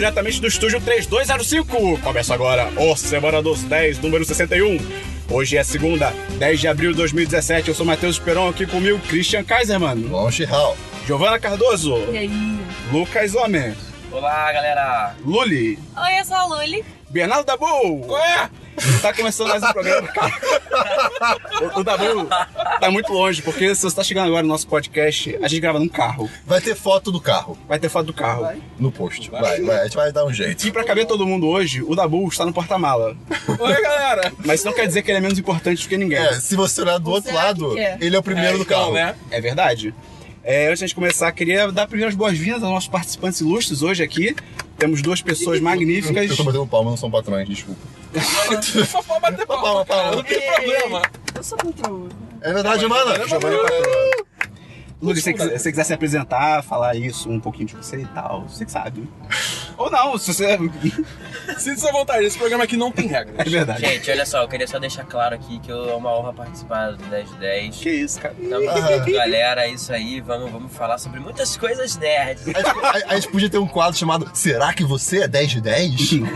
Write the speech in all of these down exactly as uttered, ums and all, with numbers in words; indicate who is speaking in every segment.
Speaker 1: diretamente do estúdio três dois zero cinco. Começa agora o Semana dos dez, número sessenta e um. Hoje é segunda, dez de abril de dois mil e dezessete. Eu sou Matheus Esperon, aqui comigo Christian Kaiserman.
Speaker 2: Bom, Chihal.
Speaker 1: Giovana Cardoso.
Speaker 3: E aí?
Speaker 1: Lucas Homem.
Speaker 4: Olá, galera.
Speaker 1: Luli.
Speaker 3: Oi, eu sou a Luli.
Speaker 1: Bernardo Dabu. Ué? Tá começando mais um programa, cara. O, o Dabu tá muito longe, porque se você tá chegando agora no nosso podcast, a gente grava num carro.
Speaker 2: Vai ter foto do carro.
Speaker 1: Vai ter foto do carro.
Speaker 3: Vai.
Speaker 2: No post. Vai, vai, vai. A gente vai dar um jeito.
Speaker 1: E pra caber todo mundo hoje, o Dabu está no porta-mala. Oi, galera. Mas isso não quer dizer que ele é menos importante do que ninguém.
Speaker 2: É, se você olhar do
Speaker 3: Ou
Speaker 2: outro
Speaker 3: será
Speaker 2: lado,
Speaker 3: que é?
Speaker 2: ele é o primeiro
Speaker 1: É,
Speaker 2: do
Speaker 1: então,
Speaker 2: carro.
Speaker 1: né? É verdade. É, antes de começar, queria dar primeiras boas-vindas aos nossos participantes ilustres hoje aqui. Temos duas pessoas magníficas.
Speaker 2: Eu tô batendo palma, não são patrões, desculpa.
Speaker 4: Só pode bater palma,
Speaker 2: Palma,
Speaker 4: cara.
Speaker 2: palma.
Speaker 4: Não tem problema.
Speaker 3: Eu sou muito...
Speaker 2: É verdade, mano?
Speaker 1: Giovana Patroa. Luli, se você quiser, se você quiser se apresentar, falar isso, um pouquinho de você e tal, você que sabe. Ou não, se você...
Speaker 4: Sinta-se à vontade, esse programa aqui não tem regras.
Speaker 1: É verdade.
Speaker 5: Gente, olha só, eu queria só deixar claro aqui que eu- é uma honra participar do dez de dez.
Speaker 1: Que isso, cara.
Speaker 5: Tamo
Speaker 2: Ah.
Speaker 5: junto, galera, é isso aí, vamos, vamos falar sobre muitas coisas nerds.
Speaker 2: A gente, a- a gente podia ter um quadro chamado Será que você é dez de dez?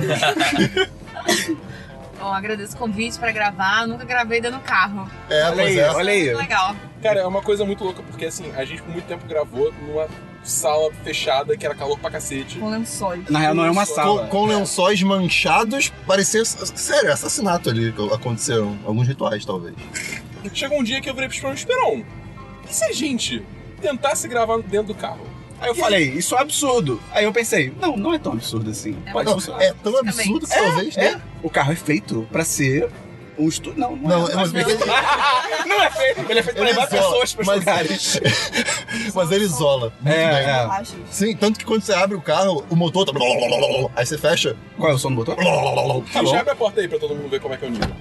Speaker 3: Bom, agradeço o convite pra gravar. Nunca gravei dentro do carro.
Speaker 2: É,
Speaker 1: Olha
Speaker 2: pois
Speaker 1: aí,
Speaker 2: é.
Speaker 1: olha aí.
Speaker 3: Muito legal.
Speaker 4: Cara, é uma coisa muito louca, porque assim, a gente por muito tempo gravou numa sala fechada, que era calor pra cacete.
Speaker 3: Com lençóis.
Speaker 1: Na real, não é uma sala.
Speaker 2: Com, com lençóis manchados, parecia... Sério, assassinato ali que aconteceu. Alguns rituais, talvez.
Speaker 4: Chegou um dia que eu virei pro Esperon, Esperon, e se a gente tentasse gravar dentro do carro?
Speaker 1: Aí eu falei, isso é um absurdo. Aí eu pensei, não, não é tão absurdo assim. Pode
Speaker 2: Não,
Speaker 1: funcionar.
Speaker 2: é tão absurdo que talvez,
Speaker 1: É,
Speaker 2: né?
Speaker 1: o carro é feito pra ser um estúdio. Não, não,
Speaker 2: Não,
Speaker 1: é.
Speaker 2: é mas,
Speaker 1: Não é feito, ele é feito pra
Speaker 2: Ele
Speaker 1: levar
Speaker 2: isola,
Speaker 1: pessoas pros
Speaker 2: mas-
Speaker 1: lugares.
Speaker 2: mas ele isola muito
Speaker 1: É,
Speaker 2: bem.
Speaker 1: é.
Speaker 3: Eu acho.
Speaker 2: Sim, tanto que quando você abre o carro, o motor tá... Aí você fecha...
Speaker 1: Qual é o som do motor? Tá
Speaker 4: Deixa
Speaker 1: bom.
Speaker 4: abre a porta aí pra todo mundo ver como é que é o nível.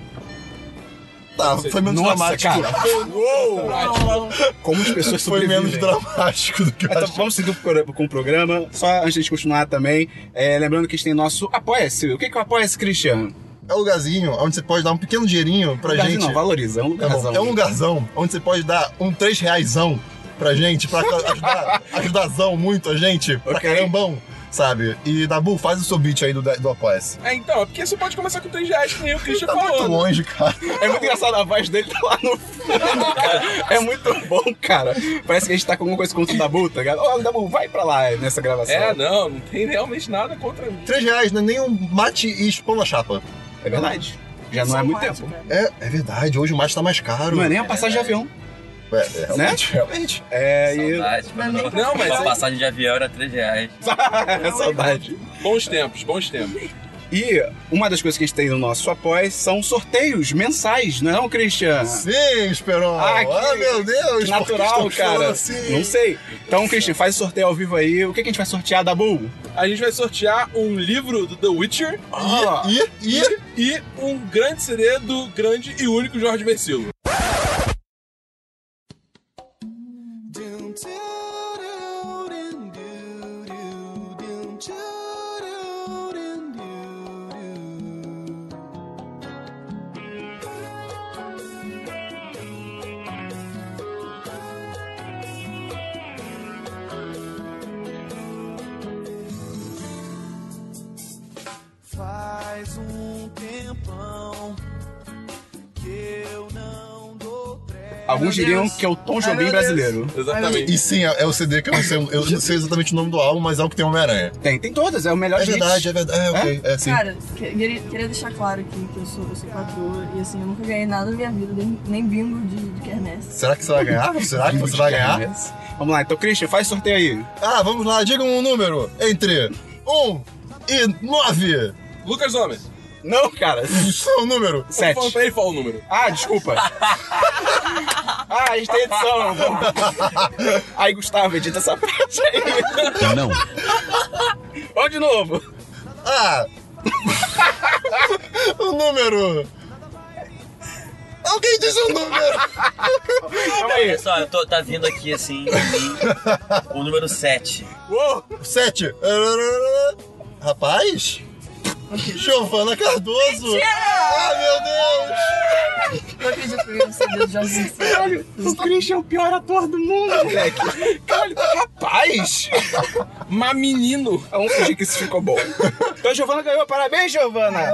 Speaker 2: Tá, foi menos
Speaker 1: Nossa,
Speaker 2: dramático.
Speaker 1: cara. Uou! Como as pessoas
Speaker 2: Foi
Speaker 1: sobrevivem.
Speaker 2: menos dramático do que eu
Speaker 1: Então,
Speaker 2: achei.
Speaker 1: vamos seguir com com o programa. Só antes de continuar também, é, lembrando que a gente tem nosso Apoia-se. O que que é o Apoia-se, Christian?
Speaker 2: É um lugarzinho onde você pode dar um pequeno dinheirinho pra
Speaker 1: Lugarzinho
Speaker 2: gente.
Speaker 1: Não, valoriza, é um
Speaker 2: Tá bom,
Speaker 1: lugarzão.
Speaker 2: é um lugarzão onde você pode dar um três reaisão pra gente, pra ajudar, ajudarzão muito a gente, pra
Speaker 1: Ok.
Speaker 2: carambão, sabe? E Dabu, faz o seu beat aí do, do Apoia-se.
Speaker 4: É, então, é porque você pode começar com três reais, que nem o Christian
Speaker 2: Tá muito
Speaker 4: falou. né?
Speaker 2: longe, cara.
Speaker 1: É muito engraçado, a voz dele tá lá no fundo, cara. É muito bom, cara. Parece que a gente tá com alguma coisa contra o Dabu, tá ligado? Ô, Dabu, vai pra lá nessa gravação.
Speaker 4: É, não, não tem realmente nada contra mim.
Speaker 2: Três reais, não é nem um mate e pão na chapa.
Speaker 1: É verdade. Já não é muito tempo.
Speaker 2: É, é verdade, hoje o mate tá mais caro.
Speaker 1: Não é nem a passagem de avião.
Speaker 2: É, é, realmente, realmente.
Speaker 1: É, e...
Speaker 5: Saudade,
Speaker 3: Não é nem
Speaker 4: Não, mas
Speaker 5: a
Speaker 4: é-
Speaker 5: passagem de avião era três reais.
Speaker 1: é saudade.
Speaker 4: Bons tempos, bons tempos.
Speaker 1: E uma das coisas que a gente tem no nosso apoio são sorteios mensais, não é não, Christian?
Speaker 2: Sim, Esperon.
Speaker 1: Ah, que-
Speaker 2: Ah, meu Deus.
Speaker 1: Que
Speaker 2: por
Speaker 1: natural,
Speaker 2: estamos falando
Speaker 1: cara.
Speaker 2: assim?
Speaker 1: Não sei. Então, Christian, faz o sorteio ao vivo aí. O que, que a gente vai sortear, Dabu?
Speaker 4: A gente vai sortear um livro do The Witcher
Speaker 1: Ah,
Speaker 2: E, e,
Speaker 4: e um grande C D do grande e único Jorge Versilo.
Speaker 6: Faz um tempão que eu não dou trela.
Speaker 1: alguns
Speaker 3: Meu
Speaker 1: diriam
Speaker 3: Deus.
Speaker 1: que é o Tom
Speaker 3: Ai,
Speaker 1: Jobim
Speaker 3: meu Deus.
Speaker 1: brasileiro.
Speaker 4: Exatamente.
Speaker 2: e sim, é, é o C D que eu não sei, eu não sei exatamente o nome do álbum, mas é o que tem Homem-Aranha.
Speaker 1: Tem, tem todas, é o melhor
Speaker 2: É
Speaker 1: hit.
Speaker 2: verdade, é verdade. É, ok, é sim.
Speaker 3: Cara, que- queria, queria deixar claro aqui que eu sou, eu sou patroa e assim, eu nunca ganhei nada na minha vida, nem, nem bingo de, de quermesse.
Speaker 2: Será que você vai ganhar? Será que você vai ganhar?
Speaker 1: Vamos lá, então, Christian, faz sorteio aí.
Speaker 2: Ah, vamos lá, diga um número entre um e nove.
Speaker 4: Lucas Homem.
Speaker 1: Não, cara.
Speaker 2: Seu número.
Speaker 4: Tô
Speaker 1: Sete.
Speaker 4: falando pra ele falar o número.
Speaker 1: Ah, desculpa. Ah, a gente tem edição. Vamos. Aí, Gustavo, edita essa parte aí.
Speaker 7: Não.
Speaker 1: Vamos de novo.
Speaker 2: Ah! O número! Alguém diz um número!
Speaker 1: Calma aí.
Speaker 5: Olha só, eu tô, tá vindo aqui assim, em mim, o número sete.
Speaker 1: Uou.
Speaker 2: Sete! Rapaz? Giovana Cardoso! Ah, meu Deus!
Speaker 3: Não acredito que eu ia saber do Jorge Sincero.
Speaker 1: Caralho, o Christian é o pior ator do mundo, moleque. Caralho, rapaz!
Speaker 4: Mas menino!
Speaker 1: Vamos fingir que isso ficou bom. Então a Giovana ganhou, parabéns, Giovana!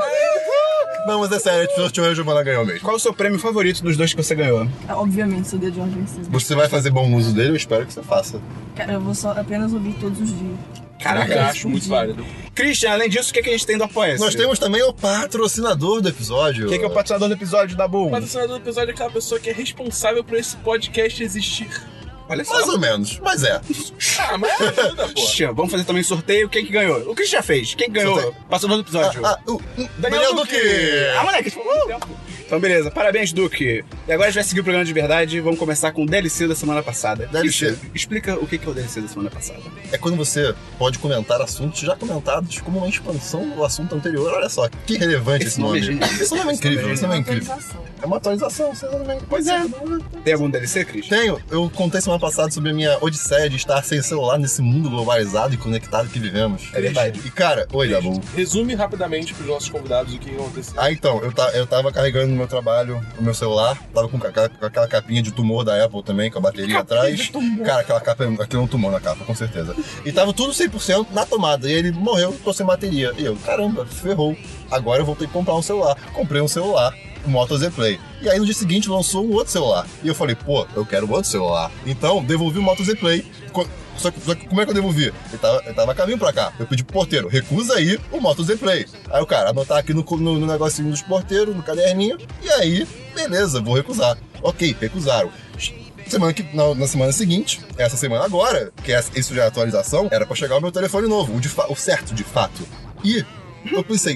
Speaker 2: Não, mas é sério, a Giovana ganhou mesmo.
Speaker 1: Qual é o seu prêmio favorito dos dois que você ganhou?
Speaker 3: É, obviamente, C D de Jorge Sincero.
Speaker 2: Você vai fazer bom uso dele? Eu espero que você faça.
Speaker 3: Cara, eu vou só apenas ouvir todos os dias.
Speaker 1: Caraca,
Speaker 4: Eu acho muito válido.
Speaker 1: Christian, além disso, o que, é que a gente tem do Apoia-se?
Speaker 2: Nós temos também o patrocinador do episódio.
Speaker 1: Quem é, que é o patrocinador do episódio da Boom?
Speaker 4: O patrocinador do episódio é aquela pessoa que é responsável por esse podcast existir.
Speaker 1: Olha só.
Speaker 2: Mais ou menos, mas é.
Speaker 4: Ah, mas ajuda, pô.
Speaker 1: Christian, vamos fazer também sorteio. Quem que ganhou? O Christian já fez. Quem que ganhou?
Speaker 2: Sorteio.
Speaker 1: Patrocinador do episódio.
Speaker 2: Ah, ah, o, o Daniel Duque!
Speaker 1: Ah, moleque, tipo, uh! Então, beleza. Parabéns, Duque. E agora a gente vai seguir o programa de verdade. Vamos começar com o D L C da semana passada.
Speaker 2: D L C.
Speaker 1: Christian, explica o que que é o D L C da semana passada.
Speaker 2: É quando você pode comentar assuntos já comentados como uma expansão do assunto anterior. Olha só, que relevante esse,
Speaker 1: Esse nome
Speaker 2: nome.
Speaker 1: é genial.
Speaker 2: Esse nome é incrível, esse nome é incrível.
Speaker 3: Atualização.
Speaker 2: É uma atualização, você não vem.
Speaker 1: Pois é. Tem algum D L C, Christian?
Speaker 2: Tenho, eu contei semana passada sobre a minha odisseia de estar sem celular nesse mundo globalizado e conectado que vivemos.
Speaker 1: É verdade.
Speaker 2: E cara, oi, Dabu.
Speaker 4: Resume rapidamente pros nossos convidados o que aconteceu.
Speaker 2: Ah, então, eu, ta, eu tava carregando no meu trabalho o meu celular, tava com, ca- com aquela capinha de tumor da Apple também, com a bateria atrás. Cara, aquela capa, aquilo é um tumor na capa, com certeza. E tava tudo cem por cento na tomada, e ele morreu, tô sem bateria. E eu, caramba, ferrou. Agora eu vou ter que comprar um celular. Comprei um celular, o Moto Z Play. E aí no dia seguinte lançou um outro celular. E eu falei, pô, eu quero um outro celular. Então, devolvi o Moto Z Play. Co- Só que, só que como é que eu devolvi? Ele tava, ele tava a caminho pra cá. Eu pedi pro porteiro, recusa aí o Moto Z Play. Aí o cara, anotar aqui no, no, no negocinho dos porteiros, no caderninho. E aí, beleza, vou recusar. Ok, recusaram. Semana que, na, na semana seguinte, essa semana agora, que essa, isso já é atualização, era pra chegar o meu telefone novo, o, de fa- o certo de fato. E eu pensei,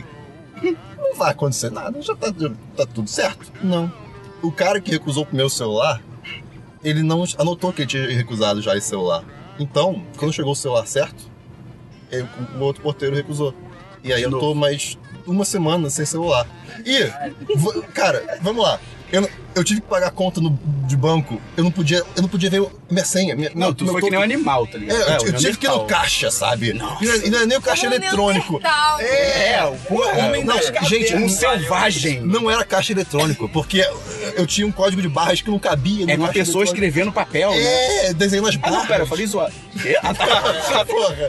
Speaker 2: não vai acontecer nada, já tá, já tá tudo certo. Não. O cara que recusou pro meu celular, ele não anotou que ele tinha recusado já esse celular. Então, quando chegou o celular certo, eu- o outro porteiro recusou. E aí
Speaker 1: De
Speaker 2: eu tô
Speaker 1: novo.
Speaker 2: mais uma semana sem celular. E, v- cara, vamos lá. Eu, não- eu tive que pagar a conta no, de banco. Eu não podia, eu não podia ver o- minha senha. Minha,
Speaker 1: Não,
Speaker 2: meu-
Speaker 1: tu
Speaker 2: meu
Speaker 1: foi que
Speaker 2: token.
Speaker 1: nem um animal, tá
Speaker 2: É,
Speaker 1: ligado?
Speaker 2: eu,
Speaker 1: É,
Speaker 2: eu
Speaker 1: o
Speaker 2: tive que ir no
Speaker 1: Neandertal.
Speaker 2: caixa, sabe? E não, é- e não é nem o caixa eletrônico.
Speaker 3: É.
Speaker 1: É, o porra,
Speaker 4: Homem
Speaker 2: Não,
Speaker 4: das
Speaker 2: gente,
Speaker 1: um
Speaker 4: cavernas.
Speaker 1: selvagem.
Speaker 2: Não era caixa eletrônico, porque eu tinha um código de barras que não cabia no
Speaker 1: É uma
Speaker 2: caixa
Speaker 1: pessoa
Speaker 2: eletrônico.
Speaker 1: escrevendo papel, né?
Speaker 2: É, desenhando as
Speaker 1: Ah,
Speaker 2: barras.
Speaker 1: não, pera, eu falei zoado. Quê? Ah, tá.
Speaker 2: Porra.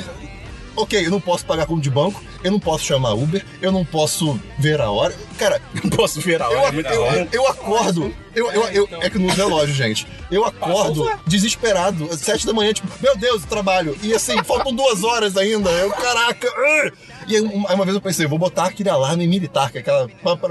Speaker 2: Ok, eu não posso pagar conta de banco, eu não posso chamar Uber, eu não posso ver a hora. Cara,
Speaker 1: Não posso ver a hora,
Speaker 2: eu,
Speaker 1: é muito
Speaker 2: eu,
Speaker 1: bom.
Speaker 2: eu, eu acordo. Eu, eu, eu, é que no relógio, gente. Eu acordo desesperado, às sete da manhã, tipo, meu Deus, eu trabalho. E assim, faltam duas horas ainda. Eu, caraca. ah! E aí, uma, aí uma vez eu pensei, vou botar aquele alarme militar, que é aquela.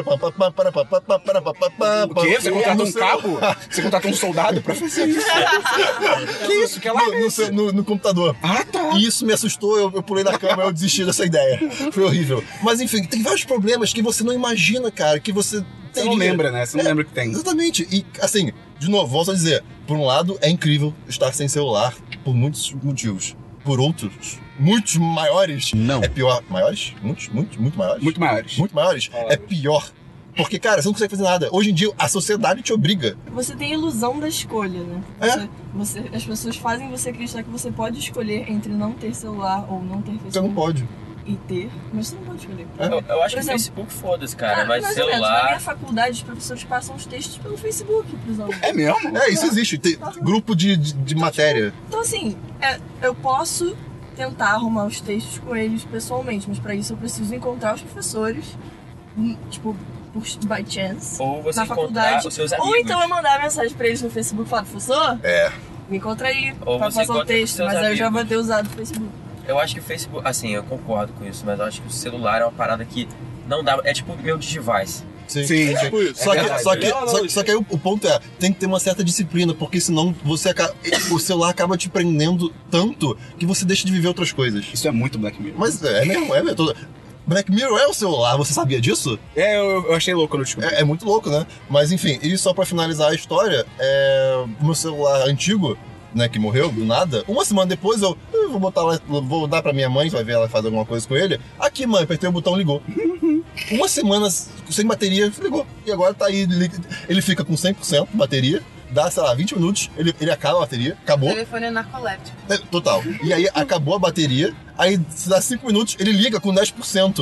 Speaker 1: O quê? Você contratou
Speaker 2: No
Speaker 1: um
Speaker 2: celular.
Speaker 1: cabo? Você contratou um soldado pra fazer isso? Que isso? Que ela
Speaker 2: No, no, seu- no- no computador.
Speaker 1: Ah, tá.
Speaker 2: E isso me assustou, eu, eu pulei da cama, eu desisti dessa ideia. Foi horrível. Mas enfim, tem vários problemas que você não imagina, cara, que você
Speaker 1: Você
Speaker 2: teria.
Speaker 1: não lembra, né? Você não lembra que tem.
Speaker 2: Exatamente. E assim, de novo, volto a dizer, por um lado é incrível estar sem celular por muitos motivos. Por outros, muitos maiores,
Speaker 7: Não.
Speaker 2: é pior. Maiores? Muitos, muitos, muito maiores?
Speaker 1: Muito maiores.
Speaker 2: Muito maiores, é pior. Porque, cara, você não consegue fazer nada. Hoje em dia, a sociedade te obriga.
Speaker 3: Você tem a ilusão da escolha, né?
Speaker 2: É?
Speaker 3: Você, você- as pessoas fazem você acreditar que você pode escolher entre não ter celular ou não ter
Speaker 2: Você não
Speaker 3: Facebook
Speaker 2: pode.
Speaker 3: e ter, mas você não pode escolher.
Speaker 2: É?
Speaker 5: Eu, eu acho que o
Speaker 3: exemplo,
Speaker 5: Facebook foda-se, cara,
Speaker 3: Ah,
Speaker 5: mas
Speaker 3: mais ou menos. Na minha
Speaker 5: celular.
Speaker 3: faculdade, os professores passam os textos pelo Facebook pros alunos.
Speaker 1: É mesmo?
Speaker 2: É, isso existe. Tem grupo de, de, de matéria.
Speaker 3: Então, assim, é, eu posso tentar arrumar os textos com eles pessoalmente, mas pra isso eu preciso encontrar os professores, hum, tipo, por, by chance,
Speaker 5: Ou você
Speaker 3: na
Speaker 5: encontrar
Speaker 3: faculdade.
Speaker 5: os seus amigos.
Speaker 3: Ou então eu mandar mensagem pra eles no Facebook e falar, professor,
Speaker 2: É.
Speaker 3: me encontra aí,
Speaker 5: Ou
Speaker 3: pra
Speaker 5: você
Speaker 3: passar o
Speaker 5: encontra com
Speaker 3: texto,
Speaker 5: seus
Speaker 3: mas aí eu já
Speaker 5: amigos.
Speaker 3: vou ter usado o Facebook.
Speaker 5: Eu acho que o Facebook. Assim, eu concordo com isso, mas eu acho que o celular é uma parada que não dá. É tipo meu device.
Speaker 2: Sim,
Speaker 1: Sim.
Speaker 4: Tipo isso.
Speaker 2: Só
Speaker 1: É
Speaker 2: que,
Speaker 1: verdade.
Speaker 2: só, que,
Speaker 4: Ela não-
Speaker 2: só, só que aí o, o ponto é, tem que ter uma certa disciplina, porque senão você acaba, o celular acaba te prendendo tanto que você deixa de viver outras coisas.
Speaker 1: Isso é muito Black Mirror.
Speaker 2: Mas é mesmo, é mesmo. Black Mirror é o celular, você sabia disso?
Speaker 1: É, eu, eu achei louco quando eu descobri.
Speaker 2: É, é muito louco, né? Mas enfim, e só pra finalizar a história, é, o meu celular antigo, né, que morreu do nada, uma semana depois eu, eu vou botar lá, vou dar pra minha mãe, vai ver ela faz alguma coisa com ele. Aqui, mãe, apertei o botão, ligou. Uma semana sem bateria, ligou. E agora tá aí, ele, ele fica com cem por cento de bateria, dá, sei lá, vinte minutos, ele, ele acaba a bateria,
Speaker 8: O
Speaker 2: acabou.
Speaker 8: telefone é narcoléptico.
Speaker 2: É, total. E aí acabou a bateria, aí se dá cinco minutos, ele liga com dez por cento.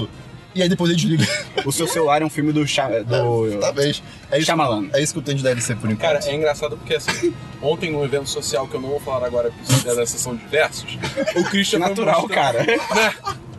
Speaker 2: e aí depois ele desliga.
Speaker 1: O seu celular é um filme do... Cha- do...
Speaker 2: Talvez. É isso,
Speaker 1: Shyamalan.
Speaker 2: é isso que eu tenho de D L C por enquanto.
Speaker 4: Cara, é engraçado porque assim, ontem num evento social que eu não vou falar agora porque é da sessão de versos, o Christian
Speaker 1: Que natural,
Speaker 4: foi
Speaker 1: cara.
Speaker 4: Né?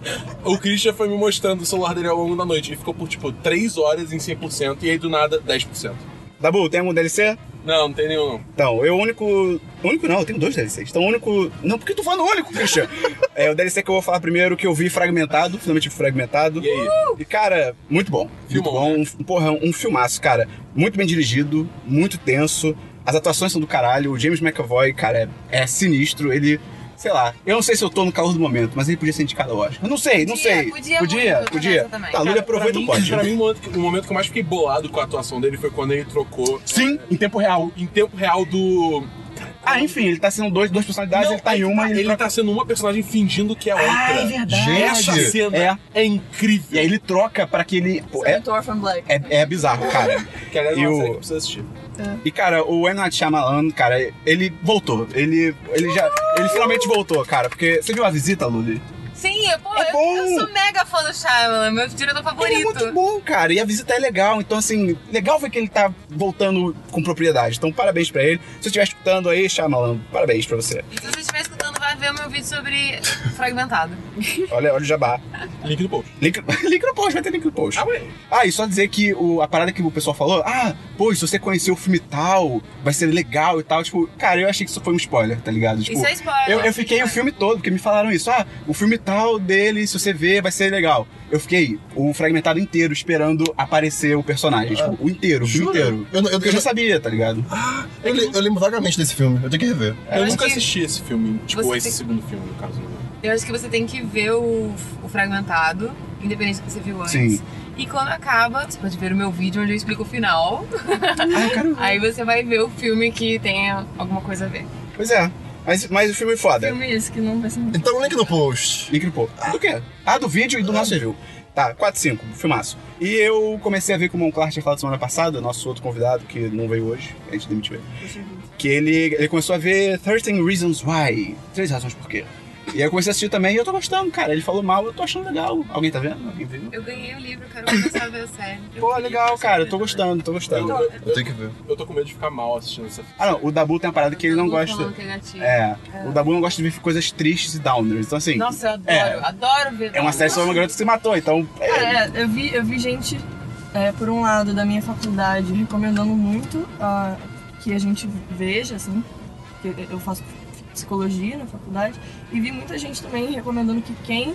Speaker 4: O Christian foi me mostrando o celular dele ao longo da noite. Ele ficou por tipo três horas em cem por cento e aí do nada dez por cento.
Speaker 1: Dabu, tem algum D L C?
Speaker 4: Não, não tem nenhum não.
Speaker 1: Então, eu o único... Único não, eu tenho dois D L Cs. Então, o único... Não, por que tu falando único, Christian? É o D L C que eu vou falar primeiro, que eu vi fragmentado. Finalmente vi fragmentado.
Speaker 4: E aí?
Speaker 1: E, cara, muito bom.
Speaker 4: Filmão,
Speaker 1: muito bom.
Speaker 4: né?
Speaker 1: Um, porra, um filmaço, cara. Muito bem dirigido, muito tenso. As atuações são do caralho. O James McAvoy, cara, é, é sinistro. Ele... Sei lá, eu não sei se eu tô no calor do momento, mas ele podia ser indicado ao Oscar. Eu não sei, não
Speaker 7: Podia,
Speaker 1: sei.
Speaker 7: podia
Speaker 1: Podia,
Speaker 7: muito,
Speaker 1: podia.
Speaker 7: também.
Speaker 1: Tá, Lula aproveita
Speaker 4: pra
Speaker 1: o
Speaker 4: mim,
Speaker 1: pódio.
Speaker 4: pra mim, o momento, que, o momento que eu mais fiquei bolado com a atuação dele foi quando ele trocou
Speaker 1: Sim, em tempo real.
Speaker 4: em tempo real do...
Speaker 1: Ah, enfim, ele tá sendo dois, duas personalidades,
Speaker 4: Não,
Speaker 1: ele tá em uma e
Speaker 4: ele,
Speaker 1: ele troca...
Speaker 4: tá sendo uma personagem fingindo que é outra.
Speaker 1: Ah, é verdade.
Speaker 4: Essa
Speaker 2: Gente,
Speaker 4: cena
Speaker 1: é.
Speaker 4: é, incrível.
Speaker 1: E aí ele troca pra aquele... pô, É,
Speaker 3: Sabe o Orphan Black?
Speaker 1: é, é bizarro, cara.
Speaker 4: Que aliás é
Speaker 1: E
Speaker 4: uma
Speaker 1: o-
Speaker 4: série que precisa assistir.
Speaker 1: E, cara, o M. Night Shyamalan, cara, ele voltou. Ele, ele já... Ele finalmente voltou, cara. Porque... Você viu A Visita, Luli?
Speaker 7: Sim, eu, pô,
Speaker 1: É
Speaker 7: eu-
Speaker 1: bom.
Speaker 7: eu, sou mega fã do Shyamalan, meu diretor favorito.
Speaker 1: Ele é muito bom, cara. E A Visita é legal. Então, assim, legal ver que ele tá voltando com propriedade. Então, parabéns pra ele. Se você estiver escutando aí, Shyamalan, parabéns pra você.
Speaker 7: E se você estiver escutando, vai ver o meu vídeo sobre fragmentado.
Speaker 1: Olha, olha o jabá.
Speaker 4: Link no post.
Speaker 1: Link, link no post, vai ter link no post.
Speaker 4: Ah, ué.
Speaker 1: Ah, e só dizer que o, a parada que o pessoal falou, ah, pô, se você conhecer o filme tal, vai ser legal e tal. Tipo, cara, eu achei que isso foi um spoiler, tá ligado? Tipo,
Speaker 7: Isso é spoiler.
Speaker 1: eu, eu fiquei o filme todo, porque me falaram isso. Ah, o filme tal dele, se você ver, vai ser legal. Eu fiquei o fragmentado inteiro esperando aparecer o personagem. Tipo, o inteiro, o filme
Speaker 2: Jura?
Speaker 1: inteiro.
Speaker 2: Eu, eu,
Speaker 1: Porque eu
Speaker 2: eu,
Speaker 1: já sabia, tá ligado?
Speaker 2: eu, le- eu lembro vagamente desse filme, eu tenho que rever.
Speaker 4: Eu
Speaker 7: acho
Speaker 4: nunca
Speaker 7: que
Speaker 4: assisti esse filme, tipo,
Speaker 7: você
Speaker 4: esse
Speaker 7: tem-
Speaker 4: segundo filme, no caso.
Speaker 7: Eu acho que você tem que ver o, o fragmentado, independente do que você viu antes.
Speaker 1: Sim.
Speaker 7: E quando acaba, você pode ver o meu vídeo onde eu explico o final.
Speaker 1: Ai, cara.
Speaker 7: Aí você vai ver o filme que tenha alguma coisa a ver.
Speaker 1: Pois é. Mas, mas o filme é foda.
Speaker 3: Filme esse que não vai ser muito.
Speaker 2: Então, link no post.
Speaker 1: Link no post. Do quê? Ah, do vídeo e do nosso review. Tá, quatro cinco, filmaço. E eu comecei a ver, como o Clark tinha falado semana passada, nosso outro convidado, que não veio hoje, a gente demitiu ele. Que ele, ele começou a ver thirteen Reasons Why. Três razões por quê. E aí eu comecei a assistir também e eu tô gostando, cara. Ele falou mal, eu tô achando legal. Alguém tá vendo? Alguém viu?
Speaker 7: Eu ganhei o livro, quero começar a ver a série. Eu
Speaker 1: Pô,
Speaker 7: queria
Speaker 1: legal,
Speaker 7: começar a
Speaker 1: cara.
Speaker 7: ver
Speaker 1: Eu tô
Speaker 7: também.
Speaker 1: gostando, tô gostando.
Speaker 4: Eu,
Speaker 2: Eu tenho que ver.
Speaker 4: eu tô com medo de ficar mal assistindo essa
Speaker 1: Ah, não. O Dabu tem uma parada que ele não
Speaker 7: Todo mundo
Speaker 1: gosta...
Speaker 7: falando que é gatilho.
Speaker 1: É, o Dabu não gosta de ver coisas tristes e downers. Então, assim...
Speaker 7: Nossa, eu adoro,
Speaker 1: É.
Speaker 7: adoro ver.
Speaker 1: É uma série sobre uma garota que se matou, então... é-
Speaker 3: Cara, é, eu vi, eu vi gente, é, por um lado, da minha faculdade recomendando muito ah, que a gente veja, assim, que eu faço psicologia na faculdade, e vi muita gente também recomendando que quem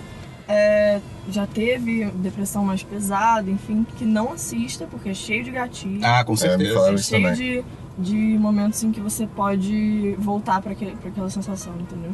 Speaker 3: é, já teve depressão mais pesada, enfim, que não assista, porque é cheio de gatilho,
Speaker 1: Ah, com
Speaker 2: É, me
Speaker 1: certeza.
Speaker 2: falaram
Speaker 3: é
Speaker 2: isso
Speaker 3: cheio
Speaker 2: também.
Speaker 3: de, de momentos em que você pode voltar pra, aquele, pra aquela sensação, entendeu?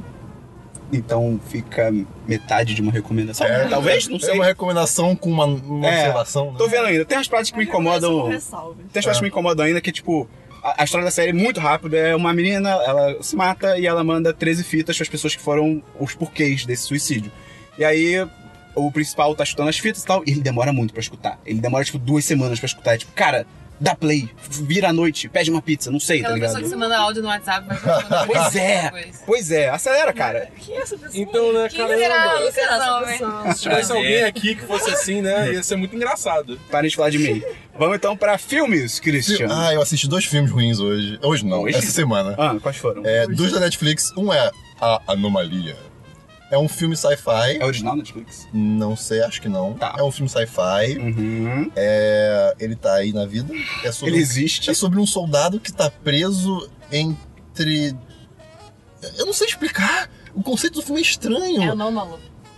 Speaker 1: Então fica metade de uma recomendação.
Speaker 2: É,
Speaker 1: Talvez, não
Speaker 2: É
Speaker 1: sei.
Speaker 2: uma recomendação com uma, uma
Speaker 1: É,
Speaker 2: observação, né?
Speaker 1: Tô vendo ainda. Tem umas partes que me incomodam.
Speaker 3: Com ressalvas.
Speaker 1: Tem umas partes que me incomodam ainda, que é tipo. A, a história da série é muito rápida. É uma menina, ela se mata e ela manda treze fitas para as pessoas que foram os porquês desse suicídio. E aí. O principal tá escutando as fitas e tal, e ele demora muito pra escutar. Ele demora, tipo, duas semanas pra escutar. É tipo, cara, dá play, vira à noite, pede uma pizza, não sei,
Speaker 7: Aquela
Speaker 1: tá
Speaker 7: pessoa
Speaker 1: ligado?
Speaker 7: que você manda áudio no WhatsApp vai responder
Speaker 1: Pois é,
Speaker 7: depois.
Speaker 1: pois é, acelera, cara.
Speaker 3: Quem é essa pessoa?
Speaker 4: Então, né,
Speaker 7: Quem será,
Speaker 4: caramba.
Speaker 7: Lucas
Speaker 3: Quem será essa
Speaker 7: Homem?
Speaker 3: pessoa?
Speaker 4: Se tivesse alguém aqui que fosse assim, né, ia ser muito engraçado.
Speaker 1: Parem de falar de mim. Vamos então pra filmes, Christian.
Speaker 2: Ah, eu assisti dois filmes ruins hoje. Hoje não,
Speaker 1: Hoje?
Speaker 2: essa semana.
Speaker 1: Ah, quais foram?
Speaker 2: É, dois da Netflix. Um é A Anomalia. É um filme sci-fi.
Speaker 1: É original Netflix?
Speaker 2: Não sei, acho que não.
Speaker 1: Tá.
Speaker 2: É um filme sci-fi.
Speaker 1: Uhum.
Speaker 2: É, ele tá aí na vida. É sobre,
Speaker 1: Ele existe.
Speaker 2: é sobre um soldado que tá preso entre... Eu não sei explicar. O conceito do filme é estranho.
Speaker 7: É anômalo.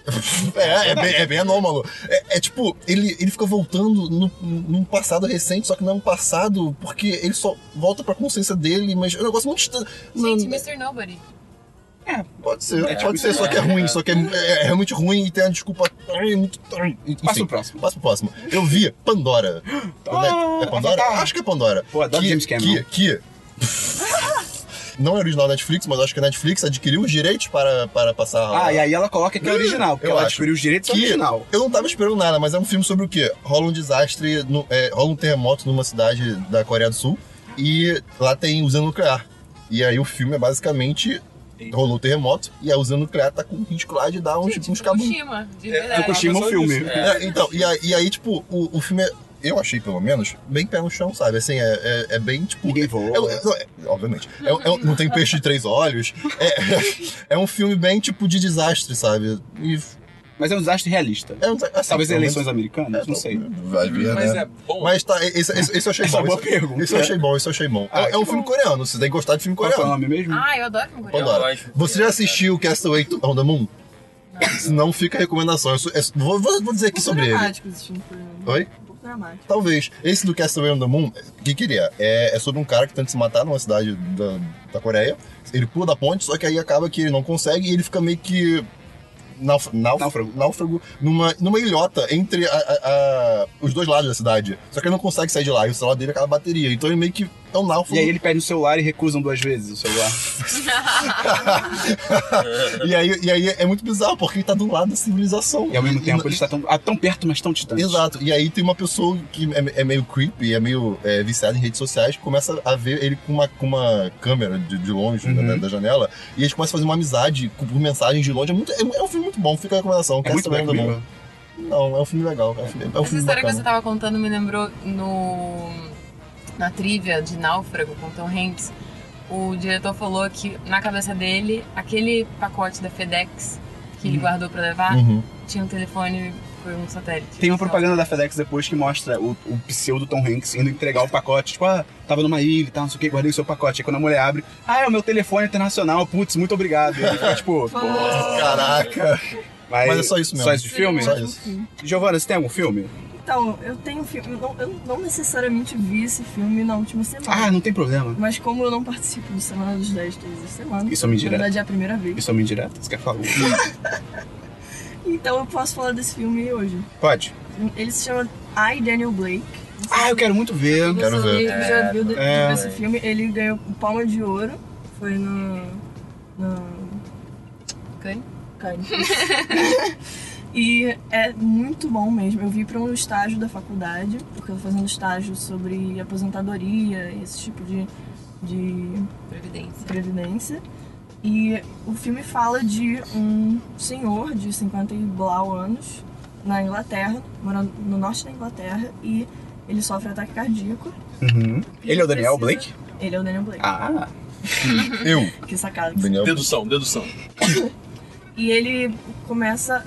Speaker 2: É, é bem, é bem anômalo. É, é tipo, ele, ele fica voltando no, num passado recente, só que não é um passado, porque ele só volta pra consciência dele, mas é um negócio muito estranho. Não-
Speaker 7: Gente, mister Nobody.
Speaker 2: Pode ser,
Speaker 1: É,
Speaker 2: pode ser, só que é ruim, só que é, é, é realmente ruim e tem uma desculpa ai, muito. ai, enfim,
Speaker 1: Passa pro próximo.
Speaker 2: Passa pro próximo. Eu vi Pandora.
Speaker 1: Ah,
Speaker 2: é Pandora?
Speaker 1: Avatar.
Speaker 2: Acho que é Pandora.
Speaker 1: Pô, adoro
Speaker 2: que,
Speaker 1: James Cameron.
Speaker 2: Que, que não é original da Netflix, mas acho que a Netflix adquiriu os direitos para, para passar.
Speaker 1: Ah, e aí ela coloca que é original, porque
Speaker 2: Eu
Speaker 1: ela
Speaker 2: acho
Speaker 1: adquiriu os direitos
Speaker 2: que
Speaker 1: original.
Speaker 2: eu não tava esperando nada, mas é um filme sobre o quê? Rola um desastre, no- é, rola um terremoto numa cidade da Coreia do Sul e lá tem usina nuclear. E aí o filme é basicamente rolou o terremoto e a usina nuclear tá com risco lá de dar uns,
Speaker 7: Gente,
Speaker 2: uns cabum.
Speaker 7: Fukushima, de
Speaker 4: É,
Speaker 7: verdade.
Speaker 1: Fukushima o filme.
Speaker 2: É, então, e aí, e aí, tipo, o, o filme é, eu achei pelo menos, bem pé no chão, sabe? Assim, é, é, é bem, tipo...
Speaker 1: Ninguém voa.
Speaker 2: É, é, é, obviamente. É, é, não tem peixe de três olhos. É, é um filme bem, tipo, de desastre, sabe? E...
Speaker 1: Mas é um desastre realista.
Speaker 2: É um, assim,
Speaker 1: Talvez
Speaker 2: pelo
Speaker 1: eleições
Speaker 2: menos-
Speaker 1: americanas, não sei.
Speaker 2: Vai ver,
Speaker 4: Mas
Speaker 2: né?
Speaker 4: é bom.
Speaker 2: Mas tá, esse, esse, esse eu achei
Speaker 1: Essa é
Speaker 2: bom.
Speaker 1: uma boa
Speaker 2: Esse,
Speaker 1: pergunta.
Speaker 2: esse eu achei bom, esse eu achei bom.
Speaker 1: Ah,
Speaker 2: é, é um
Speaker 1: que
Speaker 2: filme
Speaker 1: bom.
Speaker 2: coreano, você tem que gostar de filme
Speaker 1: Qual que é o
Speaker 2: coreano.
Speaker 1: nome mesmo?
Speaker 7: Ah, eu adoro filme coreano.
Speaker 2: Pandora.
Speaker 5: Eu gosto.
Speaker 2: Você já assistiu Castaway on the Moon? Se não, fica a recomendação. Eu sou- é- vou, vou vou dizer aqui
Speaker 3: Um pouco
Speaker 2: sobre ele.
Speaker 3: dramático esse filme coreano.
Speaker 2: Oi?
Speaker 3: Um pouco dramático.
Speaker 2: Talvez. Esse do Castaway on the Moon, o que que ele é? é? É sobre um cara que tenta se matar numa cidade da, da Coreia. Ele pula da ponte, só que aí acaba que ele não consegue e ele fica meio que... Nauf, nauf,
Speaker 1: Náufrago.
Speaker 2: náufrago numa, numa ilhota entre a- a- a- os dois lados da cidade. Só que ele não consegue sair de lá e o celular dele acaba a bateria. Então ele meio que é um náufrago.
Speaker 1: E aí ele pede no celular e recusam duas vezes o celular.
Speaker 2: e, aí, e aí é muito bizarro, porque ele tá do lado da civilização.
Speaker 1: E ao mesmo tempo
Speaker 2: E-
Speaker 1: ele está tão, ah, tão perto, mas tão distante.
Speaker 2: Exato. E aí tem uma pessoa que é, é meio creepy, é meio é, viciada em redes sociais, que começa a ver ele com uma, com uma câmera de, de longe,
Speaker 1: Uhum.
Speaker 2: né, da janela, e eles começam a fazer uma amizade com- por mensagens de longe. É, muito, é, é um filme muito bom, fica a recomendação.
Speaker 1: É muito
Speaker 2: Castaway
Speaker 1: bom
Speaker 2: on the Moon.
Speaker 1: comigo.
Speaker 2: Não, é um filme legal. É um filme, é um
Speaker 7: Essa
Speaker 2: filme
Speaker 7: história que
Speaker 2: bacana.
Speaker 7: você tava contando me lembrou no na trivia de Náufrago com Tom Hanks. O diretor falou que na cabeça dele, aquele pacote da FedEx que ele guardou pra levar,
Speaker 2: Uhum.
Speaker 7: tinha um telefone por um satélite.
Speaker 1: Tem uma propaganda da FedEx depois que mostra o, o pseudo Tom Hanks indo entregar o pacote. Tipo, ah, tava numa ilha e tal, não sei o que, guardei o seu pacote. Aí quando a mulher abre, ah, é o meu telefone internacional, putz, muito obrigado. E ele fica tipo, pô,
Speaker 2: Caraca.
Speaker 1: mas,
Speaker 2: Mas é só isso mesmo.
Speaker 1: Só isso de filme?
Speaker 2: Só isso.
Speaker 1: Giovana, você tem algum filme?
Speaker 3: Então, eu tenho um filme. Eu não, eu não necessariamente vi esse filme na última semana.
Speaker 1: Ah, não tem problema.
Speaker 3: Mas como eu não participo do Semana dos dez todas as semanas.
Speaker 1: Isso é mentira.
Speaker 3: Na verdade é a primeira vez.
Speaker 1: Isso é uma indireta? Você quer falar?
Speaker 3: Então eu posso falar desse filme hoje.
Speaker 1: Pode.
Speaker 3: Ele se chama I, Daniel Blake.
Speaker 1: Ah, eu quero muito ver.
Speaker 2: Quero
Speaker 3: Você
Speaker 2: ver.
Speaker 3: já viu de-
Speaker 1: É.
Speaker 3: esse filme? Ele ganhou o Palma de Ouro. Foi no. no
Speaker 7: Cannes?
Speaker 3: Cannes. E é muito bom mesmo. Eu vi para um estágio da faculdade, porque eu tô fazendo estágio sobre aposentadoria e esse tipo de, de
Speaker 7: Previdência.
Speaker 3: previdência. E o filme fala de um senhor de cinquenta e blau anos na Inglaterra, morando no norte da Inglaterra, e ele sofre ataque cardíaco.
Speaker 1: Uhum.
Speaker 3: E
Speaker 1: Ele é o Daniel
Speaker 3: precisa-
Speaker 1: Blake?
Speaker 3: Ele é o Daniel Blake.
Speaker 1: Ah,
Speaker 2: Eu,
Speaker 3: Que sacada. que
Speaker 2: Daniel.
Speaker 4: Dedução, dedução.
Speaker 3: E ele começa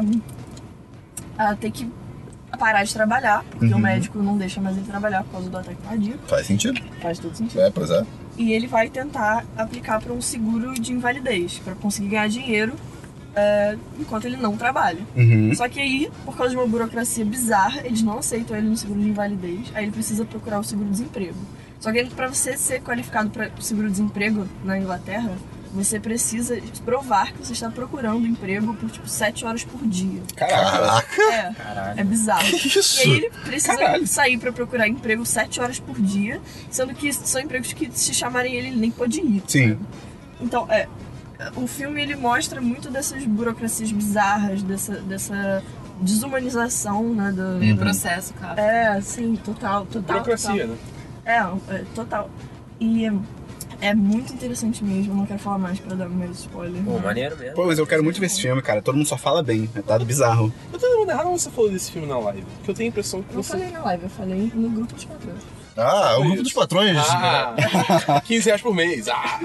Speaker 3: a, a ter que parar de trabalhar, porque
Speaker 1: Uhum.
Speaker 3: o médico não deixa mais ele trabalhar por causa do ataque cardíaco.
Speaker 2: Faz sentido.
Speaker 3: Faz todo sentido.
Speaker 2: É, pois é.
Speaker 3: E ele vai tentar aplicar para um seguro de invalidez, para conseguir ganhar dinheiro é, enquanto ele não trabalha.
Speaker 1: uhum.
Speaker 3: Só que aí, por causa de uma burocracia bizarra, eles não aceitam ele no seguro de invalidez, aí ele precisa procurar o seguro-desemprego. Só que para você ser qualificado para o seguro-desemprego na Inglaterra, você precisa provar que você está procurando emprego por tipo sete horas por dia.
Speaker 1: Caraca.
Speaker 3: É,
Speaker 5: Caralho.
Speaker 3: é bizarro.
Speaker 2: Que isso?
Speaker 3: E aí ele precisa
Speaker 1: Caralho.
Speaker 3: sair pra procurar emprego sete horas por dia, sendo que são empregos que se chamarem ele ele nem pode ir.
Speaker 1: Sim.
Speaker 3: Então, é, o filme ele mostra muito dessas burocracias bizarras, dessa, dessa desumanização, né, do,
Speaker 7: Meio
Speaker 3: do-
Speaker 7: processo, cara.
Speaker 3: É, sim, total, total.
Speaker 4: Burocracia, né?
Speaker 3: total. É, é, total. E é muito interessante mesmo, eu não quero falar mais pra dar mais spoiler.
Speaker 5: Pô, maneiro mesmo.
Speaker 1: Pô, mas eu quero muito ver esse filme, cara. Todo mundo só fala bem. É dado bizarro.
Speaker 4: Eu tô lembrando errado, você falou desse filme na live. Porque eu tenho a impressão que
Speaker 3: Eu não
Speaker 4: você...
Speaker 3: falei na live, eu falei no grupo de patrões.
Speaker 2: Ah, o grupo dos patrões.
Speaker 4: Ah, quinze reais por mês. Ah,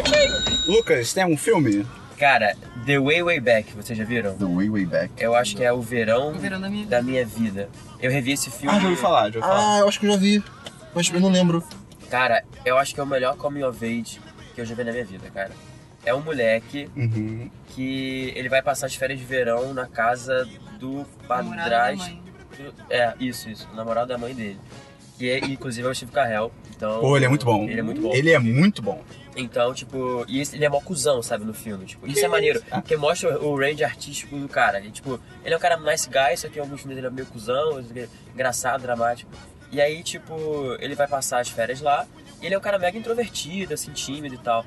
Speaker 1: Lucas, tem algum filme?
Speaker 5: Cara, The Way Way Back, vocês já viram?
Speaker 2: The Way Way Back.
Speaker 5: Eu acho que é o verão,
Speaker 7: O verão da minha vida.
Speaker 5: da minha vida. Eu revi esse filme.
Speaker 1: Ah, já ouvi falar, já ouvi falar.
Speaker 2: Ah, eu acho que eu já vi. Mas eu não lembro.
Speaker 5: Cara, eu acho que é o melhor coming of age que eu já vi na minha vida, cara. É um moleque
Speaker 1: Uhum.
Speaker 5: que ele vai passar as férias de verão na casa do
Speaker 7: Namorado da
Speaker 5: padrasto.
Speaker 7: mãe.
Speaker 5: É, isso, isso. O namorado da mãe dele. Que é, inclusive, é o Steve Carell. Então,
Speaker 1: Pô, ele é muito bom.
Speaker 5: Ele é muito bom.
Speaker 1: Ele é muito bom.
Speaker 5: Então, tipo, e esse- ele é mó cuzão, sabe, no filme. Tipo, isso é maneiro, porque mostra o range artístico do cara. E, tipo, ele é um cara nice guy, só que em alguns filmes ele é meio cuzão, engraçado, dramático. E aí, tipo, ele vai passar as férias lá, e ele é um cara mega introvertido, assim, tímido e tal.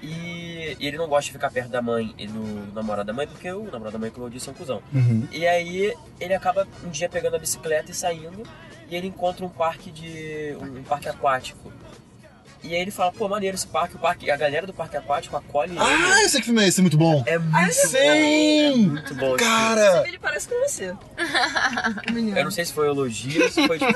Speaker 5: E, e ele não gosta de ficar perto da mãe e do namorado da mãe, porque o namorado da mãe, como eu disse, é um cuzão.
Speaker 1: Uhum.
Speaker 5: E aí ele acaba um dia pegando a bicicleta e saindo, e ele encontra um parque de. um, um parque aquático. E aí ele fala, pô, maneiro esse parque, o parque, a galera do parque aquático acolhe
Speaker 2: Ah,
Speaker 5: ele.
Speaker 2: eu sei que filme é esse, muito bom.
Speaker 5: É muito
Speaker 2: Sim!
Speaker 5: bom. É muito bom. esse
Speaker 2: Cara!
Speaker 3: Ele parece com você.
Speaker 5: filme. Eu não sei se foi elogio ou se foi tipo.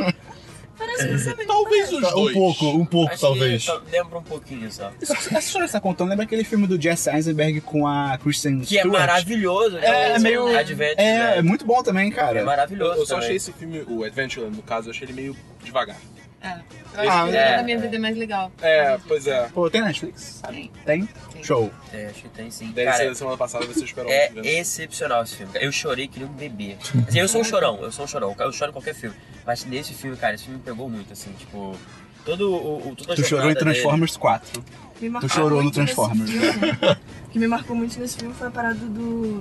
Speaker 3: Parece com você mesmo.
Speaker 4: Talvez os
Speaker 2: Tá, um
Speaker 4: dois.
Speaker 2: pouco, um pouco
Speaker 5: Acho
Speaker 2: talvez.
Speaker 5: que lembra um pouquinho só.
Speaker 1: Essa história que você tá contando lembra aquele filme do Jesse Eisenberg com a Kristen
Speaker 5: Que é
Speaker 1: Stewart?
Speaker 5: maravilhoso, né?
Speaker 1: É, é meio...
Speaker 5: Adventure,
Speaker 1: É,
Speaker 5: né?
Speaker 1: é muito bom também, cara.
Speaker 5: É maravilhoso.
Speaker 4: Eu, eu só
Speaker 5: também.
Speaker 4: achei esse filme, o Adventureland, no caso, eu achei ele meio devagar.
Speaker 7: É. Eu acho
Speaker 1: Ah,
Speaker 7: que
Speaker 5: é,
Speaker 7: o da minha vida é mais legal.
Speaker 4: É, pois é.
Speaker 1: Pô, tem Netflix?
Speaker 7: Tem.
Speaker 1: Tem?
Speaker 7: Tem.
Speaker 1: Show.
Speaker 5: É, acho que tem sim.
Speaker 4: Deve ser
Speaker 5: Cara,
Speaker 4: da semana passada, você esperou
Speaker 5: é
Speaker 4: um evento.
Speaker 5: excepcional esse filme. Eu chorei que nem um bebê. Assim, eu sou um chorão, eu sou um chorão. Eu choro em qualquer filme. Mas nesse filme, cara, esse filme me pegou muito, assim, tipo... Todo o... o toda a
Speaker 1: Tu chorou em
Speaker 5: jornada
Speaker 1: Transformers quatro.
Speaker 3: Me marcou
Speaker 1: Tu chorou no
Speaker 3: muito nesse
Speaker 1: Transformers.
Speaker 3: filme. O que me marcou muito nesse filme foi a parada do...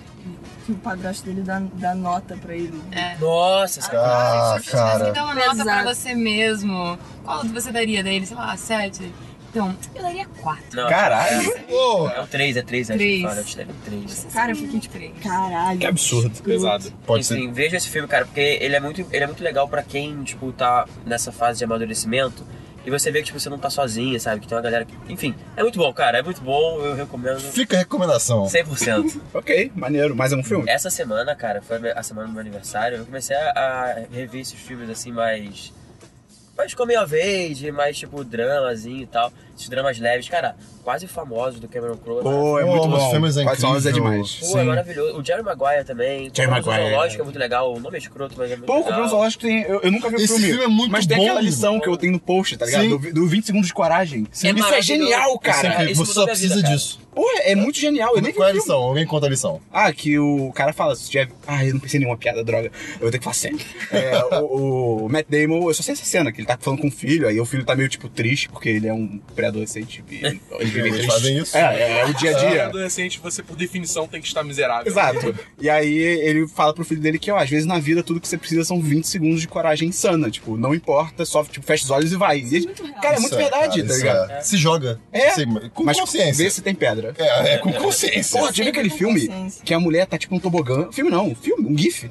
Speaker 3: que o padrasto dele dá, dá nota pra ele.
Speaker 7: É.
Speaker 5: dele. Nossa, esse cara...
Speaker 2: Ah,
Speaker 7: Se tivesse que
Speaker 2: cara.
Speaker 7: dar uma nota pra
Speaker 3: Pesado.
Speaker 7: você mesmo, qual você daria dele? Sei lá, sete? Então, eu daria quatro.
Speaker 5: Não,
Speaker 1: Caralho.
Speaker 2: Pô,
Speaker 5: É um três, é três, acho que
Speaker 7: Três.
Speaker 5: fala. Acho que é um três.
Speaker 3: Cara, eu fiquei
Speaker 7: tipo, três.
Speaker 3: Caralho.
Speaker 1: Que absurdo.
Speaker 4: Pesado.
Speaker 2: pode ser.
Speaker 5: Enfim, veja esse filme, cara, porque ele é muito, ele é muito legal pra quem, tipo, tá nessa fase de amadurecimento. E você vê que tipo, você não tá sozinha, sabe? Que tem uma galera que... Enfim, é muito bom, cara. É muito bom, eu recomendo
Speaker 2: Fica a recomendação.
Speaker 5: cem por cento.
Speaker 1: Ok, maneiro. Mais um filme?
Speaker 5: Essa semana, cara, foi a semana do meu aniversário. Eu comecei a, a rever esses filmes, assim, mais... mais coming of age, mais, tipo, dramazinho e tal. Esses dramas leves. Cara, quase famosos do Cameron Crowe.
Speaker 1: Pô, é
Speaker 2: Pô,
Speaker 1: muito
Speaker 2: mas
Speaker 1: bom.
Speaker 2: filmes é
Speaker 1: Quase Famosos é
Speaker 2: incrível.
Speaker 1: demais.
Speaker 5: Pô, é maravilhoso. O Jerry Maguire também.
Speaker 1: Jerry
Speaker 5: O
Speaker 1: Maguire.
Speaker 5: Zoológico é muito legal. O nome é escroto, mas é muito
Speaker 1: Pô, o
Speaker 5: legal.
Speaker 1: Comprei um Zoológico tem... Eu, eu nunca vi o
Speaker 2: Esse
Speaker 1: filme.
Speaker 2: filme é muito
Speaker 1: mas tem
Speaker 2: bom.
Speaker 1: aquela lição que eu tenho no post, tá ligado?
Speaker 2: Sim.
Speaker 1: Do, do vinte segundos de coragem. Isso é
Speaker 5: maravilhoso.
Speaker 1: genial,
Speaker 2: Isso é
Speaker 1: cara.
Speaker 5: Cara,
Speaker 2: incrível.
Speaker 5: isso
Speaker 2: Você
Speaker 5: mudou
Speaker 2: só
Speaker 5: minha vida,
Speaker 2: precisa
Speaker 5: cara.
Speaker 2: disso.
Speaker 1: Pô, é muito genial. Eu nem vi
Speaker 2: Qual é
Speaker 1: o
Speaker 2: a
Speaker 1: filme.
Speaker 2: lição? Alguém conta a lição.
Speaker 1: Ah, que o cara fala, se tiver... Ah, eu não pensei em nenhuma piada, droga. Eu vou ter que falar sério. É, o, o Matt Damon, eu só sei essa cena, que ele tá falando com o filho, aí o filho tá meio, tipo, triste, porque ele é um pré-adolescente. E ele, ele vive
Speaker 2: Eles
Speaker 1: triste.
Speaker 2: fazem isso.
Speaker 1: É, é o dia a
Speaker 4: Ser
Speaker 1: dia.
Speaker 4: adolescente, você por definição tem que estar miserável.
Speaker 1: Exato. E aí ele fala pro filho dele que, ó, às vezes na vida tudo que você precisa são vinte segundos de coragem insana. Tipo, não importa, só tipo, fecha os olhos e vai. E, cara, é muito
Speaker 2: Isso
Speaker 1: verdade,
Speaker 2: cara,
Speaker 1: tá
Speaker 2: isso
Speaker 1: ligado?
Speaker 2: é. Se joga.
Speaker 1: É,
Speaker 2: Sim, com
Speaker 1: mas
Speaker 2: consciência.
Speaker 1: vê se tem pedra.
Speaker 2: É, é, com consciência.
Speaker 1: Porra, já viu aquele
Speaker 3: com
Speaker 1: filme
Speaker 3: consciência.
Speaker 1: que a mulher tá tipo num tobogã? Filme não, um filme, um gif.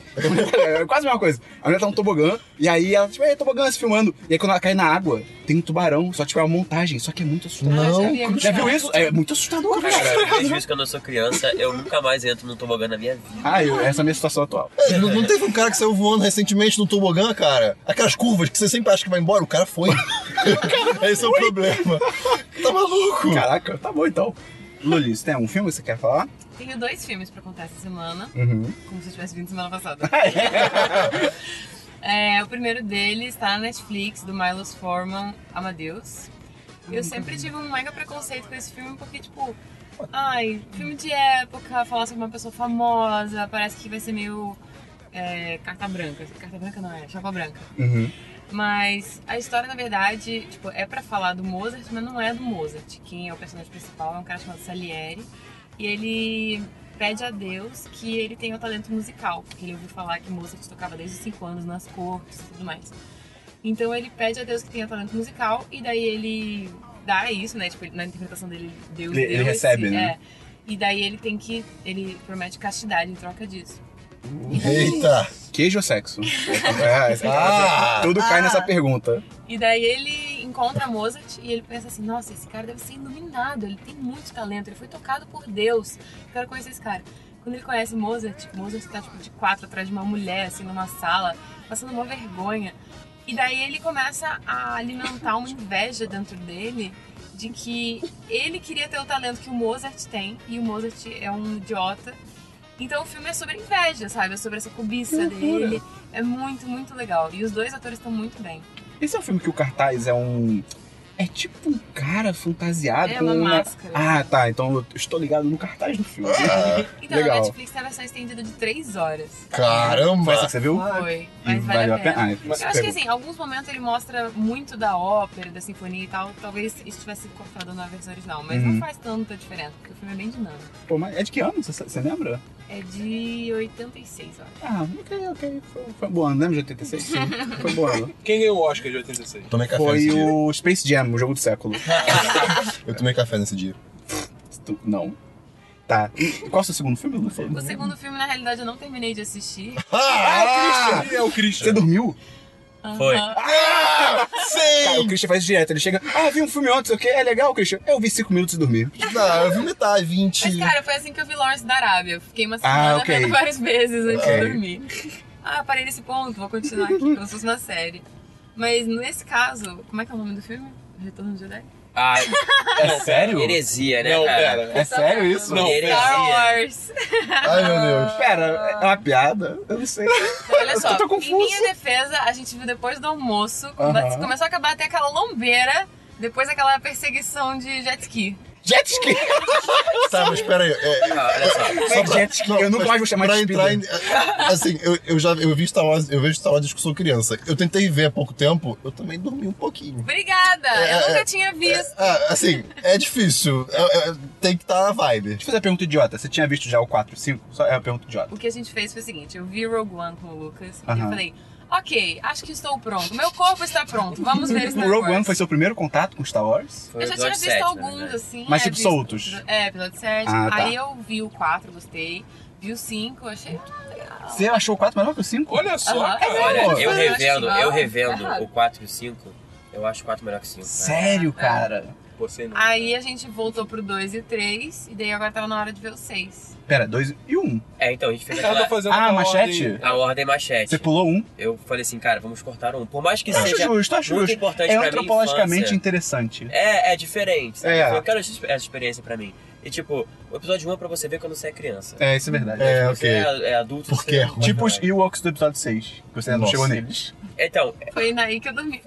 Speaker 1: É quase a mesma coisa. A mulher tá num tobogã e aí ela, tipo, é tobogã se filmando. E aí quando ela cai na água, tem um tubarão, só tipo é uma montagem, só que é muito assustador.
Speaker 2: Não,
Speaker 7: já vi, é muito
Speaker 1: Já viu
Speaker 7: legal.
Speaker 1: isso? É muito assustador,
Speaker 5: Cara,
Speaker 1: cara.
Speaker 5: eu vejo isso quando eu sou criança. Eu nunca mais entro num tobogã na minha vida.
Speaker 1: Ah, eu, essa é a minha situação atual.
Speaker 2: É, não, não teve um cara que saiu voando recentemente no tobogã, cara? Aquelas curvas que você sempre acha que vai embora, o cara foi. Esse é o problema. Tá maluco?
Speaker 1: Caraca, tá bom então. Lulis, tem um filme que você quer falar?
Speaker 7: Tenho dois filmes pra contar essa semana,
Speaker 1: Uhum.
Speaker 7: como se eu tivesse vindo semana passada. É, o primeiro deles está na Netflix, do Milos Forman, Amadeus. Eu sempre tive um mega preconceito com esse filme porque, tipo, ai, filme de época, falar sobre uma pessoa famosa, parece que vai ser meio é, carta branca. Carta branca não é, chapa branca.
Speaker 1: Uhum.
Speaker 7: Mas a história, na verdade, tipo, é pra falar do Mozart, mas não é do Mozart. Quem é o personagem principal é um cara chamado Salieri. E ele pede a Deus que ele tenha o talento musical, porque ele ouviu falar que Mozart tocava desde os cinco anos nas cortes e tudo mais. Então ele pede a Deus que tenha talento musical e daí ele dá isso, né? Tipo, na interpretação dele, Deus
Speaker 1: Ele-
Speaker 7: deu
Speaker 1: ele recebe,
Speaker 7: esse,
Speaker 1: né?
Speaker 7: É. E daí ele tem que... ele promete castidade em troca disso.
Speaker 2: Eita.
Speaker 1: Queijo ou sexo? É, essa-
Speaker 2: Ah!
Speaker 1: tudo cai nessa pergunta.
Speaker 7: E daí ele encontra Mozart e ele pensa assim, nossa, esse cara deve ser iluminado, ele tem muito talento, ele foi tocado por Deus, eu quero conhecer esse cara. Quando ele conhece Mozart, Mozart tá tipo de quatro atrás de uma mulher, assim, numa sala, passando uma vergonha. E daí ele começa a alimentar uma inveja dentro dele de que ele queria ter o talento que o Mozart tem e o Mozart é um idiota. Então o filme é sobre inveja, sabe? É sobre essa cobiça dele. É muito, muito legal. E os dois atores estão muito bem.
Speaker 1: Esse é um filme que o cartaz é um... É tipo um cara fantasiado
Speaker 7: É
Speaker 1: com
Speaker 7: uma
Speaker 1: uma...
Speaker 7: máscara.
Speaker 1: Ah, tá. Então eu estou ligado no cartaz do filme.
Speaker 7: Então
Speaker 1: Legal.
Speaker 7: na Netflix tem a versão estendida de três horas.
Speaker 2: Caramba.
Speaker 1: Foi essa que você viu?
Speaker 7: Foi.
Speaker 1: E
Speaker 7: Mas vale a pena.
Speaker 1: Ah,
Speaker 7: Eu acho que assim, em alguns momentos ele mostra muito da ópera, da sinfonia e tal. Talvez isso tivesse sido cortado na versão original. Mas
Speaker 1: Uhum.
Speaker 7: não faz tanta diferença, porque o filme é bem dinâmico.
Speaker 1: Pô, mas é de que ano? Você, você lembra?
Speaker 7: É de oitenta e seis, ó.
Speaker 1: Ah, ok, ok. Foi, foi um bom ano. Lembra de oitenta e seis? Sim. Foi um bom ano.
Speaker 4: Quem ganhou o Oscar de oitenta e seis?
Speaker 2: Tomei café
Speaker 1: Foi
Speaker 2: nesse dia.
Speaker 1: o Space Jam, o jogo do século.
Speaker 2: Eu tomei café nesse dia.
Speaker 1: Tu- Não. Tá. E qual é o seu segundo filme, Lu?
Speaker 7: O segundo filme, na realidade, eu não terminei de assistir.
Speaker 2: Ah!
Speaker 4: Ele é o Christian.
Speaker 1: Você dormiu?
Speaker 5: Foi.
Speaker 7: Aham.
Speaker 2: Ah!
Speaker 1: Cara, o Christian faz direto, ele chega, ah, vi um filme ontem, sei o que, é legal, Christian? Eu vi cinco minutos e dormi.
Speaker 2: Não, eu vi metade, vinte.
Speaker 7: Mas, cara, foi assim que eu vi Lawrence da Arábia. Eu fiquei uma
Speaker 1: Ah,
Speaker 7: semana
Speaker 1: ok.
Speaker 7: vendo várias vezes antes
Speaker 1: Ok.
Speaker 7: de dormir. Ah, parei nesse ponto, vou continuar aqui, como se fosse uma série. Mas nesse caso, como é que é o nome do filme? Retorno do Jedi?
Speaker 5: Ah,
Speaker 1: É sério?
Speaker 5: heresia, né,
Speaker 4: Não,
Speaker 5: cara?
Speaker 4: pera.
Speaker 1: É sério isso?
Speaker 4: Não,
Speaker 5: Heresia.
Speaker 7: Star Wars.
Speaker 2: Ai, meu Deus.
Speaker 1: Pera, é uma piada? Eu não sei.
Speaker 7: Então, olha só,
Speaker 1: Eu tô
Speaker 7: em
Speaker 1: confuso.
Speaker 7: minha defesa, a gente viu depois do almoço,
Speaker 1: Aham.
Speaker 7: começou a acabar até aquela lombeira, depois aquela perseguição de jet ski.
Speaker 1: Jet ski!
Speaker 2: Tá, mas pera aí. É,
Speaker 5: Ah, olha só.
Speaker 1: Só pra- jet ski, eu nunca
Speaker 2: mas
Speaker 1: mais vou chamar
Speaker 2: pra
Speaker 1: de
Speaker 2: entrar
Speaker 1: speeder.
Speaker 2: em, assim, eu, eu já eu vi Star Wars, eu vejo Star Wars desde que eu sou criança. Eu tentei ver há pouco tempo, eu também dormi um pouquinho.
Speaker 7: Obrigada!
Speaker 2: É,
Speaker 7: eu
Speaker 2: é,
Speaker 7: nunca tinha visto.
Speaker 2: Ah, assim, é difícil. É- é- tem que estar na vibe.
Speaker 1: Deixa eu fazer uma pergunta idiota. Você tinha visto já o quatro, cinco? Só é uma pergunta idiota.
Speaker 7: O que a gente fez foi o seguinte, eu vi Rogue One com o Lucas e
Speaker 1: Aham.
Speaker 7: eu falei, ok, acho que estou pronto, meu corpo está pronto, vamos ver Star
Speaker 1: O Rogue
Speaker 7: Wars.
Speaker 1: One foi seu primeiro contato com Star Wars?
Speaker 5: Foi
Speaker 7: Eu
Speaker 5: o
Speaker 7: já tinha
Speaker 5: episódio
Speaker 7: visto
Speaker 5: sete, na
Speaker 7: alguns,
Speaker 5: verdade.
Speaker 7: assim.
Speaker 1: Mas,
Speaker 7: é,
Speaker 1: tipo,
Speaker 7: vi-
Speaker 1: soltos?
Speaker 7: É, episódio sete.
Speaker 1: Ah, tá.
Speaker 7: Aí eu vi o quatro, gostei. Vi o cinco, achei legal.
Speaker 1: Você achou o quatro melhor que o cinco?
Speaker 4: Olha só,
Speaker 7: Aham.
Speaker 4: cara.
Speaker 5: Olha,
Speaker 1: Pô,
Speaker 5: eu
Speaker 7: eu
Speaker 5: revendo,
Speaker 7: acho que
Speaker 5: eu
Speaker 7: não,
Speaker 5: revendo
Speaker 7: errado.
Speaker 5: o quatro e o cinco, eu acho o quatro melhor que o cinco. cara.
Speaker 1: Sério, cara?
Speaker 4: Você não.
Speaker 7: Aí a gente voltou pro dois e três, e daí agora tava na hora de ver o seis.
Speaker 1: Pera, dois e um.
Speaker 5: É, então, a gente fez
Speaker 4: Ela tá
Speaker 5: aquela...
Speaker 4: fazendo
Speaker 1: Ah,
Speaker 4: aquela
Speaker 1: machete?
Speaker 4: ordem-
Speaker 5: A ordem machete.
Speaker 1: Você pulou um.
Speaker 5: Eu falei assim, cara, vamos cortar um. Por mais que
Speaker 1: Acho
Speaker 5: seja
Speaker 1: justo, acho
Speaker 5: muito
Speaker 1: justo.
Speaker 5: importante
Speaker 1: É
Speaker 5: pra
Speaker 1: antropologicamente
Speaker 5: minha infância,
Speaker 1: interessante.
Speaker 5: É, é diferente, sabe?
Speaker 1: É.
Speaker 5: Eu quero essa essa experiência pra mim. E tipo, o episódio um é pra você ver quando você é criança.
Speaker 1: É, isso é verdade.
Speaker 2: É,
Speaker 5: Você
Speaker 2: ok.
Speaker 5: é, é adulto,
Speaker 2: Por
Speaker 5: você
Speaker 2: quê?
Speaker 5: é ruim,
Speaker 1: Tipo os
Speaker 5: cara.
Speaker 1: Ewoks do episódio seis, que você ainda não
Speaker 2: Nossa.
Speaker 1: chegou neles.
Speaker 5: Então,
Speaker 7: Foi daí que eu dormi.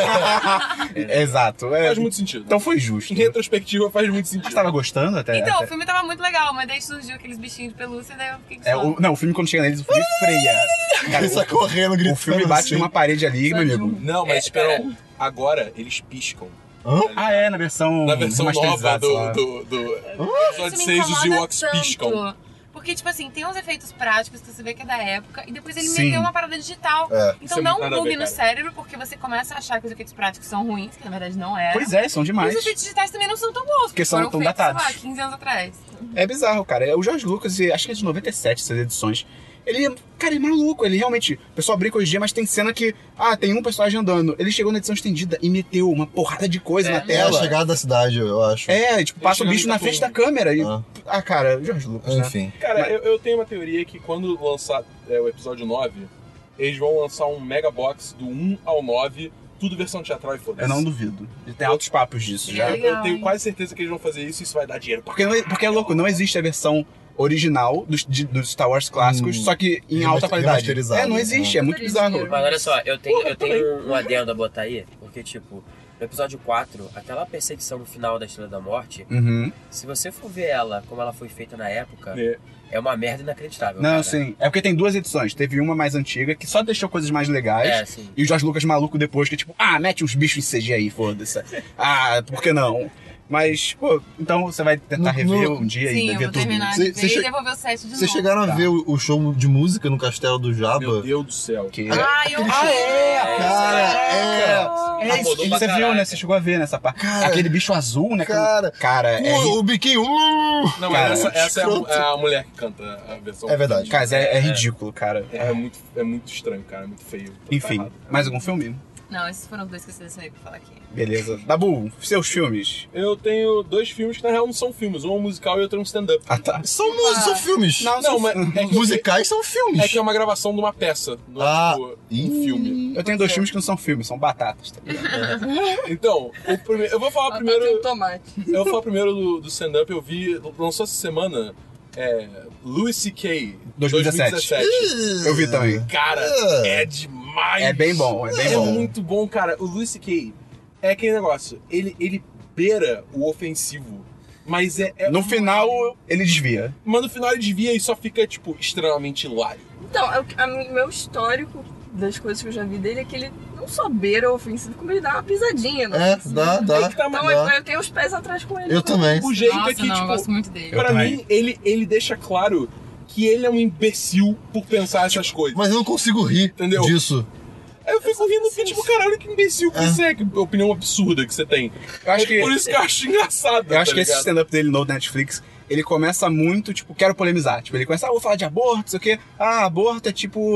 Speaker 1: Exato. É.
Speaker 4: Faz muito sentido.
Speaker 1: Então foi justo.
Speaker 4: Em retrospectiva faz muito
Speaker 1: Você
Speaker 4: sentido.
Speaker 1: tava gostando até?
Speaker 7: Então,
Speaker 1: até...
Speaker 7: o filme tava muito legal, mas daí surgiu aqueles bichinhos de pelúcia, daí eu fiquei com
Speaker 1: É,
Speaker 7: sono.
Speaker 1: o, não, o filme quando chega neles, o filme freia. Cara,
Speaker 2: Ele sai correndo,
Speaker 1: o,
Speaker 2: gritando.
Speaker 1: o filme bate
Speaker 2: assim.
Speaker 1: numa parede ali, meu amigo.
Speaker 4: Não, mas
Speaker 5: É,
Speaker 4: espera,
Speaker 5: cara.
Speaker 4: agora eles piscam.
Speaker 2: Hã?
Speaker 1: Ah, é, na versão.
Speaker 4: Na versão nova
Speaker 1: remasterizada, sei
Speaker 4: do,
Speaker 1: lá.
Speaker 4: do, do
Speaker 7: Isso
Speaker 4: episódio
Speaker 7: me
Speaker 4: seis, os
Speaker 7: incomoda
Speaker 4: Ewoks
Speaker 7: tanto.
Speaker 4: piscam.
Speaker 7: Porque, tipo assim, tem uns efeitos práticos que você vê que é da época, e depois ele
Speaker 1: Sim.
Speaker 7: meteu uma parada digital.
Speaker 2: É.
Speaker 7: Então
Speaker 4: Isso é
Speaker 7: dá
Speaker 4: muito
Speaker 7: um
Speaker 4: nada a
Speaker 7: bug
Speaker 4: ver,
Speaker 7: no
Speaker 4: cara.
Speaker 7: cérebro, porque você começa a achar que os efeitos práticos são ruins, que na verdade não eram.
Speaker 1: Pois é, são
Speaker 7: E
Speaker 1: demais.
Speaker 7: os efeitos digitais também não são tão bons,
Speaker 1: Porque são
Speaker 7: foram
Speaker 1: tão
Speaker 7: feitos,
Speaker 1: datados.
Speaker 7: sei lá, quinze anos atrás.
Speaker 1: É bizarro, cara. É o Jorge Lucas, e acho que é de noventa e sete essas edições. Ele, cara, é maluco. Ele realmente. O pessoal brinca hoje em dia, mas tem cena que. Ah, tem um personagem andando. Ele chegou na edição estendida e meteu uma porrada de coisa
Speaker 5: É,
Speaker 1: na
Speaker 2: É a
Speaker 1: tela.
Speaker 2: chegada da cidade, eu acho.
Speaker 1: É, tipo, passa o
Speaker 4: chegando
Speaker 1: bicho
Speaker 4: em
Speaker 1: na
Speaker 4: Itapuã.
Speaker 1: frente da câmera. E...
Speaker 2: Ah.
Speaker 1: Ah, cara, Jorge Lucas, né?
Speaker 2: Enfim.
Speaker 4: Cara,
Speaker 1: Mas-
Speaker 4: eu, eu tenho uma teoria que quando lançar é, o episódio nove, eles vão lançar um mega box do um ao nove, tudo versão teatral e foda-se.
Speaker 1: Eu não duvido. Ele tem altos papos disso já.
Speaker 7: É.
Speaker 4: Eu
Speaker 7: Legal,
Speaker 4: tenho
Speaker 7: hein?
Speaker 4: quase certeza que eles vão fazer isso e isso vai dar dinheiro.
Speaker 1: Porque, não é- porque é louco, não existe a versão original dos, de- dos Star Wars clássicos,
Speaker 2: Hum.
Speaker 1: só que em
Speaker 2: Remaster-
Speaker 1: alta qualidade.
Speaker 2: remasterizado,
Speaker 1: É, não existe,
Speaker 2: né?
Speaker 1: é muito
Speaker 7: Tudo
Speaker 1: bizarro.
Speaker 7: dinheiro.
Speaker 5: Mas olha só, eu tenho,
Speaker 4: Porra,
Speaker 5: eu tenho um adendo a botar aí, porque tipo, no episódio quatro, aquela perseguição no final da Estrela da Morte,
Speaker 1: Uhum.
Speaker 5: se você for ver ela como ela foi feita na época,
Speaker 4: É.
Speaker 5: é uma merda inacreditável.
Speaker 1: Não,
Speaker 5: cara.
Speaker 1: sim. É porque tem duas edições. Teve uma mais antiga, que só deixou coisas mais legais.
Speaker 5: É, sim.
Speaker 1: E o Jorge Lucas maluco depois, que é tipo, ah, mete uns bichos em C G aí, foda-se. Ah, por que não? Mas, pô, então você vai tentar
Speaker 2: No-
Speaker 1: rever
Speaker 2: no-
Speaker 1: um dia
Speaker 7: Sim,
Speaker 1: e
Speaker 7: eu
Speaker 1: ver
Speaker 7: vou
Speaker 1: tudo.
Speaker 7: terminar
Speaker 2: Cê-
Speaker 7: de
Speaker 2: cê
Speaker 7: ver
Speaker 2: che-
Speaker 7: e devolver o set de novo.
Speaker 2: Vocês chegaram
Speaker 1: Tá.
Speaker 2: a ver o o show de música no Castelo do
Speaker 4: Meu
Speaker 2: Jabba?
Speaker 4: Deus do céu.
Speaker 1: Que...
Speaker 7: Ah, eu
Speaker 1: Ah, é!
Speaker 2: Cara, é.
Speaker 1: É isso
Speaker 5: Mudou
Speaker 1: que
Speaker 5: pra
Speaker 1: você viu,
Speaker 5: caraca.
Speaker 1: né? Você chegou a ver nessa parte.
Speaker 2: Cara,
Speaker 1: Aquele bicho azul, né?
Speaker 2: cara,
Speaker 1: cara é,
Speaker 2: O, o biquinho. hum,
Speaker 4: Não,
Speaker 1: Cara,
Speaker 4: mas essa, essa é, a,
Speaker 2: escroto.
Speaker 4: é a mulher que canta a versão.
Speaker 2: É verdade.
Speaker 1: cara, é, é ridículo, cara.
Speaker 4: É, é muito, é muito estranho, cara. É muito feio. Tá
Speaker 1: Enfim,
Speaker 4: errado.
Speaker 1: mais algum filme?
Speaker 7: Não, esses foram os dois que eu selecionei pra falar aqui.
Speaker 1: Beleza. Dabu, seus filmes.
Speaker 4: Eu tenho dois filmes que na real não são filmes. Um é um musical e outro é um stand-up.
Speaker 1: Ah, tá.
Speaker 2: São, mu- são filmes.
Speaker 1: Não,
Speaker 4: Não, mas é que,
Speaker 2: Musicais são filmes.
Speaker 4: é que é uma gravação de uma peça, não é
Speaker 2: Ah.
Speaker 4: tipo
Speaker 2: Ih.
Speaker 4: um filme.
Speaker 1: Eu tenho dois filmes que não são filmes, são batatas, tá ligado?
Speaker 4: Então, o primeiro, eu vou falar
Speaker 7: Batata e
Speaker 4: primeiro.
Speaker 7: um tomate.
Speaker 4: Eu vou falar primeiro do, do stand-up. Eu vi, lançou essa semana, é, Louis C K
Speaker 1: dois mil e dezessete. Eu vi também.
Speaker 4: Cara,
Speaker 2: É.
Speaker 4: é demais.
Speaker 1: É bem bom, é bem
Speaker 4: É
Speaker 1: bom.
Speaker 4: muito bom, cara. O Louis C K é aquele negócio. Ele, ele beira o ofensivo. Mas é. é
Speaker 1: No final, ele desvia.
Speaker 4: Mas no final ele desvia e só fica, tipo, extremamente hilário.
Speaker 3: Então, o a- meu histórico das coisas que eu já vi dele é que ele não só beira o ofensivo, como ele dá uma pisadinha. No
Speaker 2: É,
Speaker 3: ofensivo.
Speaker 2: dá, dá.
Speaker 4: É que tá,
Speaker 3: Então
Speaker 4: mas-
Speaker 3: eu, eu tenho os pés atrás com ele.
Speaker 2: Eu também.
Speaker 4: O jeito
Speaker 7: Nossa,
Speaker 4: é que,
Speaker 7: não, eu
Speaker 4: tipo,
Speaker 7: gosto muito dele.
Speaker 1: Eu
Speaker 4: pra
Speaker 1: também.
Speaker 4: mim, ele, ele deixa claro que ele é um imbecil por pensar essas coisas.
Speaker 2: Mas eu não consigo rir
Speaker 4: Entendeu?
Speaker 2: disso.
Speaker 4: Aí eu fico rindo porque, tipo, caralho, que imbecil que
Speaker 2: É.
Speaker 4: você é, que opinião absurda que você tem.
Speaker 1: Eu acho
Speaker 4: É
Speaker 1: que,
Speaker 4: por isso que eu acho engraçado.
Speaker 1: eu acho
Speaker 4: tá
Speaker 1: que esse
Speaker 4: ligado?
Speaker 1: stand-up dele no Netflix, ele começa muito, tipo, quero polemizar. Tipo, ele começa, ah, vou falar de aborto, não sei o quê. Ah, aborto é tipo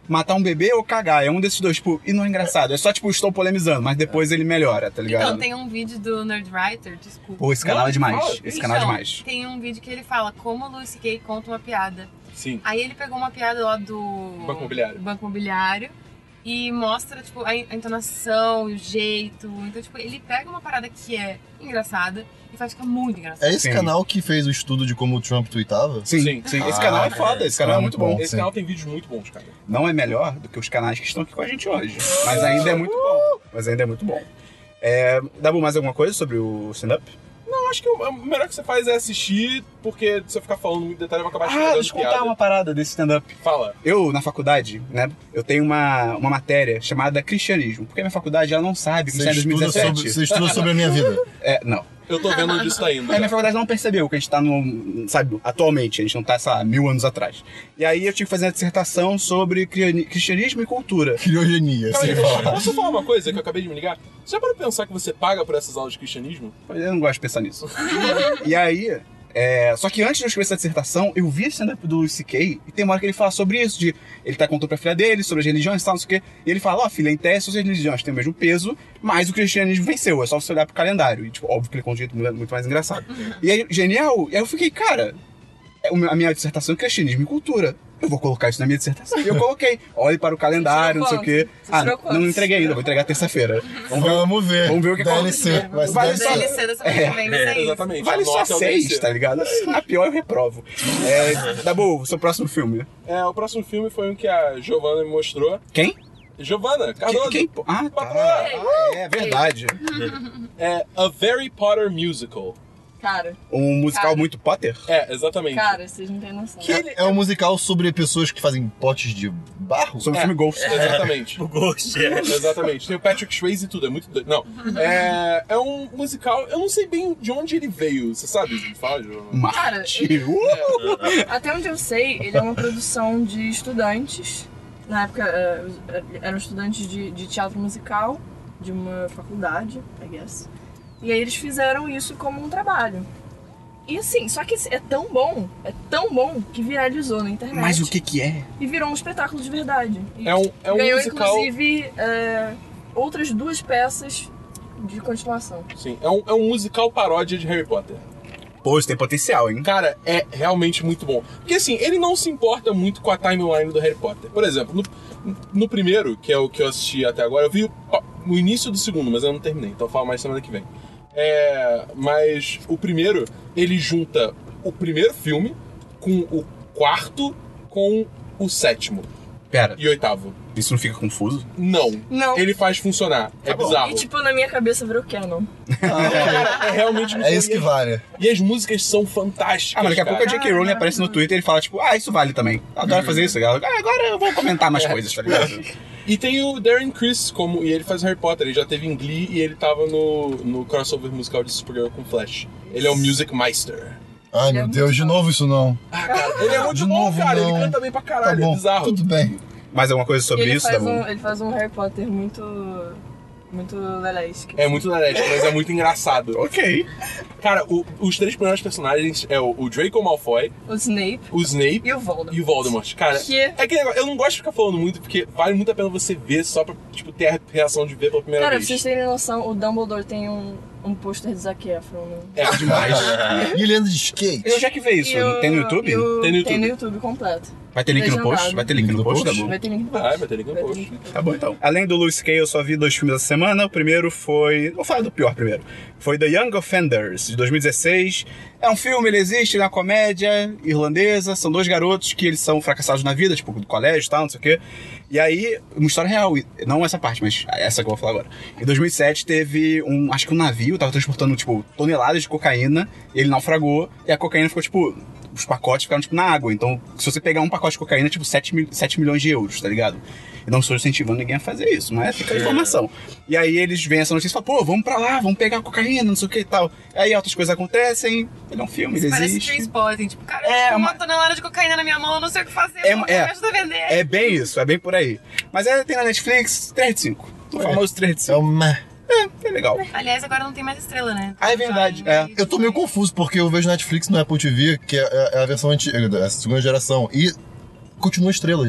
Speaker 1: matar um bebê ou cagar. É um desses dois, tipo, e não é engraçado. É só, tipo, estou polemizando, mas depois ele melhora, tá ligado?
Speaker 7: Então, tem um vídeo do Nerdwriter, desculpa.
Speaker 1: Pô, esse canal
Speaker 4: Não,
Speaker 1: é demais.
Speaker 4: fala.
Speaker 1: Esse canal é
Speaker 7: Então,
Speaker 1: demais.
Speaker 7: Tem um vídeo que ele fala como o Louis C K conta uma piada.
Speaker 4: Sim.
Speaker 7: Aí ele pegou uma piada lá do
Speaker 4: Banco Imobiliário.
Speaker 7: Banco Imobiliário e mostra, tipo, a a entonação e o jeito. Então, tipo, ele pega uma parada que é engraçada e faz ficar muito engraçado.
Speaker 2: É esse
Speaker 1: Sim.
Speaker 2: canal que fez o estudo de como o Trump tweetava?
Speaker 1: Sim,
Speaker 4: Sim.
Speaker 1: sim. Esse
Speaker 2: Ah,
Speaker 1: canal é
Speaker 2: é.
Speaker 1: foda, esse canal é muito bom.
Speaker 4: Esse
Speaker 2: Sim.
Speaker 4: canal tem vídeos muito bons, cara.
Speaker 1: Não é melhor do que os canais que estão aqui com a gente hoje. Mas ainda é muito bom. Mas ainda é muito bom. É, Dabu, mais alguma coisa sobre o stand-up?
Speaker 4: Não, acho que o o melhor que você faz é assistir, porque se eu ficar falando muito detalhe, eu vou acabar
Speaker 1: Ah,
Speaker 4: estragando
Speaker 1: deixa eu contar
Speaker 4: piada.
Speaker 1: uma parada desse stand-up.
Speaker 4: Fala.
Speaker 1: Eu, na faculdade, né, eu tenho uma, uma matéria chamada cristianismo. Porque a minha faculdade, ela não sabe que isso
Speaker 2: Você
Speaker 1: é em dois mil e
Speaker 2: estuda,
Speaker 1: dezessete.
Speaker 2: sobre, você estuda sobre a minha vida.
Speaker 1: É, não.
Speaker 4: Eu tô vendo onde isso tá indo.
Speaker 1: É,
Speaker 4: já.
Speaker 1: minha faculdade não percebeu que a gente tá no, sabe, atualmente, a gente não tá, sei lá, mil anos atrás. E aí eu tive que fazer uma dissertação sobre criani- cristianismo e cultura.
Speaker 2: Criogenia,
Speaker 4: Calma
Speaker 2: assim
Speaker 4: aí,
Speaker 2: falar.
Speaker 4: posso falar uma coisa que eu acabei de me ligar? Você já parou pra pensar que você paga por essas aulas de cristianismo?
Speaker 1: Eu não gosto de pensar nisso. E aí, é, só que antes de eu escrever essa dissertação, eu vi esse stand-up do Louis C K e tem uma hora que ele fala sobre isso, de ele tá contando pra filha dele, sobre as religiões e tal, não sei o quê. E ele fala, ó, filha, em tese, as religiões têm o mesmo peso, mas o cristianismo venceu, é só você olhar pro calendário. E, tipo, óbvio que ele conta de um jeito muito mais engraçado. E aí, genial, e aí eu fiquei, cara, é o meu- a minha dissertação é cristianismo e cultura. Eu vou colocar isso na minha dissertação. E eu coloquei. Olhe para o calendário, não sei o quê.
Speaker 3: Você
Speaker 1: Ah,
Speaker 3: tirou
Speaker 1: não,
Speaker 3: quantos?
Speaker 1: não entreguei ainda, vou entregar terça-feira.
Speaker 2: Vamos ver.
Speaker 1: Vamos ver o que
Speaker 2: D L
Speaker 1: acontece.
Speaker 2: C. Vai ser
Speaker 1: Vale
Speaker 2: D L C.
Speaker 1: só-
Speaker 7: D L C da semana que vem, mas é isso.
Speaker 4: Exatamente.
Speaker 1: Vale só
Speaker 4: Anota o
Speaker 1: seis,
Speaker 4: D L C.
Speaker 1: tá ligado? Na pior eu reprovo. É, Dabu, seu próximo filme.
Speaker 4: É, o próximo filme foi um que a Giovanna me mostrou.
Speaker 1: Quem?
Speaker 4: Giovanna Cardoso.
Speaker 1: Quem? Quem? Ah, tá.
Speaker 4: Patroa.
Speaker 1: Ah, é verdade.
Speaker 4: É A Very Potter Musical.
Speaker 3: Cara,
Speaker 1: Um musical
Speaker 3: Cara.
Speaker 1: muito Potter?
Speaker 4: É, exatamente.
Speaker 3: cara, vocês não têm noção.
Speaker 2: É um musical sobre pessoas que fazem potes de barro?
Speaker 1: Sobre o
Speaker 4: É.
Speaker 1: filme Ghost.
Speaker 4: Exatamente.
Speaker 5: O Ghost, é.
Speaker 4: Exatamente. Tem o Patrick Swayze e tudo, é muito doido. Não. É, é um musical, eu não sei bem de onde ele veio, você sabe? Fala, Giovanna.
Speaker 3: Cara,
Speaker 1: Marte. Uh!
Speaker 3: Até onde eu sei, ele é uma produção de estudantes. Na época, eh, eram estudantes de, de teatro musical, de uma faculdade, I guess. E aí eles fizeram isso como um trabalho. E assim, só que é tão bom, é tão bom, que viralizou na internet.
Speaker 1: Mas o que que é?
Speaker 3: E virou um espetáculo de verdade. E
Speaker 4: É um, é um
Speaker 3: ganhou,
Speaker 4: musical.
Speaker 3: inclusive, eh, outras duas peças de continuação.
Speaker 4: Sim, é um, é um musical paródia de Harry Potter.
Speaker 1: Pô, isso tem potencial, hein?
Speaker 4: Cara, é realmente muito bom. Porque assim, ele não se importa muito com a timeline do Harry Potter. Por exemplo, no, no primeiro, que é o que eu assisti até agora, eu vi o, o início do segundo, mas eu não terminei, então eu falo mais semana que vem. É, mas o primeiro, ele junta o primeiro filme com o quarto com o sétimo
Speaker 1: Pera,
Speaker 4: e oitavo.
Speaker 1: isso não fica confuso?
Speaker 4: Não.
Speaker 3: Não.
Speaker 4: Ele faz funcionar. É
Speaker 1: bom.
Speaker 4: bizarro.
Speaker 3: E tipo, na minha cabeça virou canon.
Speaker 4: Cara, é realmente muito
Speaker 2: É
Speaker 4: bom.
Speaker 2: isso que
Speaker 4: E as-
Speaker 2: vale.
Speaker 4: E as músicas são fantásticas.
Speaker 1: Ah, mas daqui a pouco a
Speaker 4: cara.
Speaker 1: J K Rowling aparece no Twitter e fala, tipo, ah, isso vale também. Eu adoro fazer isso. Ela, ah, agora eu vou comentar mais coisas, tá ligado?
Speaker 4: E tem o Darren Criss, como, e ele faz Harry Potter. Ele já teve em Glee e ele tava no, no crossover musical de Supergirl com Flash. Ele é o Music Meister.
Speaker 2: Ai, meu Deus, de novo isso não.
Speaker 4: Ah, cara, ele é muito
Speaker 2: De
Speaker 4: bom,
Speaker 2: novo,
Speaker 4: cara.
Speaker 2: não.
Speaker 4: Ele canta bem pra
Speaker 2: Tá
Speaker 4: caralho, é
Speaker 2: bom,
Speaker 4: bizarro.
Speaker 2: tudo bem.
Speaker 1: Mais alguma coisa
Speaker 3: E
Speaker 1: sobre
Speaker 3: ele
Speaker 1: isso,
Speaker 3: faz,
Speaker 1: Dabu?
Speaker 3: um, ele faz um Harry Potter muito. muito lelesque.
Speaker 4: É muito nanético, mas é muito engraçado.
Speaker 1: Ok.
Speaker 4: Cara, o- os três primeiros personagens é o, o Draco Malfoy,
Speaker 3: O Snape
Speaker 4: o Snape
Speaker 3: e o Voldemort.
Speaker 4: e o Voldemort. Cara,
Speaker 3: Que?
Speaker 4: é que negócio, eu não gosto de ficar falando muito, porque vale muito a pena você ver só pra, tipo, ter a reação de ver pela primeira
Speaker 3: Cara, pra
Speaker 4: vez.
Speaker 3: vocês terem noção, o Dumbledore tem um, um pôster de Zac Efron. Né?
Speaker 4: É demais.
Speaker 2: E ele anda de skate.
Speaker 1: Eu já que vê isso.
Speaker 3: E o-
Speaker 1: Tem no YouTube?
Speaker 3: e o-
Speaker 4: Tem no
Speaker 3: Tem
Speaker 4: YouTube.
Speaker 3: no YouTube completo.
Speaker 1: Vai ter link no post?
Speaker 3: Legendado.
Speaker 1: Vai ter link no post,
Speaker 2: post?
Speaker 1: Dabu?
Speaker 3: Vai ter link no post.
Speaker 4: Ah, vai ter link no
Speaker 3: Vai ter
Speaker 4: post.
Speaker 3: link no post.
Speaker 1: Tá bom, então. Além do Louis C K, eu só vi dois filmes essa semana. O primeiro foi... Vou falar do pior primeiro. Foi The Young Offenders, de dois mil e dezesseis. É um filme, ele existe na comédia irlandesa. São dois garotos que eles são fracassados na vida, tipo, do colégio e tal, não sei o quê. E aí, uma história real. Não essa parte, mas essa que eu vou falar agora. Em dois mil e sete teve um... Acho que um navio tava transportando, tipo, toneladas de cocaína. Ele naufragou. E a cocaína ficou, tipo... Os pacotes ficaram, tipo, na água. Então, se você pegar um pacote de cocaína, é, tipo, sete milhões de euros, tá ligado? Eu não estou incentivando ninguém a fazer isso, mas fica a informação. E aí eles veem essa notícia e falam, pô, vamos pra lá, vamos pegar cocaína, não sei o que e tal. Aí outras coisas acontecem, ele é um filme, ele
Speaker 7: Parece
Speaker 1: existe.
Speaker 7: Trainspotting, tipo, cara,
Speaker 1: É,
Speaker 7: eu tenho
Speaker 1: uma-
Speaker 7: uma tonelada de cocaína na minha mão, eu não sei o que fazer,
Speaker 1: É,
Speaker 7: é,
Speaker 1: é.
Speaker 7: me ajuda a vender.
Speaker 1: É bem isso, é bem por aí. Mas é, tem na Netflix, três de cinco. O famoso três de
Speaker 2: É
Speaker 1: cinco.
Speaker 2: uma...
Speaker 1: É, é legal.
Speaker 7: Aliás, agora não tem mais estrela, né?
Speaker 1: Ah, é verdade, é.
Speaker 2: Eu tô meio confuso, porque eu vejo Netflix no Apple T V, que é é a versão antiga, a segunda geração, e continua estrelas.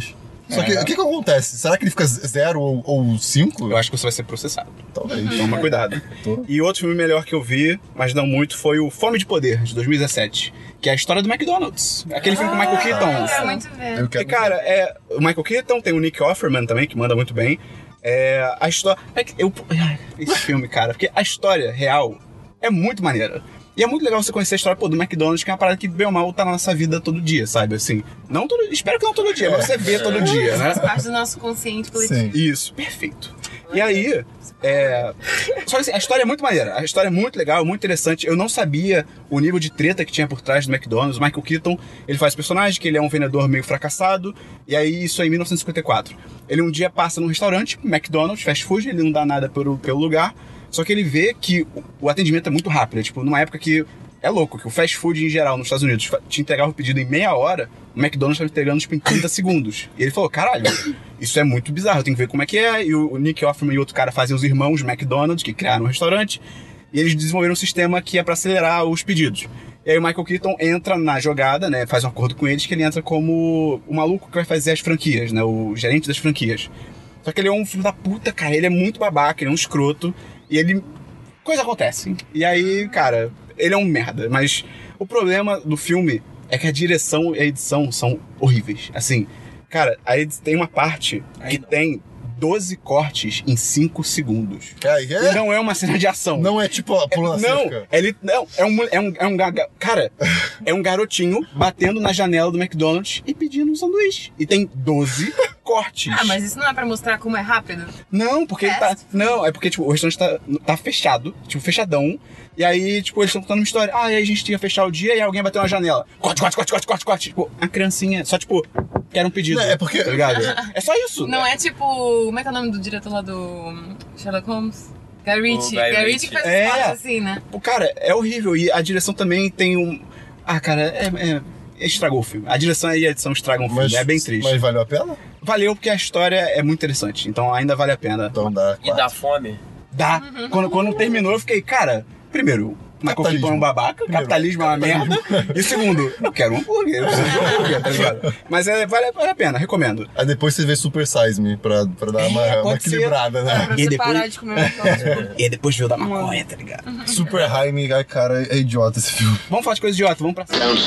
Speaker 2: Só que
Speaker 1: É.
Speaker 2: o que que acontece? Será que ele fica zero ou, ou cinco?
Speaker 1: Eu acho que você vai ser processado.
Speaker 2: Talvez.
Speaker 1: Toma cuidado.
Speaker 2: Tô.
Speaker 1: E outro filme melhor que eu vi, mas não muito, foi o Fome de Poder, de dois mil e dezessete. Que é a história do McDonald's. Aquele filme com o Michael Keaton.
Speaker 7: É muito ver.
Speaker 2: Eu
Speaker 1: E,
Speaker 2: quero...
Speaker 1: cara, é, o Michael Keaton, tem o Nick Offerman também, que manda muito bem. É, a história... É que eu, ai, esse filme, cara, porque a história real é muito maneira. E é muito legal você conhecer a história pô, do McDonald's, que é uma parada que, bem ou mal, tá na nossa vida todo dia, sabe? Assim, não todo, espero que não todo dia, mas você vê todo dia, né?
Speaker 7: Faz parte do nosso consciente coletivo.
Speaker 2: Sim.
Speaker 1: Isso, perfeito. E aí, é... Só que assim, a história é muito maneira. A história é muito legal, muito interessante. Eu não sabia o nível de treta que tinha por trás do McDonald's. O Michael Keaton, ele faz personagem que ele é um vendedor meio fracassado. E aí, isso é em mil novecentos e cinquenta e quatro. Ele um dia passa num restaurante, McDonald's, fast food, ele não dá nada pelo, pelo lugar. Só que ele vê que o atendimento é muito rápido. É, tipo, numa época que... É louco que o fast food em geral nos Estados Unidos fa- te entregava o pedido em meia hora, o McDonald's estava entregando tipo, em trinta segundos. E ele falou, caralho, isso é muito bizarro, eu tenho que ver como é que é. E o, o Nick Offerman e outro cara fazem os irmãos McDonald's, que criaram um restaurante, e eles desenvolveram um sistema que é para acelerar os pedidos. E aí o Michael Keaton entra na jogada, né, faz um acordo com eles, que ele entra como o maluco que vai fazer as franquias, né, o gerente das franquias. Só que ele é um filho da puta, cara, ele é muito babaca, ele é um escroto, e ele... Coisa acontece. E aí, cara... Ele é um merda, mas o problema do filme é que a direção e a edição são horríveis. Assim, cara, aí tem uma parte que tem doze cortes em cinco segundos.
Speaker 2: É,
Speaker 1: E
Speaker 2: é?
Speaker 1: não é uma cena de ação.
Speaker 2: Não é tipo a pulando a
Speaker 1: Não,
Speaker 2: cerca.
Speaker 1: ele não, é um é um, é um gaga, cara, é um garotinho batendo na janela do McDonald's e pedindo um sanduíche. E tem doze cortes.
Speaker 7: Ah, mas isso não é pra mostrar como é rápido?
Speaker 1: Não, porque ele tá. Não, é porque, tipo, o restaurante tá, tá fechado, tipo, fechadão. E aí, tipo, eles estão contando uma história. Ah, e aí a gente ia fechar o dia e alguém bateu na janela. Corte, corte, corte, corte, corte, corte. Tipo, a criancinha, só tipo, quer um pedido.
Speaker 2: Não, é porque-
Speaker 1: Tá ligado? É só isso.
Speaker 7: Não é tipo. Como é que é o nome do diretor lá do Sherlock Holmes? Guy Ritchie.
Speaker 5: O Guy
Speaker 7: Guy Ritchie
Speaker 5: Ritchie.
Speaker 7: faz
Speaker 1: É.
Speaker 7: as partes assim, né?
Speaker 1: Pô, cara, é horrível. E a direção também tem um. Ah, cara, é. é... Estragou o filme. A direção e a edição estragam o filme.
Speaker 2: Mas,
Speaker 1: é bem triste.
Speaker 2: Mas valeu a pena?
Speaker 1: Valeu porque a história é muito interessante. Então ainda vale a pena.
Speaker 2: Então dá
Speaker 5: E dá fome?
Speaker 1: Dá. Quando, quando terminou, eu fiquei, cara, primeiro, Michael
Speaker 2: Capitalismo.
Speaker 1: Keaton é um babaca,
Speaker 2: Primeiro,
Speaker 1: capitalismo é uma merda. E segundo, eu quero um hambúrguer, eu preciso de um hambúrguer, tá ligado? Mas é, vale, vale a pena, recomendo.
Speaker 2: Aí depois você vê Super Size Me pra, pra dar uma,
Speaker 1: É,
Speaker 2: uma
Speaker 1: pode ser.
Speaker 2: equilibrada,
Speaker 3: Pra
Speaker 2: né?
Speaker 3: você
Speaker 1: E depois-
Speaker 3: parar de comer McDonald's.
Speaker 1: E aí depois veio da maconha, tá ligado?
Speaker 2: Super High Me, ai cara, é idiota esse filme.
Speaker 1: Vamos falar de coisa idiota, vamos pra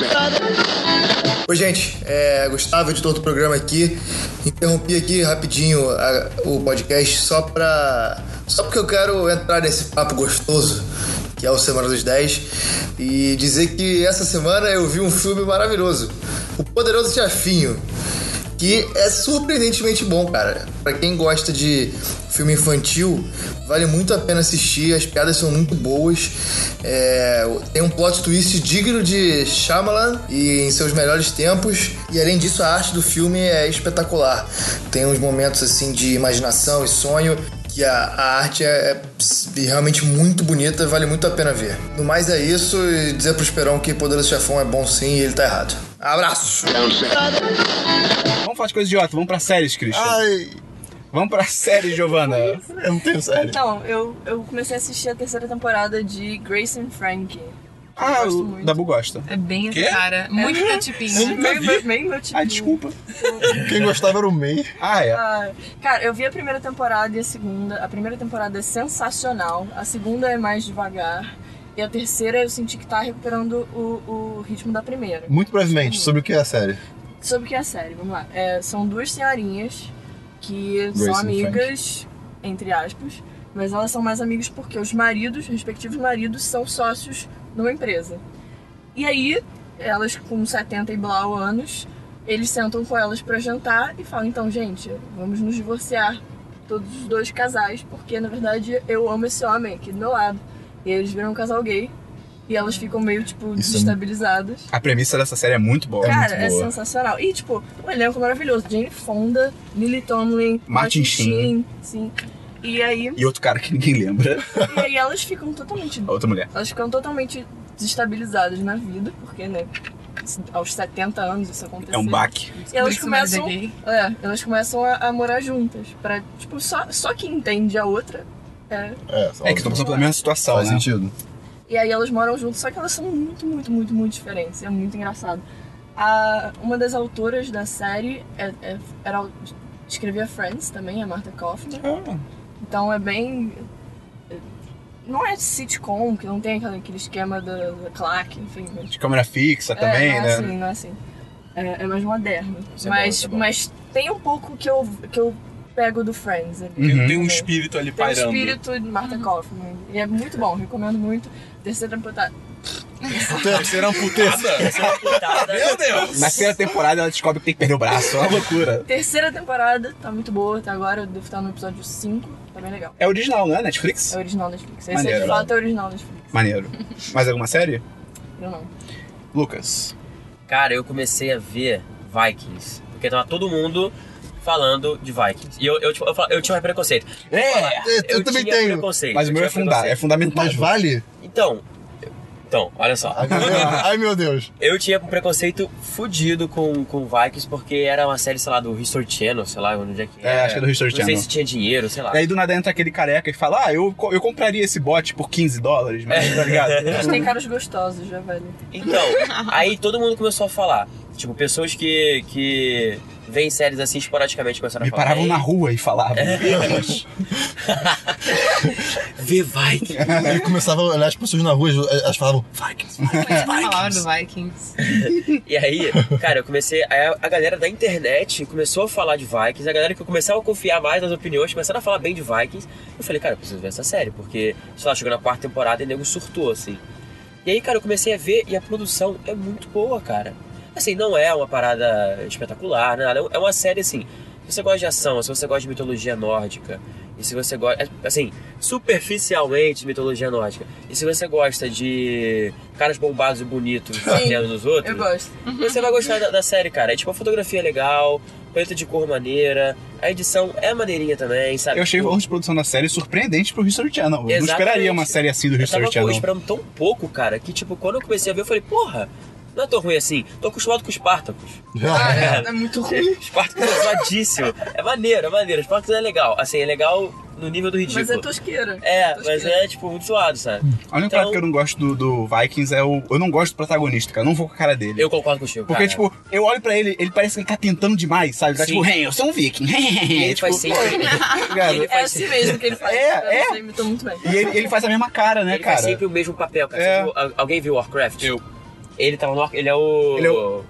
Speaker 8: Oi, gente. É, Gustavo, editor do programa aqui. Interrompi aqui rapidinho a- o podcast só pra... Só porque eu quero entrar nesse papo gostoso, que é o Semana dos dez, e dizer que essa semana eu vi um filme maravilhoso, O Poderoso Chefinho, que é surpreendentemente bom, cara. Pra quem gosta de filme infantil, vale muito a pena assistir, as piadas são muito boas. É, tem um plot twist digno de Shyamalan e em seus melhores tempos. E além disso, a arte do filme é espetacular. Tem uns momentos assim de imaginação e sonho que a, a arte é, é realmente muito bonita, vale muito a pena ver. No mais é isso, e dizer pro Esperão que Poderoso Chefão é bom sim e ele tá errado. Abraço!
Speaker 1: Vamos falar de coisa idiota, vamos pra séries, Christian.
Speaker 2: Ai,
Speaker 1: Vamos pra séries, Giovana.
Speaker 2: eu não tenho sério.
Speaker 3: Então, eu, eu comecei a assistir a terceira temporada de Grace and Frankie.
Speaker 1: Ah,
Speaker 3: gosto
Speaker 1: o
Speaker 3: muito.
Speaker 1: Dabu gosta.
Speaker 7: É bem
Speaker 4: Quê?
Speaker 7: essa cara. Muito teu tipinho.
Speaker 3: Meio, meio, meio meu tipo.
Speaker 1: Ah, desculpa.
Speaker 2: Quem gostava era o May.
Speaker 1: Ah, é.
Speaker 3: Ah, cara, eu vi a primeira temporada e a segunda. A primeira temporada é sensacional, a segunda é mais devagar. E a terceira eu senti que tá recuperando o, o ritmo da primeira.
Speaker 2: Muito brevemente, sobre o que é a série?
Speaker 3: Sobre o que é a série, vamos lá. É, são duas senhorinhas que
Speaker 2: Grace
Speaker 3: são
Speaker 2: and
Speaker 3: amigas, entre aspas, mas elas são mais amigas porque os maridos, respectivos maridos, são sócios numa empresa. E aí, elas com setenta e blau anos, eles sentam com elas pra jantar e falam, então, gente, vamos nos divorciar, todos os dois casais, porque na verdade eu amo esse homem aqui do meu lado. E eles viram um casal gay e elas ficam meio, tipo,
Speaker 2: Isso é
Speaker 3: desestabilizadas.
Speaker 1: A premissa dessa série é muito boa.
Speaker 3: Cara,
Speaker 2: muito
Speaker 3: é
Speaker 2: boa.
Speaker 3: sensacional. E, tipo, um elenco maravilhoso. Jane Fonda, Lily Tomlin,
Speaker 1: Martin Sheen.
Speaker 3: Sim. E aí,
Speaker 1: E outro cara que ninguém lembra.
Speaker 3: e aí elas ficam totalmente...
Speaker 1: A outra mulher.
Speaker 3: Elas ficam totalmente desestabilizadas na vida, porque, né, aos setenta anos isso aconteceu.
Speaker 1: É um baque.
Speaker 3: E elas
Speaker 7: Por isso o marido
Speaker 3: começam,
Speaker 7: é gay.
Speaker 3: é, elas começam a, a morar juntas. Pra, tipo, só, só quem entende a outra é...
Speaker 2: É,
Speaker 1: É que estão passando pela mesma situação,
Speaker 2: Faz
Speaker 1: né?
Speaker 2: sentido.
Speaker 3: E aí elas moram juntas, só que elas são muito, muito, muito, muito diferentes. É muito engraçado. A, uma das autoras da série é, é, era, escrevia Friends também, a Martha Kaufman.
Speaker 1: Ah,
Speaker 3: Então é bem... Não é sitcom, que não tem aquele, aquele esquema da, da claque, enfim. Mas,
Speaker 1: de câmera fixa também,
Speaker 3: é, não
Speaker 1: né?
Speaker 3: é assim, não é assim. É, é mais moderno.
Speaker 5: Isso é
Speaker 3: mas,
Speaker 5: bom, isso é bom.
Speaker 3: mas tem um pouco que eu, que eu pego do Friends ali.
Speaker 1: Uhum.
Speaker 4: Tem um espírito ali
Speaker 3: Tem o
Speaker 4: pairando.
Speaker 3: espírito de Martha Kaufman. E é muito bom, recomendo muito. Terceira temporada.
Speaker 4: Terceira amputada?
Speaker 5: Terceira putada.
Speaker 4: Meu Deus!
Speaker 1: Na terceira temporada ela descobre que tem que perder o braço, é uma loucura.
Speaker 3: Terceira temporada, tá muito boa até agora. Eu devo estar no episódio cinco, tá bem legal.
Speaker 1: É original, né? Netflix?
Speaker 3: É original Netflix. Esse
Speaker 1: Maneiro.
Speaker 3: é de fato é original Netflix.
Speaker 1: Maneiro. Mais alguma série?
Speaker 3: Eu não.
Speaker 1: Lucas.
Speaker 5: Cara, eu comecei a ver Vikings. Porque tava todo mundo falando de Vikings. E eu, eu, tipo, eu, falo- eu tinha um preconceito.
Speaker 1: É!
Speaker 2: Eu, eu também
Speaker 5: tinha
Speaker 2: tenho.
Speaker 5: preconceito.
Speaker 1: Mas o
Speaker 5: eu
Speaker 1: meu é,
Speaker 5: tinha
Speaker 1: funda é
Speaker 5: preconceito.
Speaker 1: fundamental.
Speaker 2: Mas vale?
Speaker 5: Então, então, olha só.
Speaker 2: Ai, meu Deus. Ai, meu Deus.
Speaker 5: Eu tinha um preconceito fudido com, com Vikings porque era uma série, sei lá, do History Channel, sei lá, onde é que
Speaker 1: É,
Speaker 5: era.
Speaker 1: acho que é do History
Speaker 5: Não
Speaker 1: Channel.
Speaker 5: sei se tinha dinheiro, sei lá.
Speaker 1: E aí do nada entra aquele careca e fala, ah, eu, co- eu compraria esse bot por quinze dólares, mas tá ligado?
Speaker 3: Mas tem caras gostosos, já velho.
Speaker 5: Então, aí todo mundo começou a falar. Tipo, pessoas que, que veem séries assim esporadicamente começaram
Speaker 1: Me
Speaker 5: a falar.
Speaker 1: paravam
Speaker 5: "Ei,
Speaker 1: na rua e falavam.
Speaker 5: Vê Vikings.
Speaker 2: Aí começava a olhar as pessoas na rua, elas falavam Vikings.
Speaker 7: Falaram do Vikings.
Speaker 5: E aí, cara, eu comecei. Aí a, a galera da internet começou a falar de Vikings, a galera que eu começava a confiar mais nas opiniões, começaram a falar bem de Vikings. Eu falei, cara, eu preciso ver essa série, porque, sei lá, chegou na quarta temporada e o nego surtou, assim. E aí, cara, eu comecei a ver e a produção é muito boa, cara. Assim, não é uma parada espetacular, né, nada. É uma série, assim, se você gosta de ação, se você gosta de mitologia nórdica, e se você gosta, assim, superficialmente de mitologia nórdica, e se você gosta de caras bombados e bonitos batendo nos outros,
Speaker 3: Eu gosto.
Speaker 5: você vai gostar da, da série, cara. É tipo, a fotografia é legal, paleta de cor maneira, a edição é maneirinha também, sabe?
Speaker 1: Eu achei o
Speaker 5: Tipo,
Speaker 1: valor de produção da série surpreendente pro History Channel. Eu não
Speaker 5: Exatamente.
Speaker 1: esperaria uma série assim do
Speaker 5: eu
Speaker 1: History
Speaker 5: tava pô,
Speaker 1: Channel.
Speaker 5: esperando tão pouco, cara, que tipo, quando eu comecei a ver, eu falei, porra, não é tão ruim assim. Tô acostumado com os Spartacus.
Speaker 3: Ah, é, é muito ruim.
Speaker 5: Spartacus é zoadíssimo. É maneiro, é maneiro. Spartacus é legal. Assim, é legal no nível do ridículo.
Speaker 3: Mas é tosqueira.
Speaker 5: É,
Speaker 3: tosqueira.
Speaker 5: mas é, tipo, muito zoado, sabe?
Speaker 1: A única
Speaker 5: Então-
Speaker 1: coisa que eu não gosto do, do Vikings é o... Eu não gosto do protagonista, cara. Eu não vou com a cara dele.
Speaker 5: Eu concordo contigo,
Speaker 1: Porque,
Speaker 5: cara.
Speaker 1: tipo, eu olho pra ele, ele parece que ele tá tentando demais, sabe? Tá
Speaker 5: Sim.
Speaker 1: tipo, hey, eu sou um viking.
Speaker 5: E ele
Speaker 1: tipo,
Speaker 5: faz sempre...
Speaker 1: tá ligado?
Speaker 5: ele
Speaker 3: É
Speaker 5: faz
Speaker 3: assim mesmo que ele faz.
Speaker 1: É, é.
Speaker 3: Você imitou muito bem.
Speaker 1: E ele, ele faz a mesma cara, né,
Speaker 5: Ele
Speaker 1: cara?
Speaker 5: faz sempre o mesmo papel, cara.
Speaker 1: É.
Speaker 5: Você viu- al- alguém viu Warcraft?
Speaker 4: Eu.
Speaker 5: Ele tava no... War- Ele é o...
Speaker 1: Ele é o-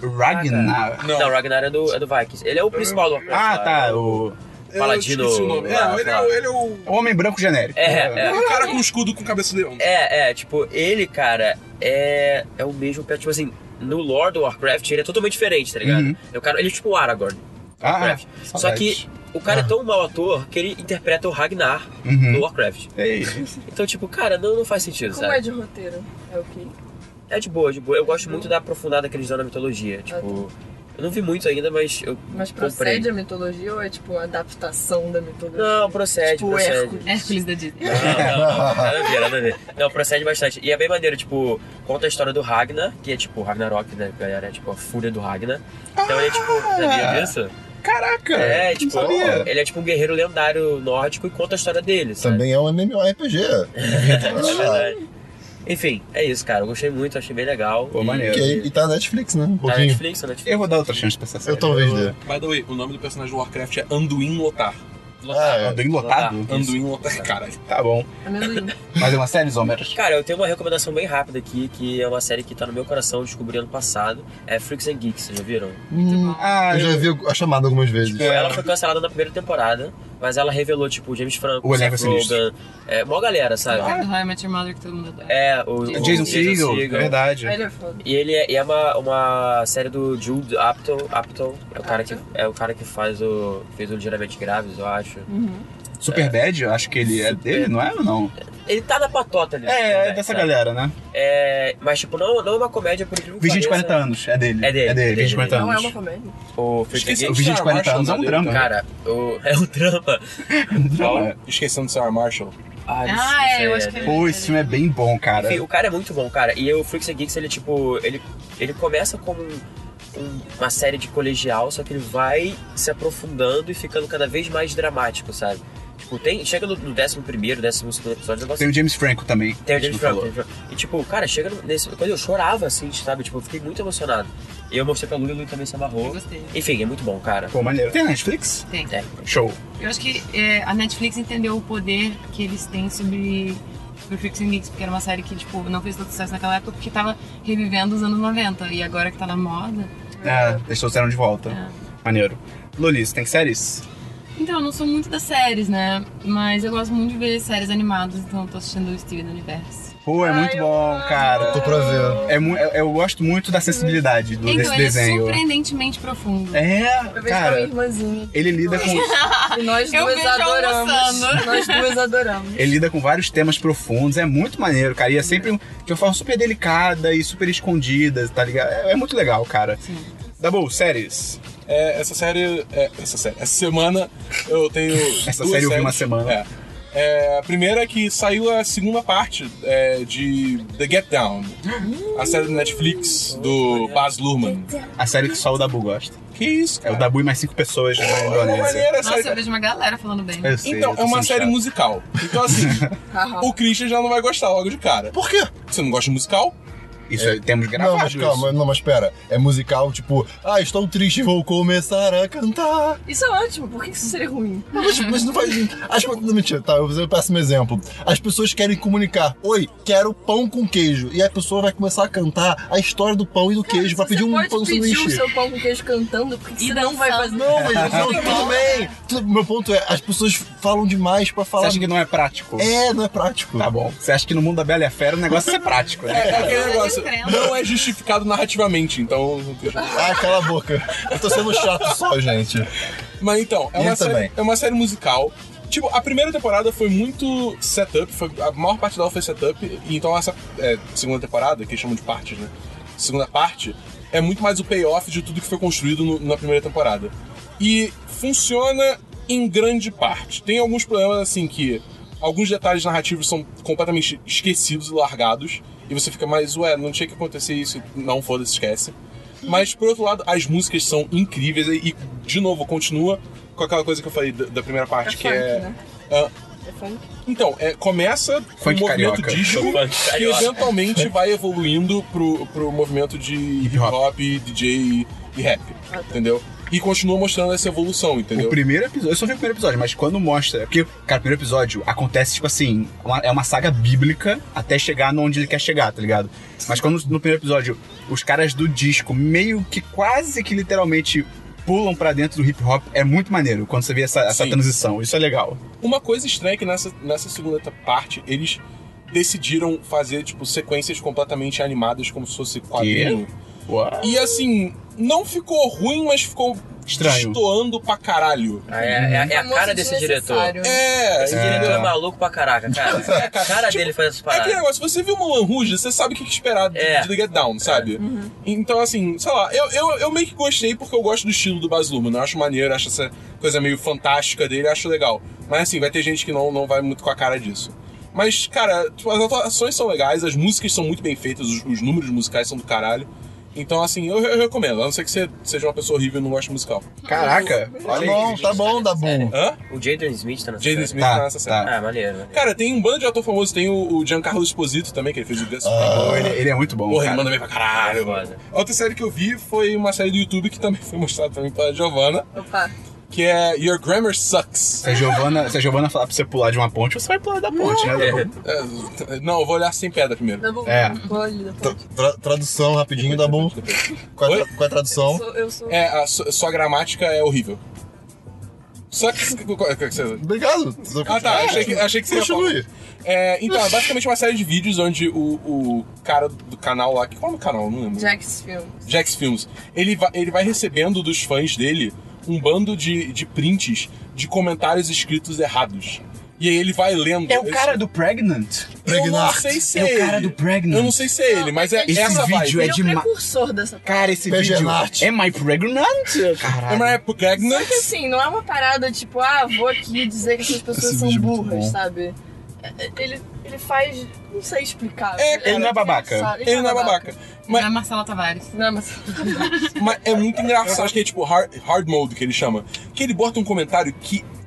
Speaker 1: Ragnar.
Speaker 5: Não, o Ragnar é do, é do Vikings. Ele é o principal do Warcraft.
Speaker 1: Ah,
Speaker 5: lá,
Speaker 1: tá.
Speaker 5: é
Speaker 1: O,
Speaker 4: Eu
Speaker 5: Paladino
Speaker 4: esqueci o nome.
Speaker 5: lá,
Speaker 4: É, ele,
Speaker 5: lá.
Speaker 4: é, ele é o.
Speaker 1: o homem branco genérico.
Speaker 5: É, é.
Speaker 4: O cara com escudo com cabeça de leão.
Speaker 5: É, é, tipo, ele, cara, é, é o mesmo, tipo assim, no lore do Warcraft ele é totalmente diferente, tá ligado?
Speaker 1: Uhum.
Speaker 5: É o cara, ele é tipo o Aragorn do
Speaker 1: Ah,
Speaker 5: Warcraft. Só
Speaker 1: saudades.
Speaker 5: que o cara é tão mau ator que ele interpreta o Ragnar
Speaker 1: Uhum.
Speaker 5: no Warcraft.
Speaker 1: É isso.
Speaker 5: Então, tipo, cara, não, não faz sentido,
Speaker 3: Como
Speaker 5: sabe?
Speaker 3: é de roteiro? É o quê?
Speaker 5: É de boa, de boa. Eu gosto muito da aprofundada que eles dão na mitologia. Tipo, eu não vi muito ainda, mas eu
Speaker 3: Mas
Speaker 5: comprei.
Speaker 3: procede a mitologia ou é tipo uma adaptação da mitologia?
Speaker 5: Não, procede,
Speaker 3: tipo
Speaker 5: procede.
Speaker 3: Hércules.
Speaker 7: Hércules da Disney.
Speaker 5: Não, não, não, nada a ver, nada a ver. Não, procede bastante. E é bem maneiro, tipo, conta a história do Ragnar, que é tipo Ragnarok, né? Galera, é tipo a fúria do Ragnar. Então ele é tipo, sabia disso?
Speaker 1: Caraca!
Speaker 5: É,
Speaker 1: não
Speaker 5: tipo,
Speaker 1: sabia.
Speaker 5: ele é tipo um guerreiro lendário nórdico e conta a história dele, sabe?
Speaker 2: Também é um MMORPG.
Speaker 5: É verdade. Enfim, é isso, cara. Eu gostei muito, achei bem legal.
Speaker 1: Pô,
Speaker 5: E-
Speaker 1: maneiro.
Speaker 2: Ok, e tá na Netflix, né? Um
Speaker 5: Tá na
Speaker 2: pouquinho.
Speaker 5: Netflix, tá na Netflix.
Speaker 1: Eu vou dar outra chance pra essa série.
Speaker 2: Eu talvez dê.
Speaker 4: By the way, o nome do personagem do Warcraft é Anduin Lothar.
Speaker 2: Ah, é.
Speaker 1: Anduin lotado?
Speaker 4: Anduin Lothar, caralho.
Speaker 1: Tá bom.
Speaker 3: Amendoim.
Speaker 1: Mais uma série, Zomer?
Speaker 5: Cara, eu tenho uma recomendação bem rápida aqui, que é uma série que tá no meu coração, descobri ano passado. É Freaks and Geeks, vocês já viram?
Speaker 2: Hum,
Speaker 1: Ah,
Speaker 2: eu já vi a chamada algumas vezes.
Speaker 1: É.
Speaker 5: Ela foi cancelada na primeira temporada, mas ela revelou, tipo, o James Franco,
Speaker 1: O elenco
Speaker 5: Seth
Speaker 1: é sinistro.
Speaker 5: Rogen, é, mó galera, sabe?
Speaker 7: Do How I Met Your Mother que todo mundo adora.
Speaker 5: É, o, o
Speaker 1: Jason Segel, verdade.
Speaker 3: Ele é foda.
Speaker 5: E ele é, e é uma, uma série do Jude Apatow, Apatow é o cara que é o cara que faz o fez o Ligeiramente Grávidos, eu acho.
Speaker 1: Superbad, eu acho que ele é dele, não é ou não?
Speaker 5: Ele tá na patota ali.
Speaker 1: É, é
Speaker 5: né,
Speaker 1: dessa
Speaker 5: sabe?
Speaker 1: galera, né?
Speaker 5: É, mas tipo, não, não é uma comédia por incrível que
Speaker 1: Virgem de
Speaker 5: pareça.
Speaker 1: quarenta anos, é dele.
Speaker 5: É dele,
Speaker 1: É dele,
Speaker 5: é
Speaker 1: Virgem de
Speaker 5: dele.
Speaker 1: quarenta
Speaker 3: Não é
Speaker 1: anos.
Speaker 3: uma comédia.
Speaker 5: O Freaks and
Speaker 4: Esqueci
Speaker 1: O
Speaker 5: Geeks.
Speaker 1: Virgem de
Speaker 4: Sarah
Speaker 1: quarenta anos é um
Speaker 4: Marshall,
Speaker 1: drama.
Speaker 5: Cara, o, é um drama.
Speaker 1: Drama.
Speaker 4: Esquecendo de Sarah Marshall.
Speaker 5: Ah, isso-
Speaker 7: Ah, é,
Speaker 5: isso
Speaker 7: eu
Speaker 5: é-
Speaker 7: acho que ele-
Speaker 1: Pô, esse filme é bem bom, cara.
Speaker 5: Enfim, o cara é muito bom, cara. E o Freaks and Geeks, ele, tipo, ele, ele começa como um- um- uma série de colegial, só que ele vai se aprofundando e ficando cada vez mais dramático, sabe? Tipo, tem, chega no, no décimo primeiro, décimo segundo episódio, eu gosto.
Speaker 1: Tem o James Franco também.
Speaker 5: Tem o James
Speaker 1: Não
Speaker 5: Franco,
Speaker 1: falou.
Speaker 5: tem o James Franco. E tipo, cara, chega nesse. Quando eu chorava, assim, sabe? Tipo, eu fiquei muito emocionado. E eu mostrei pra Lu e a Lu também se amarrou.
Speaker 7: Eu gostei.
Speaker 5: Enfim, é muito bom, cara.
Speaker 1: Pô, maneiro. Tem na Netflix?
Speaker 7: Tem.
Speaker 5: É.
Speaker 1: Show.
Speaker 7: Eu acho que é, a Netflix entendeu o poder que eles têm sobre, sobre Freaks and Geeks, porque era uma série que, tipo, não fez tanto sucesso naquela época porque tava revivendo os anos noventa. E agora que tá na moda...
Speaker 1: É, eles trouxeram de volta.
Speaker 7: É.
Speaker 1: Maneiro. Lulis, tem séries?
Speaker 7: Então, eu não sou muito das séries, né? Mas eu gosto muito de ver séries animadas, então eu tô assistindo o Steven Universe.
Speaker 1: Pô, é muito bom, cara.
Speaker 2: Tô pra ver.
Speaker 1: É mu- eu, eu gosto muito da sensibilidade do,
Speaker 7: Então,
Speaker 1: desse
Speaker 7: ele
Speaker 1: desenho.
Speaker 7: é surpreendentemente profundo.
Speaker 1: É,
Speaker 3: Eu vejo com a minha
Speaker 1: cara,
Speaker 3: irmãzinha.
Speaker 1: ele lida com
Speaker 3: E nós
Speaker 7: Eu
Speaker 3: duas
Speaker 7: vejo
Speaker 3: adoramos.
Speaker 7: almoçando.
Speaker 3: Nós duas adoramos.
Speaker 1: ele lida com vários temas profundos, é muito maneiro, cara. E é sempre um- de uma forma super delicada e super escondida, tá ligado? É, é muito legal, cara.
Speaker 7: Sim.
Speaker 1: Dabu, séries.
Speaker 4: É, essa série, é, essa série, essa semana eu tenho
Speaker 1: Essa
Speaker 4: duas
Speaker 1: série eu vi
Speaker 4: séries.
Speaker 1: uma semana.
Speaker 4: É. É, a primeira é que saiu a segunda parte é, de The Get Down, a série do Netflix do Baz Luhrmann.
Speaker 1: A série que só o Dabu gosta.
Speaker 4: Que isso,
Speaker 1: É
Speaker 4: cara?
Speaker 1: o Dabu e mais cinco pessoas na
Speaker 4: É
Speaker 1: Indonésia.
Speaker 4: maneira,
Speaker 7: Nossa,
Speaker 4: série-
Speaker 7: eu vejo uma galera falando bem.
Speaker 1: Eu sei,
Speaker 4: Então,
Speaker 1: eu tô
Speaker 4: é uma
Speaker 1: sendo
Speaker 4: série
Speaker 1: chato.
Speaker 4: musical. Então, assim, o Christian já não vai gostar logo de cara.
Speaker 2: Por quê?
Speaker 4: Você não gosta de musical?
Speaker 1: Isso aí, temos gravado
Speaker 2: Não, mas calma,
Speaker 1: isso.
Speaker 2: não, mas pera. É musical, tipo, ah, estou triste, vou começar a cantar.
Speaker 3: Isso é ótimo, por que isso seria ruim?
Speaker 2: Mas, mas não faz. As, não, mentira, tá, eu vou fazer o péssimo exemplo. As pessoas querem comunicar, oi, quero pão com queijo. E a pessoa vai começar a cantar a história do pão e do queijo pra pedir um
Speaker 3: Você
Speaker 2: pão
Speaker 3: pode pedir o
Speaker 2: sanduíche.
Speaker 3: seu pão com queijo cantando, porque
Speaker 7: E
Speaker 3: você não vai fazer.
Speaker 2: Não, mas não, tudo bem. Tudo- meu ponto é, as pessoas falam demais pra
Speaker 1: Você
Speaker 2: falar.
Speaker 1: acha que não é prático?
Speaker 2: É, não é prático.
Speaker 1: Tá bom. Você acha que no mundo da Bela e a Fera o negócio é ser prático,
Speaker 4: É,
Speaker 1: né?
Speaker 4: é aquele
Speaker 7: Mas
Speaker 4: negócio,
Speaker 7: entendo.
Speaker 4: não é justificado narrativamente, então...
Speaker 2: Ah, cala a boca. Eu tô sendo chato só, gente.
Speaker 4: Mas então, é
Speaker 2: Ele
Speaker 4: uma, série,
Speaker 2: também.
Speaker 4: é uma série musical. Tipo, a primeira temporada foi muito setup, foi, a maior parte dela foi setup, e então essa é, segunda temporada, que eles chamam de partes, né? Segunda parte, é muito mais o payoff de tudo que foi construído no- na primeira temporada. E funciona em grande parte. Tem alguns problemas, assim, que alguns detalhes narrativos são completamente esquecidos e largados, e você fica mais, ué, não tinha que acontecer isso, não, foda-se, esquece. Mas, por outro lado, as músicas são incríveis e, e, de novo, continua com aquela coisa que eu falei da, da primeira parte,
Speaker 3: É
Speaker 4: que
Speaker 3: funk,
Speaker 4: é...
Speaker 3: né?
Speaker 4: Ah,
Speaker 3: É funk.
Speaker 4: então, é, começa com
Speaker 1: Funk
Speaker 4: o movimento
Speaker 1: carioca.
Speaker 4: disco,
Speaker 5: Funk
Speaker 4: que
Speaker 5: carioca.
Speaker 4: eventualmente vai evoluindo pro, pro movimento de hip
Speaker 1: hop.
Speaker 4: hop, D J e rap, entendeu? E continua mostrando essa evolução, entendeu?
Speaker 1: O primeiro episódio, eu só vi o primeiro episódio, mas quando mostra. Porque, cara, o primeiro episódio acontece, tipo assim, uma- é uma saga bíblica até chegar onde ele quer chegar, tá ligado? Mas quando no primeiro episódio os caras do disco meio que quase que literalmente pulam pra dentro do hip hop, é muito maneiro quando você vê essa, essa
Speaker 4: Sim.
Speaker 1: transição. Isso é legal.
Speaker 4: Uma coisa estranha é que nessa, nessa segunda parte, eles decidiram fazer, tipo, sequências completamente animadas, como se fosse quadrinho.
Speaker 1: Uau.
Speaker 4: E assim, não ficou ruim, mas ficou
Speaker 1: Estranho.
Speaker 4: destoando pra caralho.
Speaker 5: É, é- é a cara desse diretor.
Speaker 3: Desnecessário.
Speaker 4: É,
Speaker 5: Esse diretor é maluco pra caraca, cara. A cara dele faz essas
Speaker 4: É aquele
Speaker 5: paradas.
Speaker 4: negócio, se você viu Moulin Rouge, você sabe o que que esperar de,
Speaker 5: É.
Speaker 4: de The Get Down, sabe? Então, assim, sei lá, eu, eu, eu meio que gostei porque eu gosto do estilo do Baz Luhrmann, eu acho maneiro, acho essa coisa meio fantástica dele, acho legal. Mas assim, vai ter gente que não, não vai muito com a cara disso. Mas, cara, tipo, as atuações são legais, as músicas são muito bem feitas, os, os números musicais são do caralho. Então, assim, eu, eu recomendo, a não ser que você seja uma pessoa horrível e não goste de musical.
Speaker 1: Caraca.
Speaker 2: Tá
Speaker 1: Olha aí.
Speaker 2: bom, tá bom, Dabu.
Speaker 4: Hã?
Speaker 5: O Jaden Smith tá nessa
Speaker 4: Jaden
Speaker 5: série.
Speaker 4: Smith
Speaker 1: Tá,
Speaker 4: tá nessa série.
Speaker 1: tá.
Speaker 5: Ah, maneiro, maneiro.
Speaker 4: Cara, tem um bando de ator famoso, tem o, o Giancarlo Esposito também, que ele fez o Gus.
Speaker 1: Pô, ele, ele é muito bom.
Speaker 4: Porra, ele
Speaker 1: cara.
Speaker 4: manda bem pra caralho.
Speaker 5: Foda.
Speaker 4: Outra série que eu vi foi uma série do YouTube que também foi mostrada também pela Giovanna,
Speaker 3: Opa.
Speaker 4: que é Your Grammar Sucks.
Speaker 1: Se a Giovana, se a Giovana falar pra você pular de uma ponte, você vai pular da ponte, né? Dabu?
Speaker 4: É, não, eu vou olhar sem pedra primeiro.
Speaker 3: Não vou
Speaker 1: É.
Speaker 3: vou ali depois.
Speaker 2: Tra- tradução rapidinho, Dabu. Qual é, a tra- qual é a tradução?
Speaker 3: Eu sou, eu sou...
Speaker 4: É, a su- sua gramática é horrível. Sucks. qual é que você-
Speaker 2: Obrigado.
Speaker 4: Ah, tá. Achei que, achei que você ia
Speaker 2: Continue.
Speaker 4: falar. É, então, é basicamente uma série de vídeos onde o, o cara do canal lá. Qual é o canal? Não lembro.
Speaker 3: Jack's Film.
Speaker 4: Jax Films. Ele vai, ele vai recebendo dos fãs dele um bando de, de prints de comentários escritos errados. E aí ele vai lendo.
Speaker 1: É o
Speaker 4: esse-
Speaker 1: cara do Pregnant.
Speaker 4: Eu não
Speaker 2: Pregnant.
Speaker 4: sei se
Speaker 1: É
Speaker 4: é,
Speaker 1: o
Speaker 4: ele.
Speaker 1: cara do Pregnant.
Speaker 4: Eu não sei se é ele, mas é
Speaker 1: Esse
Speaker 4: essa
Speaker 1: vídeo
Speaker 4: vibe.
Speaker 1: é
Speaker 3: Ele é o
Speaker 1: demais.
Speaker 3: precursor dessa
Speaker 1: Cara, esse
Speaker 2: P G
Speaker 1: vídeo...
Speaker 2: Nart.
Speaker 1: Am I pregnant? Caralho.
Speaker 4: Am I pregnant?
Speaker 3: Só que assim, não é uma parada tipo, ah, vou aqui dizer que essas pessoas
Speaker 1: Esse
Speaker 3: são
Speaker 1: vídeo é muito
Speaker 3: burras,
Speaker 1: bom.
Speaker 3: sabe? É- Ele, ele faz. Não sei explicar.
Speaker 4: É,
Speaker 1: ele não é babaca.
Speaker 3: engraçado.
Speaker 4: Ele não é babaca.
Speaker 7: Não é
Speaker 4: Mas,
Speaker 7: Marcela Tavares.
Speaker 3: Não, mas.
Speaker 4: mas é muito engraçado. Acho que é tipo hard, hard mode que ele chama. Que ele bota um comentário que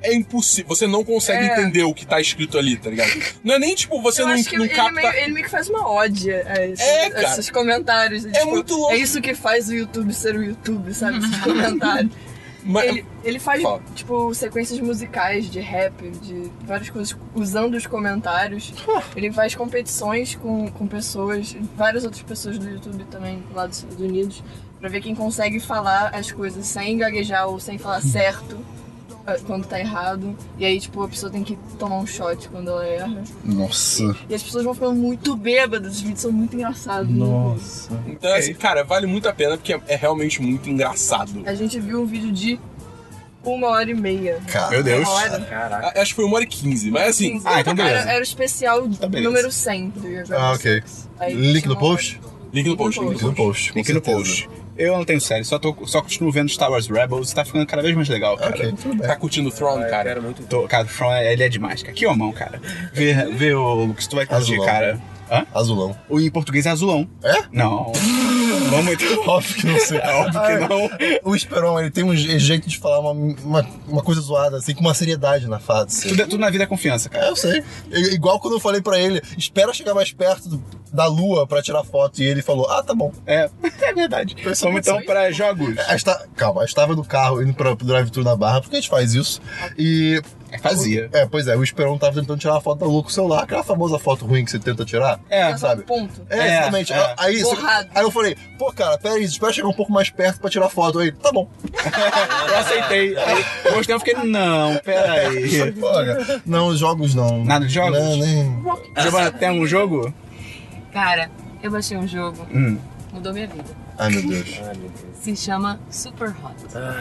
Speaker 4: é impossível. Você não consegue
Speaker 3: É.
Speaker 4: entender o que tá escrito ali, tá ligado? Não é nem tipo, você
Speaker 3: Eu
Speaker 4: não,
Speaker 3: acho que
Speaker 4: não
Speaker 3: ele,
Speaker 4: capta.
Speaker 3: meio, ele meio que faz uma ode a esses,
Speaker 4: É, cara.
Speaker 3: esses comentários.
Speaker 4: É muito louco.
Speaker 3: É isso que faz o YouTube ser o YouTube, sabe? Esses comentários.
Speaker 4: Mas-
Speaker 3: Ele, ele faz,
Speaker 4: Fala.
Speaker 3: tipo, sequências musicais de rap, de várias coisas, usando os comentários. Ele faz competições com, com pessoas, várias outras pessoas do YouTube também, lá dos Estados Unidos, pra ver quem consegue falar as coisas sem gaguejar ou sem falar certo ah, quando tá errado. E aí, tipo, a pessoa tem que tomar um shot quando ela erra.
Speaker 2: Nossa.
Speaker 3: E as pessoas vão ficando muito bêbadas, os vídeos são muito engraçados.
Speaker 2: Nossa.
Speaker 4: Então, assim, cara, vale muito a pena porque é, é realmente muito engraçado.
Speaker 3: A gente viu um vídeo de uma hora e meia.
Speaker 2: Cara.
Speaker 1: Meu Deus.
Speaker 3: Uma hora.
Speaker 5: Caraca.
Speaker 4: A- Acho que foi uma hora e quinze, mas assim.
Speaker 1: Ah, então beleza.
Speaker 3: Era, era o especial
Speaker 1: Então beleza.
Speaker 3: número cem do Year
Speaker 2: Ah, ok.
Speaker 3: Aí
Speaker 2: Link
Speaker 3: tinha
Speaker 2: no
Speaker 3: uma hora.
Speaker 2: post?
Speaker 4: Link no post, link
Speaker 2: Link no post. com
Speaker 1: Link no
Speaker 2: certeza.
Speaker 1: post. Eu não tenho série, só, tô, só continuo vendo Star Wars Rebels, tá ficando cada vez mais legal, cara.
Speaker 2: Ok, tudo bem.
Speaker 4: Tá curtindo o Throne,
Speaker 5: Eu
Speaker 4: cara?
Speaker 5: quero muito.
Speaker 1: Tô, cara, o From, ele é demais, cara. Que homão, cara. Vê, vê o Lucas, tu vai curtir,
Speaker 2: Azulão.
Speaker 1: cara. Hã?
Speaker 2: Azulão.
Speaker 1: O em português é azulão.
Speaker 2: É?
Speaker 1: Não. Não muito.
Speaker 2: Óbvio que não sei.
Speaker 1: É óbvio que não.
Speaker 2: O Esperon, ele tem um je- jeito de falar uma, uma, uma coisa zoada, assim, com uma seriedade na face.
Speaker 1: Tudo, tudo na vida é confiança,
Speaker 2: É,
Speaker 1: cara.
Speaker 2: eu sei. I- Igual quando eu falei pra ele, espera chegar mais perto do- da lua pra tirar foto. E ele falou, ah, tá bom.
Speaker 1: É, é verdade. Vamos então pra jogos.
Speaker 2: A esta... Calma, eu estava no carro indo pra, pro drive-thru na Barra, porque a gente faz isso. E...
Speaker 1: Fazia.
Speaker 2: É, pois é, o Esperon tava tentando tirar uma foto da lua com o celular. Aquela famosa foto ruim que você tenta tirar.
Speaker 1: É,
Speaker 2: sabe?
Speaker 3: Ponto.
Speaker 2: É,
Speaker 1: É,
Speaker 2: exatamente.
Speaker 1: é.
Speaker 2: Aí, só-
Speaker 3: Borrado.
Speaker 2: aí eu falei, pô, cara, pera aí, espera chegar um pouco mais perto pra tirar foto. Aí, tá bom.
Speaker 1: Eu aceitei. Aí, gostei, eu fiquei, não, peraí.
Speaker 2: Olha, não, os jogos não.
Speaker 1: Nada de jogos?
Speaker 2: Não, nem...
Speaker 1: Giovana, tem algum jogo?
Speaker 7: Cara, eu baixei um jogo,
Speaker 1: Hum.
Speaker 7: mudou minha vida.
Speaker 2: Ai, meu Deus.
Speaker 5: Ai, meu Deus.
Speaker 7: Se chama Super Hot.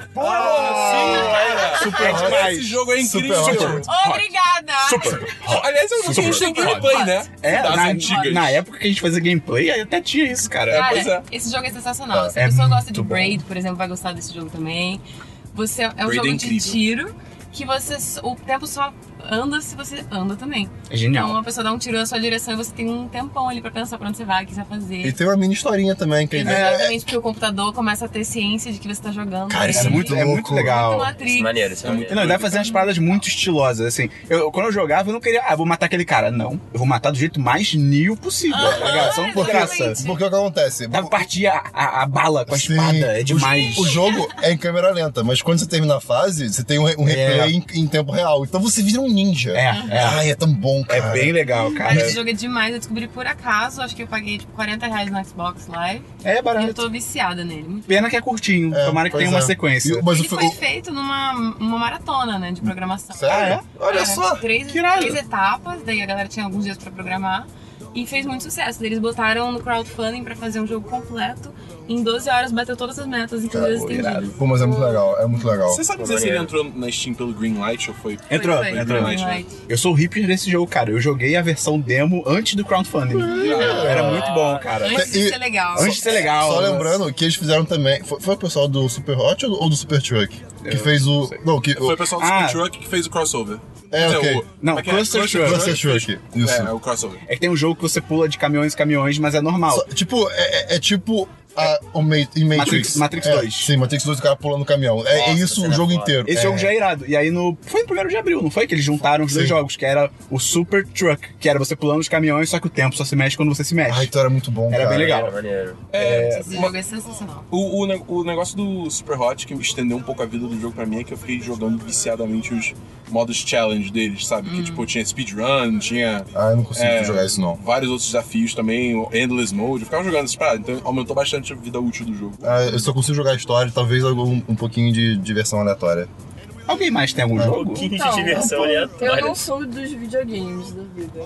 Speaker 4: Ah, sim,
Speaker 1: Super
Speaker 4: cara.
Speaker 1: demais.
Speaker 4: Esse jogo é
Speaker 2: Super
Speaker 4: incrível.
Speaker 2: hot.
Speaker 7: Obrigada!
Speaker 1: Super.
Speaker 4: Aliás, é um jogo que a gente tem gameplay, né?
Speaker 1: É,
Speaker 4: Das
Speaker 1: na,
Speaker 4: antigas.
Speaker 1: na época que a gente fazia gameplay, aí até tinha isso, cara.
Speaker 7: Cara,
Speaker 4: pois é.
Speaker 7: esse jogo é sensacional. Se
Speaker 1: É
Speaker 7: a pessoa gosta de
Speaker 1: muito bom.
Speaker 7: Braid, por exemplo, vai gostar desse jogo também. Você é um
Speaker 4: Braid é
Speaker 7: jogo de
Speaker 4: incrível.
Speaker 7: tiro que você o tempo só anda se você anda também.
Speaker 1: É genial.
Speaker 7: Então uma pessoa dá um tiro na sua direção e você tem um tempão ali pra pensar pra onde você vai, o que você vai fazer.
Speaker 2: E tem uma mini historinha também, que
Speaker 7: Exatamente, porque o computador começa a ter ciência de que você tá jogando.
Speaker 2: Cara, isso é
Speaker 7: ali.
Speaker 2: muito
Speaker 1: É muito
Speaker 2: louco.
Speaker 1: legal.
Speaker 7: Muito Matrix.
Speaker 5: Isso é maneiro, isso é maneiro.
Speaker 1: Não, ele vai fazer umas paradas muito estilosas, assim. Eu, quando eu jogava, eu não queria, ah, vou matar aquele cara. Não, eu vou matar do jeito mais Neo possível, tá ligado? Só por graça.
Speaker 7: exatamente.
Speaker 2: Porque o que acontece?
Speaker 1: Dá pra partir a, a, a bala com a
Speaker 2: Sim,
Speaker 1: espada, é
Speaker 2: o-
Speaker 1: demais.
Speaker 2: O, jogo é em câmera lenta, mas quando você termina a fase, você tem um, re- um replay
Speaker 1: É.
Speaker 2: em, em tempo real. Então você vira um ninja.
Speaker 1: É, é.
Speaker 2: Ai, é tão bom,
Speaker 1: É
Speaker 2: cara.
Speaker 1: bem legal,
Speaker 7: Cara,
Speaker 1: cara.
Speaker 7: esse jogo é demais, eu descobri por acaso, acho que eu paguei tipo quarenta reais no Xbox Live
Speaker 1: É
Speaker 7: e eu
Speaker 1: barato.
Speaker 7: tô viciada nele. Muito
Speaker 1: Pena que é curtinho.
Speaker 2: É,
Speaker 1: Tomara que
Speaker 2: pois
Speaker 1: tenha uma
Speaker 2: é.
Speaker 1: sequência.
Speaker 2: E- mas
Speaker 7: Ele
Speaker 2: o,
Speaker 7: foi
Speaker 2: o,
Speaker 7: feito numa uma maratona, né, de programação.
Speaker 2: sério?
Speaker 1: Ah,
Speaker 2: Olha
Speaker 7: Era
Speaker 2: só.
Speaker 7: Três,
Speaker 1: que irado.
Speaker 7: três etapas, daí a galera tinha alguns dias pra programar. E fez muito sucesso. Daí eles botaram no crowdfunding pra fazer um jogo completo. Em doze horas bateu todas as metas, inclusive as estendidas.
Speaker 2: Pô, mas é muito legal, é muito legal.
Speaker 4: Você sabe dizer se ele entrou na Steam pelo Greenlight ou foi...
Speaker 1: Entrou,
Speaker 7: Foi, foi,
Speaker 1: entrou.
Speaker 7: foi, Greenlight.
Speaker 1: Eu sou o hipster desse jogo, cara. Eu joguei a versão demo antes do crowdfunding. Era muito bom, cara.
Speaker 7: Antes de
Speaker 2: E-
Speaker 7: ser legal.
Speaker 1: Antes de ser legal.
Speaker 2: Só lembrando que eles fizeram também. Foi, foi o pessoal do Super Hot ou, ou do Super Truck? Que
Speaker 1: Eu
Speaker 2: fez o.
Speaker 1: não sei.
Speaker 2: Não, que.
Speaker 4: Foi o pessoal do
Speaker 1: Ah.
Speaker 4: Super Truck que fez o crossover.
Speaker 2: É,
Speaker 4: Quer dizer,
Speaker 2: ok.
Speaker 4: o-
Speaker 1: Não,
Speaker 4: como é que é?
Speaker 1: Cluster Truck.
Speaker 2: Cluster Truck. Isso.
Speaker 4: É, é o crossover.
Speaker 1: É que tem um jogo que você pula de caminhões em caminhões, mas é normal.
Speaker 2: Só- tipo, é, é- é tipo. A, o Ma em Matrix.
Speaker 1: Matrix- Matrix
Speaker 2: É,
Speaker 1: dois.
Speaker 2: Sim, Matrix dois, o cara pulando no caminhão. É, é
Speaker 5: Nossa,
Speaker 2: isso o
Speaker 5: cena
Speaker 2: jogo
Speaker 5: foda.
Speaker 2: inteiro.
Speaker 1: Esse
Speaker 2: é.
Speaker 1: jogo já é irado. E aí no. Foi no primeiro de abril, não foi? Que eles juntaram os dois
Speaker 2: Sim.
Speaker 1: jogos, que era o Super Truck, que era você pulando os caminhões, só que o tempo só se mexe quando você se mexe.
Speaker 2: Ai, então era muito bom.
Speaker 1: Era
Speaker 2: cara.
Speaker 1: bem legal.
Speaker 5: Maneiro, maneiro.
Speaker 4: É,
Speaker 7: Esse
Speaker 4: uma-
Speaker 7: jogo é sensacional.
Speaker 4: O, o, ne- o negócio do Super Hot que estendeu um pouco a vida do jogo pra mim é que eu fiquei jogando viciadamente os modos challenge deles, sabe? Que tipo, tinha speedrun, tinha
Speaker 2: Ah, eu não consigo
Speaker 4: É.
Speaker 2: jogar isso não.
Speaker 1: É
Speaker 4: vários outros desafios também, o Endless Mode. Eu ficava jogando essas paradas, então aumentou bastante a vida útil do jogo.
Speaker 2: Ah, eu só consigo jogar a história e talvez algum, um pouquinho de diversão aleatória.
Speaker 1: Alguém mais tem algum
Speaker 2: Um
Speaker 1: jogo?
Speaker 5: pouquinho
Speaker 3: Então,
Speaker 5: de diversão
Speaker 3: Eu
Speaker 5: aleatória.
Speaker 3: não sou dos videogames da vida.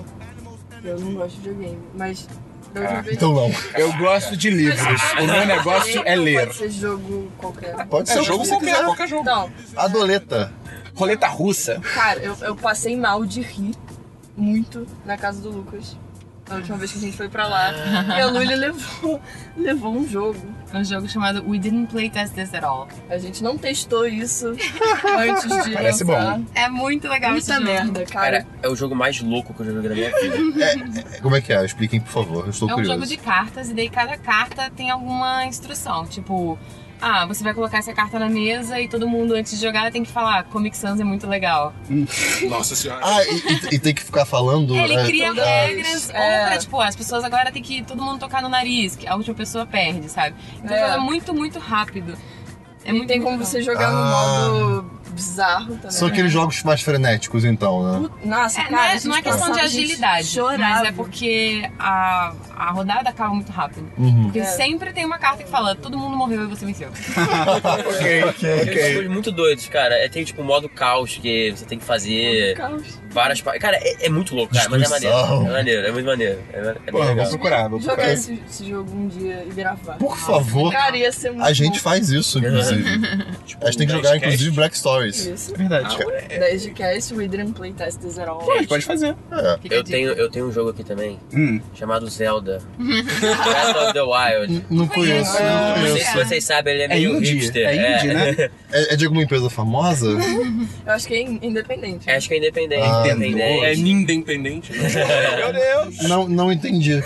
Speaker 3: Eu não gosto de videogame, mas da última vez...
Speaker 2: Então não.
Speaker 1: Eu gosto de livros. O meu negócio é ler.
Speaker 3: Pode ser jogo qualquer.
Speaker 2: Pode ser
Speaker 4: É
Speaker 2: o que
Speaker 4: jogo
Speaker 2: você
Speaker 4: qualquer,
Speaker 2: quiser.
Speaker 4: qualquer jogo.
Speaker 3: Então,
Speaker 2: Adoleta.
Speaker 1: Roleta russa.
Speaker 3: cara, eu, eu passei mal de rir muito na casa do Lucas. A última vez que a gente foi pra lá. E a Luli levou, levou um jogo.
Speaker 7: É um jogo chamado We Didn't Play Test This At All.
Speaker 3: A gente não testou isso antes de
Speaker 1: Parece
Speaker 3: lançar.
Speaker 1: bom.
Speaker 7: É muito legal esse
Speaker 3: Muita
Speaker 7: jogo.
Speaker 3: merda, cara.
Speaker 5: Cara, é o jogo mais louco que eu já joguei na minha vida.
Speaker 2: É, como é que é? Expliquem, por favor. Eu estou
Speaker 7: É um
Speaker 2: curioso.
Speaker 7: jogo de cartas e daí cada carta tem alguma instrução. Tipo, ah, você vai colocar essa carta na mesa e todo mundo, antes de jogar, tem que falar Comic Sans é muito legal.
Speaker 4: Nossa senhora.
Speaker 2: Ah, e, e- e tem que ficar falando.
Speaker 7: Ele
Speaker 2: é,
Speaker 7: cria
Speaker 3: todas-
Speaker 7: regras,
Speaker 3: é.
Speaker 7: ou pra, tipo, as pessoas agora tem que todo mundo tocar no nariz, que a última pessoa perde, sabe? Então
Speaker 3: É.
Speaker 7: joga muito, muito rápido. É
Speaker 3: E
Speaker 7: muito
Speaker 3: tem como
Speaker 7: muito
Speaker 3: você jogar no
Speaker 2: Ah.
Speaker 3: modo bizarro também.
Speaker 2: São aqueles jogos mais frenéticos, então, né?
Speaker 3: Nossa,
Speaker 7: É,
Speaker 3: cara,
Speaker 7: não é,
Speaker 3: a gente
Speaker 7: não é questão de
Speaker 3: passava, a gente
Speaker 7: agilidade,
Speaker 3: chorava.
Speaker 7: mas é porque a, a rodada acaba muito rápido.
Speaker 2: Uhum.
Speaker 7: Porque
Speaker 3: É.
Speaker 7: sempre tem uma carta que fala, todo mundo morreu e você venceu.
Speaker 1: ok, ok,
Speaker 5: Tem jogos
Speaker 1: ok.
Speaker 5: muito doidos, cara. É, tem tipo o modo caos que você tem que fazer
Speaker 3: Caos.
Speaker 5: várias pa- Cara, é, é muito louco, cara, mas é maneiro.
Speaker 2: Destruição.
Speaker 5: É maneiro, é muito maneiro. É, é bem
Speaker 1: Pô, vou
Speaker 5: legal.
Speaker 1: procurar, vou
Speaker 3: Jogar
Speaker 1: procurar.
Speaker 3: esse, esse jogo um dia e gravar.
Speaker 2: Por favor,
Speaker 3: Cara, ia ser muito
Speaker 2: a gente
Speaker 3: bom.
Speaker 2: faz isso, inclusive. A gente tem que jogar, inclusive, Black Stories.
Speaker 3: Isso.
Speaker 1: Verdade.
Speaker 3: dez de cast, we didn't play test this at all.
Speaker 1: Pô, a gente pode fazer.
Speaker 2: É.
Speaker 7: Fica a
Speaker 5: Eu
Speaker 7: dica.
Speaker 5: tenho, eu tenho um jogo aqui também,
Speaker 1: Hum.
Speaker 5: chamado Zelda. Breath of the Wild.
Speaker 2: Não conheço, não
Speaker 5: Não sei
Speaker 2: conheço.
Speaker 5: se vocês sabem, ele é
Speaker 1: É
Speaker 5: meio
Speaker 1: indie,
Speaker 5: hipster.
Speaker 1: é indie, né?
Speaker 2: É, é de alguma empresa famosa?
Speaker 3: Eu acho que é in- independente.
Speaker 5: Acho que é independente.
Speaker 2: Ah,
Speaker 4: É
Speaker 5: independente.
Speaker 4: independente.
Speaker 1: Meu Deus.
Speaker 2: Não, não entendi.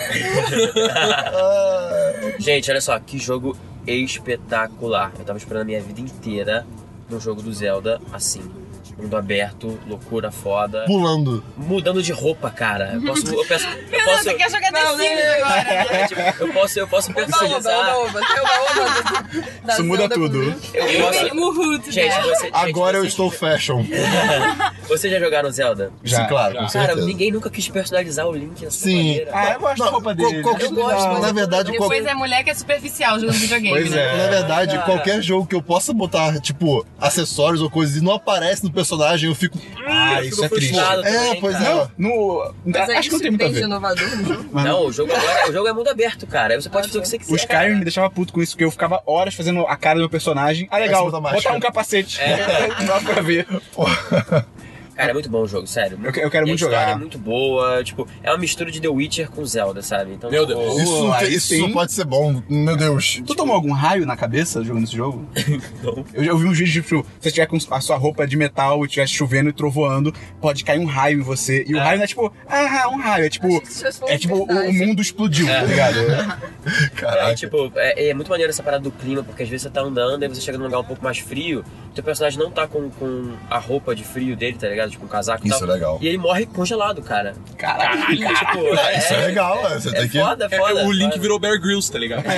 Speaker 2: Ah,
Speaker 5: Gente, olha só, que jogo espetacular. Eu tava esperando a minha vida inteira num jogo do Zelda assim. Mundo aberto, loucura foda.
Speaker 2: pulando.
Speaker 5: Mudando de roupa, cara. Eu posso. Eu, peço, eu
Speaker 7: Meu Deus,
Speaker 5: posso.
Speaker 7: você quer jogar The Sims agora?
Speaker 5: É, tipo, eu posso, eu posso
Speaker 3: Oba, oba,
Speaker 5: personalizar.
Speaker 3: oba, oba. Tem uma oba da
Speaker 1: Isso muda
Speaker 3: Zelda
Speaker 1: tudo.
Speaker 3: comigo.
Speaker 5: Eu posso.
Speaker 7: Uhul,
Speaker 5: Gente,
Speaker 7: né?
Speaker 5: você, gente,
Speaker 2: Agora eu
Speaker 5: vocês-
Speaker 2: estou fashion.
Speaker 5: Vocês já jogaram Zelda?
Speaker 1: Já.
Speaker 2: Sim, claro,
Speaker 4: já.
Speaker 2: com
Speaker 5: Cara,
Speaker 2: certeza.
Speaker 5: ninguém nunca quis personalizar o Link na sua
Speaker 2: Sim.
Speaker 5: maneira.
Speaker 1: Ah, eu gosto da roupa dele.
Speaker 2: qual- qualquer-
Speaker 3: Eu gosto, mas
Speaker 2: na verdade, qual-
Speaker 7: Depois é mulher que é superficial jogando videogame,
Speaker 1: Pois
Speaker 7: né?
Speaker 1: é.
Speaker 2: Na verdade,
Speaker 5: cara.
Speaker 2: qualquer jogo que eu possa botar, tipo, acessórios ou coisas e não aparece no personagem, eu fico.
Speaker 1: Ah,
Speaker 5: Eu
Speaker 1: isso
Speaker 5: fico
Speaker 1: é triste.
Speaker 5: frustrado
Speaker 2: É,
Speaker 5: também,
Speaker 2: pois
Speaker 5: cara.
Speaker 2: é.
Speaker 1: Não, no...
Speaker 3: Mas é
Speaker 1: acho que
Speaker 3: isso
Speaker 1: não tem muito a
Speaker 3: tem de
Speaker 1: ver.
Speaker 3: inovador no jogo.
Speaker 1: Mas
Speaker 5: Não, o jogo, agora, o jogo é mundo aberto, cara. Aí você pode fazer o que você quiser.
Speaker 1: O Skyrim me
Speaker 5: cara.
Speaker 1: deixava puto com isso, porque eu ficava horas fazendo a cara do meu personagem. Ah, legal,
Speaker 2: Aí você bota a máscara.
Speaker 1: botar um capacete.
Speaker 5: É.
Speaker 1: Não dá pra ver.
Speaker 5: Cara, é muito bom o jogo, sério.
Speaker 1: Eu que- eu quero
Speaker 5: E
Speaker 1: muito
Speaker 5: a história
Speaker 1: jogar.
Speaker 5: é muito boa, tipo, é uma mistura de The Witcher com Zelda, sabe? Então,
Speaker 4: Meu
Speaker 5: tipo,
Speaker 4: Deus.
Speaker 2: Isso,
Speaker 1: aí
Speaker 2: isso
Speaker 1: sim.
Speaker 2: pode ser bom, meu Deus.
Speaker 1: Tu tomou algum raio na cabeça jogando esse jogo?
Speaker 5: Não.
Speaker 1: Eu já ouvi uns vídeos de, tipo, se você tiver com a sua roupa de metal e estivesse chovendo e trovoando, pode cair um raio em você. E o
Speaker 5: É.
Speaker 1: raio não é tipo, ah, um raio. É tipo,
Speaker 3: Achei que isso fosse
Speaker 1: é tipo o,
Speaker 3: verdade.
Speaker 1: o mundo explodiu, tá ligado?
Speaker 5: É,
Speaker 2: Caraca.
Speaker 5: tipo, é, é muito maneiro essa parada do clima, porque às vezes você tá andando e você chega num lugar um pouco mais frio, teu personagem não tá com, com a roupa de frio dele, tá ligado? Tipo, um casaco e
Speaker 2: Isso
Speaker 5: tal.
Speaker 2: é legal.
Speaker 5: E ele morre congelado, cara.
Speaker 1: Caralho.
Speaker 5: E, tipo, é,
Speaker 2: Isso é legal, né? Você
Speaker 5: é
Speaker 2: tem que.
Speaker 5: foda, é
Speaker 4: É,
Speaker 5: foda.
Speaker 4: o Link
Speaker 5: foda.
Speaker 4: virou Bear Grylls, tá ligado?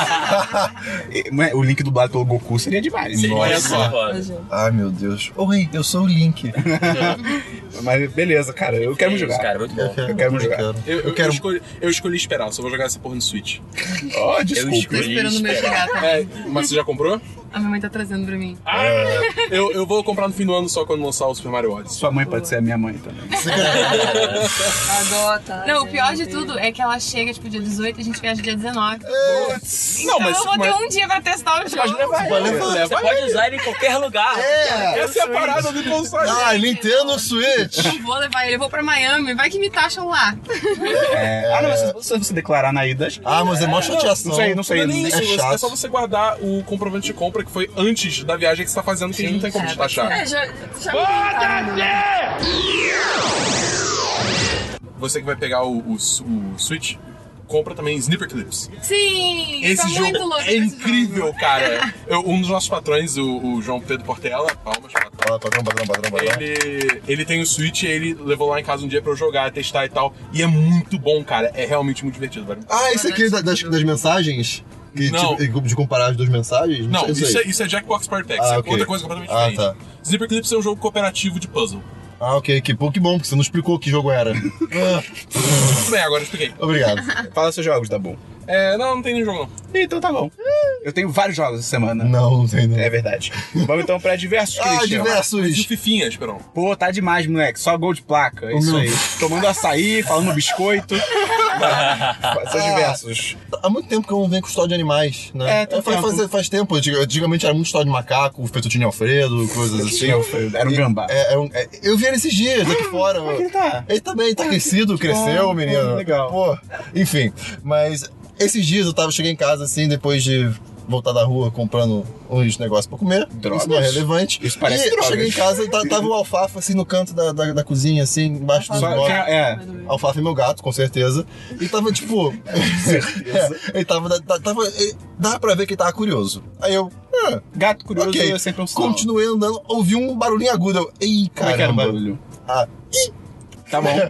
Speaker 1: E, o Link dublado pelo Goku seria demais.
Speaker 5: Sim,
Speaker 2: Nossa.
Speaker 5: olha só, foda.
Speaker 3: Imagina.
Speaker 2: Ai, meu Deus. Oi, eu sou o Link.
Speaker 1: Mas beleza, cara, eu quero
Speaker 5: É
Speaker 1: muito
Speaker 5: isso,
Speaker 1: jogar.
Speaker 5: cara, muito bom.
Speaker 1: Eu quero muito jogar.
Speaker 4: Eu, eu,
Speaker 2: Eu quero.
Speaker 4: eu, escolhi, eu escolhi esperar, só vou jogar essa porra no Switch.
Speaker 1: Ó,
Speaker 5: Eu
Speaker 1: desculpa.
Speaker 7: Tô
Speaker 5: escolhi
Speaker 7: esperando o meu
Speaker 5: esperar.
Speaker 7: chegar também.
Speaker 4: É, mas você já comprou?
Speaker 7: A minha mãe tá trazendo pra mim.
Speaker 4: Eu, eu vou comprar no fim do ano só quando lançar o Super Mario Odyssey.
Speaker 1: Sua mãe pode ser a minha mãe também.
Speaker 3: Adota.
Speaker 7: Não, o
Speaker 3: gente.
Speaker 7: pior de tudo é que ela chega, tipo, dia dezoito e a gente viaja dia dezenove.
Speaker 4: Não,
Speaker 7: Então
Speaker 4: mas,
Speaker 7: eu vou ter
Speaker 4: mas
Speaker 7: um dia pra testar o jogo.
Speaker 2: Vai levar.
Speaker 5: Você pode usar ele em qualquer lugar.
Speaker 2: É.
Speaker 4: essa é a parada do console.
Speaker 2: Ah, Nintendo Switch.
Speaker 7: Não vou levar ele, eu vou pra Miami, vai que me taxam lá.
Speaker 1: É, ah, não, mas se você declarar na ida, acho que...
Speaker 2: Ah, mas é mó chateação.
Speaker 1: Não sei, não sei.
Speaker 4: Não é nem
Speaker 1: É
Speaker 4: isso,
Speaker 2: chato.
Speaker 4: é só você guardar o comprovante de compra que foi antes da viagem que você tá fazendo, que a gente não tem como
Speaker 7: é,
Speaker 4: te taxar.
Speaker 3: É, já, já me tentaram, né?
Speaker 4: Você que vai pegar o, o, o Switch, compra também Snipper Clips.
Speaker 7: Sim,
Speaker 4: Esse
Speaker 7: tô
Speaker 4: jogo
Speaker 7: muito louco
Speaker 4: é
Speaker 7: com esse
Speaker 4: incrível,
Speaker 7: jogo.
Speaker 4: cara. Eu- um dos nossos patrões, o, o João Pedro Portela, palmas, patrão.
Speaker 2: Fala, patrão, patrão, patrão, patrão.
Speaker 4: Ele, ele tem o Switch e ele levou lá em casa um dia pra eu jogar, testar e tal. E é muito bom, cara. É realmente muito divertido, velho.
Speaker 2: Ah, isso aqui é da- das, das mensagens? Que,
Speaker 4: Não.
Speaker 2: tipo, de comparar as duas mensagens?
Speaker 4: Não,
Speaker 2: sei,
Speaker 4: isso
Speaker 2: sei.
Speaker 4: é, isso é Jackbox Party Packs,
Speaker 2: Ah,
Speaker 4: é
Speaker 2: ok.
Speaker 4: outra coisa completamente
Speaker 2: Ah,
Speaker 4: diferente.
Speaker 2: tá.
Speaker 4: Snipper Clips é um jogo cooperativo de puzzle.
Speaker 2: Ah, ok, que, pô, que bom, porque você não explicou que jogo era. Ah,
Speaker 4: Tudo bem, agora eu expliquei.
Speaker 2: obrigado.
Speaker 1: Fala seus jogos, tá bom.
Speaker 4: É, não, não tem nenhum jogo não.
Speaker 1: Então tá bom. Eu tenho vários jogos essa semana.
Speaker 2: Não, não tem não.
Speaker 1: É verdade. Vamos então pra diversos,
Speaker 2: Ah,
Speaker 1: Christian.
Speaker 4: Mas e o
Speaker 2: diversos.
Speaker 4: Fifinha, Esperão?
Speaker 1: Pô, tá demais, moleque. Só gol de placa. É isso
Speaker 2: Não.
Speaker 1: aí. Tomando açaí, falando biscoito. São diversos.
Speaker 2: Há muito tempo que eu não venho com história de animais, né?
Speaker 1: É, tem
Speaker 2: faz,
Speaker 1: tempo.
Speaker 2: faz, faz tempo. Antig- Antigamente era muito história de macaco, Fettuccine Alfredo, coisas assim.
Speaker 1: Era um gambá.
Speaker 2: É, é um- é- eu vi ele esses dias aqui fora.
Speaker 1: Como é que ele tá?
Speaker 2: Ele também tá crescido, cresceu,
Speaker 1: bom,
Speaker 2: menino.
Speaker 1: pô, legal.
Speaker 2: Pô, enfim, mas esses dias eu tava, cheguei em casa assim, depois de voltar da rua comprando uns negócios pra comer.
Speaker 1: Drogas?
Speaker 2: Isso não é relevante.
Speaker 1: Isso parece
Speaker 2: e eu
Speaker 1: drogas.
Speaker 2: cheguei em casa e tá- tava o alfafa assim no canto da, da, da cozinha, assim, embaixo dos
Speaker 1: Só,
Speaker 2: móveis.
Speaker 1: é,
Speaker 2: Alfafa é meu gato, com certeza. E tava tipo. é, ele tava. da- tava ele- dava pra ver que ele tava curioso. Aí eu. Ah,
Speaker 1: gato curioso
Speaker 2: ok.
Speaker 1: é sempre um sinal.
Speaker 2: Continuei andando, ouvi um barulhinho agudo. Eu, Ei,
Speaker 1: Como é que era o
Speaker 2: caramba.
Speaker 1: barulho?
Speaker 2: Ah,
Speaker 1: Tá bom.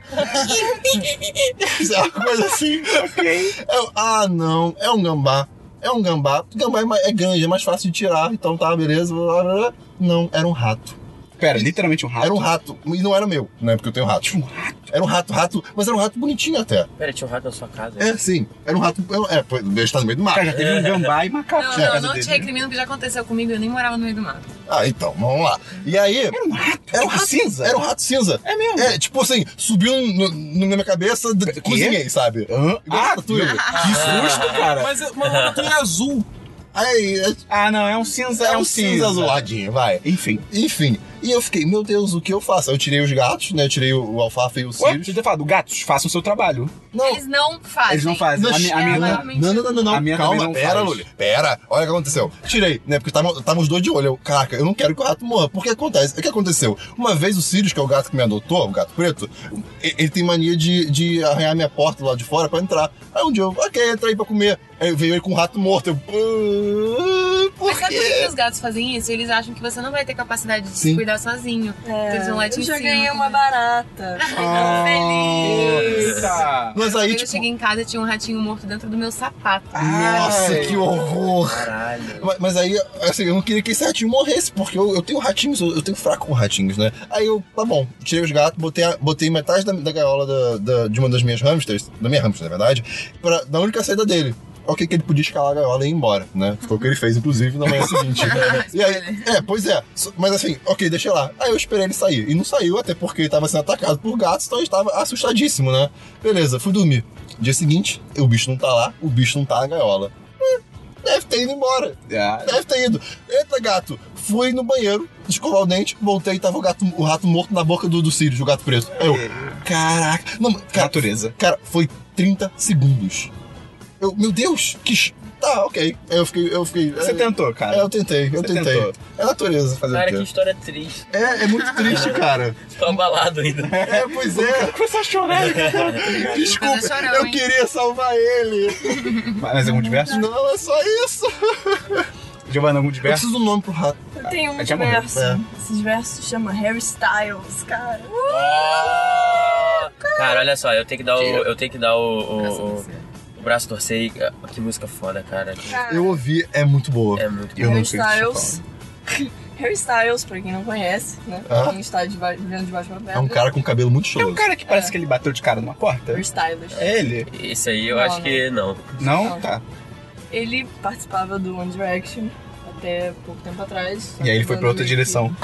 Speaker 2: é uma coisa assim.
Speaker 1: Ok.
Speaker 2: Eu, ah, não, é um gambá. É um gambá. Gambá é, mais- é grande, é mais fácil de tirar, então tá, beleza. blá, blá, blá. Não, era um rato.
Speaker 1: Pera, literalmente um rato.
Speaker 2: Era um rato. E não era meu, né? Porque eu tenho rato.
Speaker 1: Um rato?
Speaker 2: Era um rato, rato, mas era um rato bonitinho até.
Speaker 5: Pera, tinha um rato na sua casa?
Speaker 2: É, sim. Era um rato. É, pô, ele está no meio do mato.
Speaker 1: Cara, já teve um gambá e macaco
Speaker 7: Não,
Speaker 1: na
Speaker 7: não,
Speaker 1: casa
Speaker 7: não
Speaker 1: dele.
Speaker 7: te recrimino porque já aconteceu comigo, eu nem morava no meio do mato.
Speaker 2: Ah, então, vamos lá. E aí.
Speaker 1: Era um rato?
Speaker 2: Era um
Speaker 1: Tipo
Speaker 2: rato
Speaker 1: cinza?
Speaker 2: Era um rato cinza.
Speaker 1: É mesmo?
Speaker 2: É, tipo assim, subiu no, no- na minha cabeça, d-
Speaker 1: Quê?
Speaker 2: cozinhei, sabe?
Speaker 1: Hã?
Speaker 2: Igual
Speaker 1: Ah,
Speaker 2: Ratatouille.
Speaker 1: que susto, cara.
Speaker 4: Mas, mas o Ratatouille é azul.
Speaker 2: Aí, é,
Speaker 1: Ah, não, é um cinza,
Speaker 2: é
Speaker 1: é
Speaker 2: um
Speaker 1: um
Speaker 2: cinza
Speaker 1: cinza.
Speaker 2: azuladinho, vai.
Speaker 1: Enfim.
Speaker 2: Enfim, e eu fiquei, meu Deus, o que eu faço? Aí eu tirei os gatos, né? Eu tirei o, o alfafa e o
Speaker 1: Ué,
Speaker 2: Sirius.
Speaker 1: você ter falado, gatos, façam o seu trabalho.
Speaker 2: Não,
Speaker 7: Eles não fazem.
Speaker 1: Eles não fazem.
Speaker 2: Não,
Speaker 1: A, mi- a minha
Speaker 7: ela-
Speaker 1: não.
Speaker 7: realmente-
Speaker 2: não, não, não, não, não.
Speaker 1: A minha também
Speaker 2: Calma,
Speaker 1: não
Speaker 2: pera,
Speaker 1: faz.
Speaker 2: Luli. Pera, olha o que aconteceu. Tirei, né? Porque estavam estavam os dois de olho. Eu, caraca, eu não quero que o rato morra. Porque acontece. O que aconteceu? Uma vez o Sirius, que é o gato que me adotou, o gato preto, e- ele tem mania de, de arranhar minha porta lá de fora pra entrar. Aí um dia eu, ok, entra aí pra comer. Aí veio ele com um rato morto. Eu, "Ah, por
Speaker 7: Mas sabe por que
Speaker 2: quê?"
Speaker 7: os gatos fazem isso? Eles acham que você não vai ter capacidade de
Speaker 2: Sim.
Speaker 7: se cuidar sozinho. Então eles vão lá te
Speaker 3: eu já
Speaker 7: ensinam
Speaker 3: ganhei
Speaker 7: como-
Speaker 3: uma barata.
Speaker 1: Ah,
Speaker 7: feliz.
Speaker 1: Eita.
Speaker 2: Mas aí,
Speaker 7: Quando eu
Speaker 2: tipo,
Speaker 7: cheguei em casa, tinha um ratinho morto dentro do meu sapato.
Speaker 2: nossa,
Speaker 1: Ai.
Speaker 2: que horror.
Speaker 5: Caralho.
Speaker 2: Mas, mas aí, assim, eu não queria que esse ratinho morresse, porque eu, eu tenho ratinhos, eu, eu tenho fraco com ratinhos, né? Aí eu, tá bom, tirei os gatos, botei, a- botei metade da, da gaiola da, da- de uma das minhas hamsters, da minha hamster, na verdade, pra, da única saída dele. Ok, que ele podia escalar a gaiola e ir embora, né? Foi o que ele fez, inclusive, na manhã seguinte. E aí, é, pois é. So- Mas assim, ok, deixei lá. Aí eu esperei ele sair. E não saiu, até porque ele tava sendo atacado por gatos, então eu estava assustadíssimo, né? Beleza, fui dormir. Dia seguinte, o bicho não tá lá, o bicho não tá na gaiola. Hum, deve ter ido embora.
Speaker 1: Ah,
Speaker 2: Deve ter ido. Eita, gato. Fui no banheiro, escovar o dente, voltei e tava o, gato, o rato morto na boca do, do Sirius, o gato preto. Aí eu, caraca. Não, cara,
Speaker 1: natureza.
Speaker 2: cara, foi trinta segundos. Eu, meu Deus, que. ch- Tá, ok. Aí eu fiquei. Eu fiquei
Speaker 1: Você
Speaker 2: é,
Speaker 1: tentou, cara.
Speaker 2: É, eu tentei, eu
Speaker 1: Você
Speaker 2: tentei.
Speaker 1: tentou.
Speaker 2: É natureza fazer
Speaker 5: Cara,
Speaker 2: o
Speaker 5: que
Speaker 2: quê?
Speaker 5: história triste.
Speaker 2: É, é muito triste, cara.
Speaker 5: Tô abalado ainda.
Speaker 2: É, pois é.
Speaker 1: Começou a chorar.
Speaker 2: Desculpa,
Speaker 7: Fazer chorão,
Speaker 2: eu
Speaker 7: hein?
Speaker 2: queria salvar ele.
Speaker 1: Mas é algum diverso?
Speaker 2: Não, é só isso.
Speaker 1: Giovanna, algum
Speaker 2: Eu
Speaker 1: diverso?
Speaker 2: preciso de um nome pro rato.
Speaker 3: Eu tenho um
Speaker 1: Já morreu.
Speaker 3: verso.
Speaker 2: É.
Speaker 3: Esses versos se chama Harry Styles, cara.
Speaker 5: Cara, olha só, eu tenho que dar o. Eu tenho que dar o. o, o, o braço a torcer e. Que música foda, cara.
Speaker 3: Cara,
Speaker 2: Eu ouvi, é muito boa.
Speaker 5: É muito
Speaker 1: Eu
Speaker 5: bom.
Speaker 1: não
Speaker 3: Harry
Speaker 1: sei o que você tá
Speaker 3: Styles. Harry Styles, pra quem não conhece, né?
Speaker 2: Ah.
Speaker 3: Quem está deba- vivendo debaixo de uma pedra.
Speaker 2: É um cara com cabelo muito
Speaker 1: É um
Speaker 2: choroso.
Speaker 1: cara que parece que ele bateu de cara numa porta?
Speaker 3: Harry Styles.
Speaker 1: É ele?
Speaker 5: Esse aí eu
Speaker 3: Não,
Speaker 5: acho
Speaker 3: não.
Speaker 5: que não.
Speaker 1: Não?
Speaker 3: Não.
Speaker 1: Tá.
Speaker 3: Ele participava do One Direction até pouco tempo atrás.
Speaker 1: E aí ele foi pra outra direção.
Speaker 3: Tudo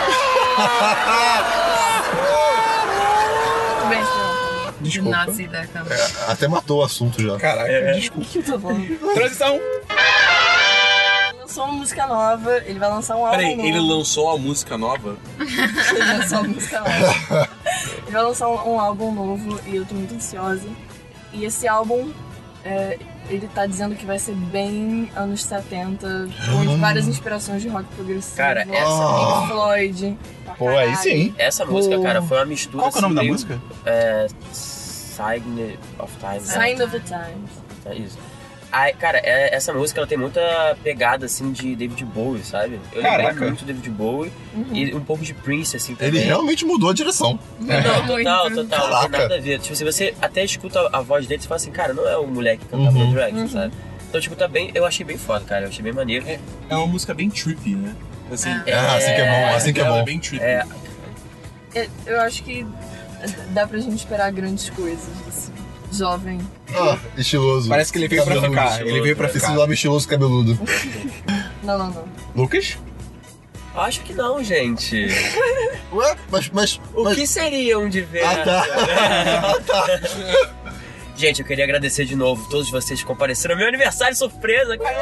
Speaker 3: bem, não.
Speaker 1: Desculpa.
Speaker 7: Nazi da câmera.
Speaker 2: Até matou o assunto já.
Speaker 1: Caraca, desculpa.
Speaker 3: O que eu tô falando?
Speaker 1: Transição.
Speaker 3: Ele lançou uma música nova, ele vai lançar um álbum
Speaker 4: Peraí,
Speaker 3: novo.
Speaker 4: ele lançou a música nova?
Speaker 3: Ele lançou uma música nova. Ele vai lançar um, um álbum novo e eu tô muito ansiosa. E esse álbum, é, ele tá dizendo que vai ser bem anos setenta, com várias inspirações de rock progressivo.
Speaker 5: Cara, essa-
Speaker 3: Pink Floyd. pra
Speaker 1: Pô, aí
Speaker 3: caralho.
Speaker 1: sim.
Speaker 5: Essa música,
Speaker 1: Pô.
Speaker 5: cara, foi uma mistura.
Speaker 1: Qual que é o nome
Speaker 5: assim,
Speaker 1: da
Speaker 5: meio-
Speaker 1: música?
Speaker 5: É. Sign of Time.
Speaker 3: Sign of the Times.
Speaker 5: É isso. Aí, cara, é- essa música ela tem muita pegada assim de David Bowie, sabe? Eu lembrei
Speaker 1: Caraca.
Speaker 5: muito David Bowie e um pouco de Prince, assim, também.
Speaker 2: Ele realmente mudou a direção.
Speaker 7: Mudou muito.
Speaker 5: Total, total, não
Speaker 2: Caraca.
Speaker 5: tem nada a ver. Tipo, se você até escuta a voz dele, você fala assim, cara, não é o moleque que cantava
Speaker 2: Uhum.
Speaker 5: no Drag, sabe? Então, tipo, tá bem, eu achei bem foda, cara, eu achei bem maneiro.
Speaker 4: É, é uma música bem trippy, né? Assim,
Speaker 5: É.
Speaker 2: Ah, assim que é bom, assim que é
Speaker 4: ela
Speaker 2: bom.
Speaker 4: bem trippy.
Speaker 5: É,
Speaker 3: É, Eu acho que dá pra gente esperar grandes coisas desse jovem.
Speaker 2: Ah, estiloso.
Speaker 1: Parece que ele veio pra
Speaker 2: Cabeludo.
Speaker 1: ficar. Ele veio pra
Speaker 2: Esse
Speaker 1: ficar.
Speaker 2: nome estiloso cabeludo.
Speaker 3: Não, não, não.
Speaker 1: Lucas?
Speaker 5: acho que não, gente.
Speaker 2: Ué, mas. mas,
Speaker 5: O
Speaker 2: mas...
Speaker 5: que seria um diverso?
Speaker 2: Ah, tá. Ah, tá.
Speaker 5: Gente, eu queria agradecer de novo todos vocês que compareceram ao meu aniversário surpresa, cara.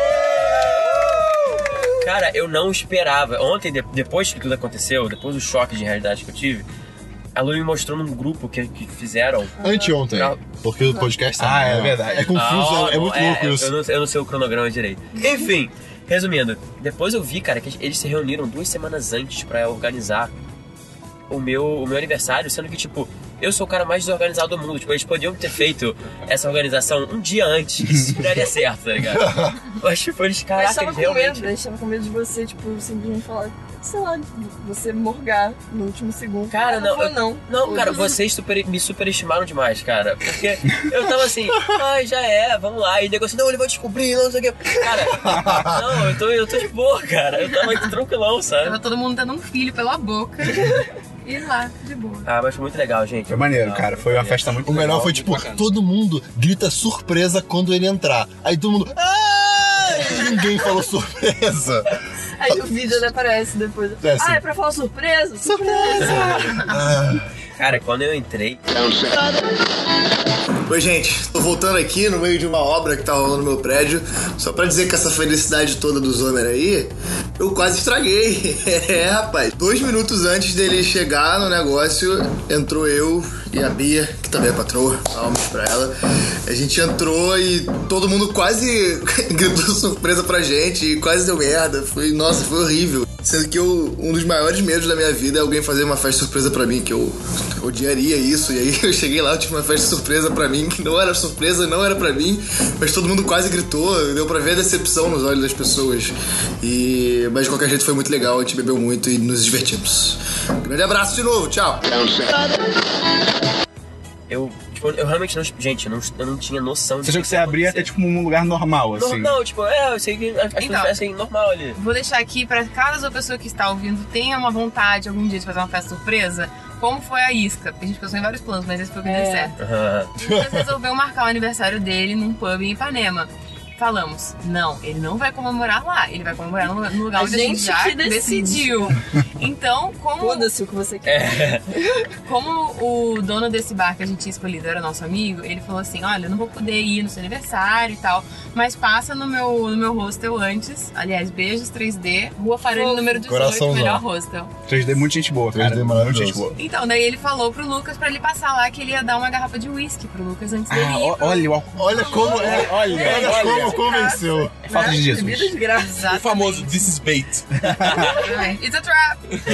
Speaker 5: Cara, eu não esperava. Ontem, de- depois que tudo aconteceu, depois do choque de realidade que eu tive, A Lu me mostrou num grupo que, que fizeram.
Speaker 2: Anteontem.
Speaker 5: Pra-
Speaker 2: Porque o podcast
Speaker 1: Ah, é
Speaker 2: é,
Speaker 1: verdade.
Speaker 2: é confuso,
Speaker 5: Ah,
Speaker 2: é, é muito
Speaker 5: não,
Speaker 2: louco isso.
Speaker 5: Eu não, eu não sei o cronograma direito. Enfim, resumindo, depois eu vi, cara, que eles se reuniram duas semanas antes pra organizar o meu, o meu aniversário, sendo que, tipo, eu sou o cara mais desorganizado do mundo. Tipo, eles podiam ter feito essa organização um dia antes, isso daria certo, tá ligado? Mas, tipo, eles,
Speaker 3: Mas
Speaker 5: caraca,
Speaker 3: tava
Speaker 5: eles
Speaker 3: com
Speaker 5: realmente...
Speaker 3: medo, eles estavam com medo de você, tipo, simplesmente falar, sei lá, você morgar no último segundo.
Speaker 5: Cara,
Speaker 3: Ah,
Speaker 5: não,
Speaker 3: vou,
Speaker 5: eu-
Speaker 3: não.
Speaker 5: Não, cara,
Speaker 3: Foda-se.
Speaker 5: vocês super- me superestimaram demais, cara. Porque eu tava assim, ai, já é, vamos lá. E o negócio, não, ele vai descobrir, não sei o que. Cara, não, eu tô, eu tô de boa, cara. Eu tava tranquilão, sabe?
Speaker 7: Tava todo mundo dando um filho pela boca. E lá, de boa.
Speaker 5: Ah, mas foi muito legal, gente.
Speaker 1: Foi maneiro,
Speaker 5: Legal.
Speaker 1: cara. Foi uma festa muito
Speaker 2: O melhor
Speaker 1: legal.
Speaker 2: foi, tipo,
Speaker 4: bacana.
Speaker 2: todo mundo grita surpresa quando ele entrar. Aí todo mundo. Ah! E ninguém falou surpresa.
Speaker 3: Aí o vídeo ainda aparece depois.
Speaker 2: É, sim.
Speaker 3: ah, é pra falar surpresa? Surpresa!
Speaker 2: Ah,
Speaker 5: Cara, quando eu entrei,
Speaker 8: Oi, gente. Tô voltando aqui no meio de uma obra que tá rolando no meu prédio. Só pra dizer que essa felicidade toda do Zomer aí, eu quase estraguei. É, rapaz. Dois minutos antes dele chegar no negócio, entrou eu e a Bia, que também é patroa, palmas pra ela. A gente entrou e todo mundo quase gritou surpresa pra gente e quase deu merda. Foi, nossa, foi horrível. Sendo que eu, um dos maiores medos da minha vida é alguém fazer uma festa surpresa pra mim, que eu odiaria isso. E aí eu cheguei lá, eu tive uma festa surpresa pra mim, que não era surpresa, não era pra mim, mas todo mundo quase gritou, deu pra ver a decepção nos olhos das pessoas. E, mas de qualquer jeito foi muito legal, a gente bebeu muito e nos divertimos. Grande abraço de novo, tchau!
Speaker 5: eu, tipo, eu realmente não... Gente, eu não, eu não tinha noção de
Speaker 1: Você achou que você abria até, tipo, um lugar normal,
Speaker 5: Não,
Speaker 1: assim?
Speaker 5: não, tipo, é, eu sei que as pessoas
Speaker 7: Então.
Speaker 5: assim, normal ali.
Speaker 7: Vou deixar aqui pra caso a pessoa que está ouvindo tenha uma vontade algum dia de fazer uma festa surpresa, como foi a isca. Porque a gente pensou em vários planos, mas esse foi o que deu
Speaker 3: É.
Speaker 7: certo.
Speaker 5: Aham.
Speaker 7: O Lucas resolveu marcar o aniversário dele num pub em Ipanema. Falamos, não, ele não vai comemorar lá, ele vai comemorar no no lugar
Speaker 3: A
Speaker 7: onde a gente
Speaker 3: gente
Speaker 7: já
Speaker 3: que decide.
Speaker 7: decidiu. Então, como,
Speaker 3: Foda-se o que você quer.
Speaker 7: como o dono desse bar que a gente tinha escolhido era nosso amigo, ele falou assim, olha, eu não vou poder ir no seu aniversário e tal, mas passa no meu, no meu hostel antes. Aliás, beijos três D, Rua Farani,
Speaker 3: Fofo.
Speaker 7: número dezoito,
Speaker 2: Coraçãozão.
Speaker 7: melhor hostel.
Speaker 1: três D, muita gente boa, cara.
Speaker 2: três D maravilhoso.
Speaker 1: Muita gente boa.
Speaker 7: Então, daí ele falou pro Lucas pra ele passar lá que ele ia dar uma garrafa de uísque pro Lucas antes dele
Speaker 1: Ah,
Speaker 7: ir.
Speaker 1: ó-
Speaker 7: pro-
Speaker 1: olha o álcool.
Speaker 2: olha como é.
Speaker 1: Olha,
Speaker 2: Olha como convenceu.
Speaker 1: Falta de
Speaker 3: Bebida
Speaker 1: Jesus.
Speaker 3: de graça.
Speaker 4: O
Speaker 7: Exatamente.
Speaker 4: famoso This is bait.
Speaker 7: It's a trap!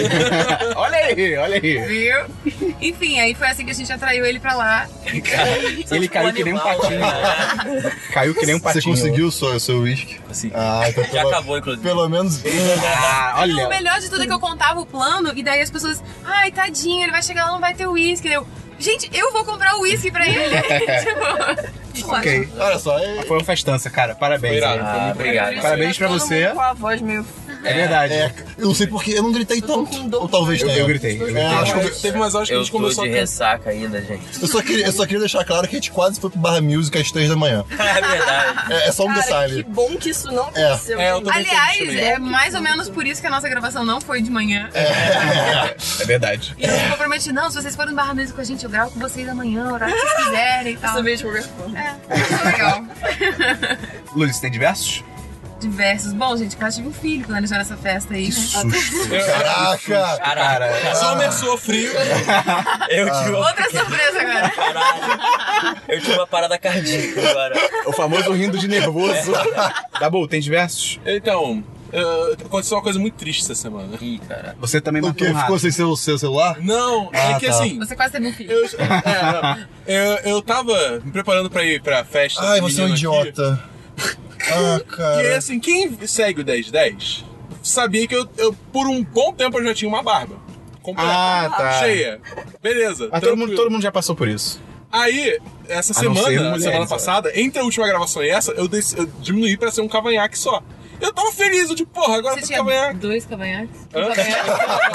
Speaker 1: Olha aí, olha aí.
Speaker 7: Viu? Enfim, aí foi assim que a gente atraiu ele pra lá.
Speaker 1: Ele caiu que nem um
Speaker 5: animal,
Speaker 1: patinho.
Speaker 5: né?
Speaker 1: Caiu que nem um
Speaker 2: Você
Speaker 1: patinho.
Speaker 2: conseguiu o seu, o seu whisky?
Speaker 5: Assim,
Speaker 2: Ah, então
Speaker 5: já
Speaker 2: pelo,
Speaker 5: acabou, inclusive.
Speaker 2: pelo menos.
Speaker 1: Ah,
Speaker 7: O
Speaker 1: olha.
Speaker 7: melhor de tudo é que eu contava o plano e daí as pessoas, ai, tadinho, ele vai chegar lá, não vai ter uísque. Eu, gente, eu vou comprar o uísque pra ele. Tipo,
Speaker 1: Ok.
Speaker 2: Olha só, é,
Speaker 1: Foi uma festança, cara. Parabéns.
Speaker 4: Foi irado.
Speaker 1: hein?
Speaker 5: Ah, obrigado.
Speaker 1: Parabéns pra
Speaker 3: Todo
Speaker 1: você.
Speaker 3: mundo com a voz meio...
Speaker 1: É verdade.
Speaker 2: é, eu não sei porque eu não gritei tanto.
Speaker 3: com dor.
Speaker 2: Ou talvez
Speaker 1: Eu,
Speaker 2: tenha.
Speaker 1: eu gritei. Eu gritei.
Speaker 2: É, acho que eu,
Speaker 4: Teve umas horas que a
Speaker 5: Eu
Speaker 4: gente
Speaker 5: tô
Speaker 4: começou
Speaker 5: de
Speaker 4: a cantar.
Speaker 5: ressaca ainda, gente.
Speaker 2: eu só queria, eu só queria deixar claro que a gente quase foi pro Barra Music às três da manhã.
Speaker 5: É verdade.
Speaker 2: É, é só um
Speaker 3: Cara, que
Speaker 2: detalhe.
Speaker 3: bom que isso não aconteceu.
Speaker 4: É, eu
Speaker 3: gente.
Speaker 4: também tô
Speaker 7: aliás,
Speaker 4: também.
Speaker 7: é mais ou menos por isso que a nossa gravação não foi de manhã.
Speaker 1: É verdade.
Speaker 7: E eu prometi, não, se vocês forem no Barra Music com a gente, eu gravo com vocês amanhã, o horário que vocês quiserem e tal.
Speaker 3: Sabia de qualquer forma.
Speaker 7: É, isso é legal.
Speaker 1: Luiz, tem diversos?
Speaker 7: Diversos. Bom, gente, quase tive um filho planejando essa festa aí, né?
Speaker 1: Susto.
Speaker 2: Caraca!
Speaker 1: Cara,
Speaker 4: Summer sofreu.
Speaker 5: Eu tive uma,
Speaker 7: Outra surpresa agora.
Speaker 5: caralho, eu tive uma parada cardíaca agora.
Speaker 1: o famoso rindo de nervoso. Tá bom, tem diversos?
Speaker 4: Então, uh, aconteceu uma coisa muito triste essa semana.
Speaker 5: Ih, cara.
Speaker 1: Você também
Speaker 2: O
Speaker 1: matou
Speaker 2: quê?
Speaker 1: um rato.
Speaker 2: Ficou sem seu, seu celular?
Speaker 4: Não,
Speaker 2: Ah,
Speaker 4: é que
Speaker 2: tá.
Speaker 4: assim.
Speaker 7: Você quase teve um filho.
Speaker 4: Eu, é, não. eu, eu tava me preparando pra ir pra festa.
Speaker 2: Ai,
Speaker 4: desse
Speaker 2: você é um
Speaker 4: menino aqui.
Speaker 2: idiota. Ah,
Speaker 4: E
Speaker 2: cara.
Speaker 4: assim, quem segue o dez dez sabia que eu, eu, por um bom tempo, eu já tinha uma barba. Completa.
Speaker 1: Ah, tá.
Speaker 4: Cheia. Beleza.
Speaker 1: Mas todo
Speaker 4: tranquilo.
Speaker 1: mundo, todo mundo já passou por isso.
Speaker 4: Aí, essa
Speaker 1: A não ser
Speaker 4: semana,
Speaker 1: mulheres,
Speaker 4: semana
Speaker 1: né?
Speaker 4: passada, entre a última gravação e essa, eu, desci- eu diminuí pra ser um cavanhaque só. Eu tava feliz, eu tipo, porra, agora
Speaker 7: Você
Speaker 4: tá
Speaker 7: tinha
Speaker 4: cavanhaque.
Speaker 7: dois cavanhaques? Um
Speaker 4: Hã?
Speaker 7: cavanhaque.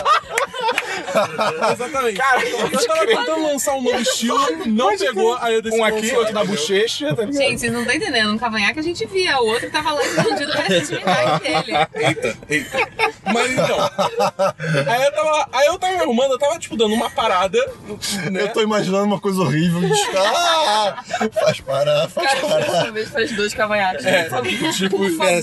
Speaker 4: Exatamente. eu tava tentando lançar um novo estilo, não pegou, aí eu decidi
Speaker 1: Um aqui,
Speaker 4: lançar,
Speaker 1: outro na
Speaker 4: entendeu?
Speaker 1: bochecha. Tá ligado?
Speaker 7: Gente, vocês não estão entendendo. Um cavanhaque a gente via, o outro tava lá escondido pra intimidade dele.
Speaker 4: Eita, eita. Mas então. Aí eu tava, aí eu tava me arrumando, eu tava tipo dando uma parada. Né?
Speaker 2: Eu tô imaginando uma coisa horrível. Ah, faz parar, faz parar.
Speaker 3: Dessa vez faz dois cavanhaques.
Speaker 4: É,
Speaker 3: por favor.
Speaker 4: tipo,
Speaker 3: Por
Speaker 1: É,
Speaker 3: favor.
Speaker 1: você tava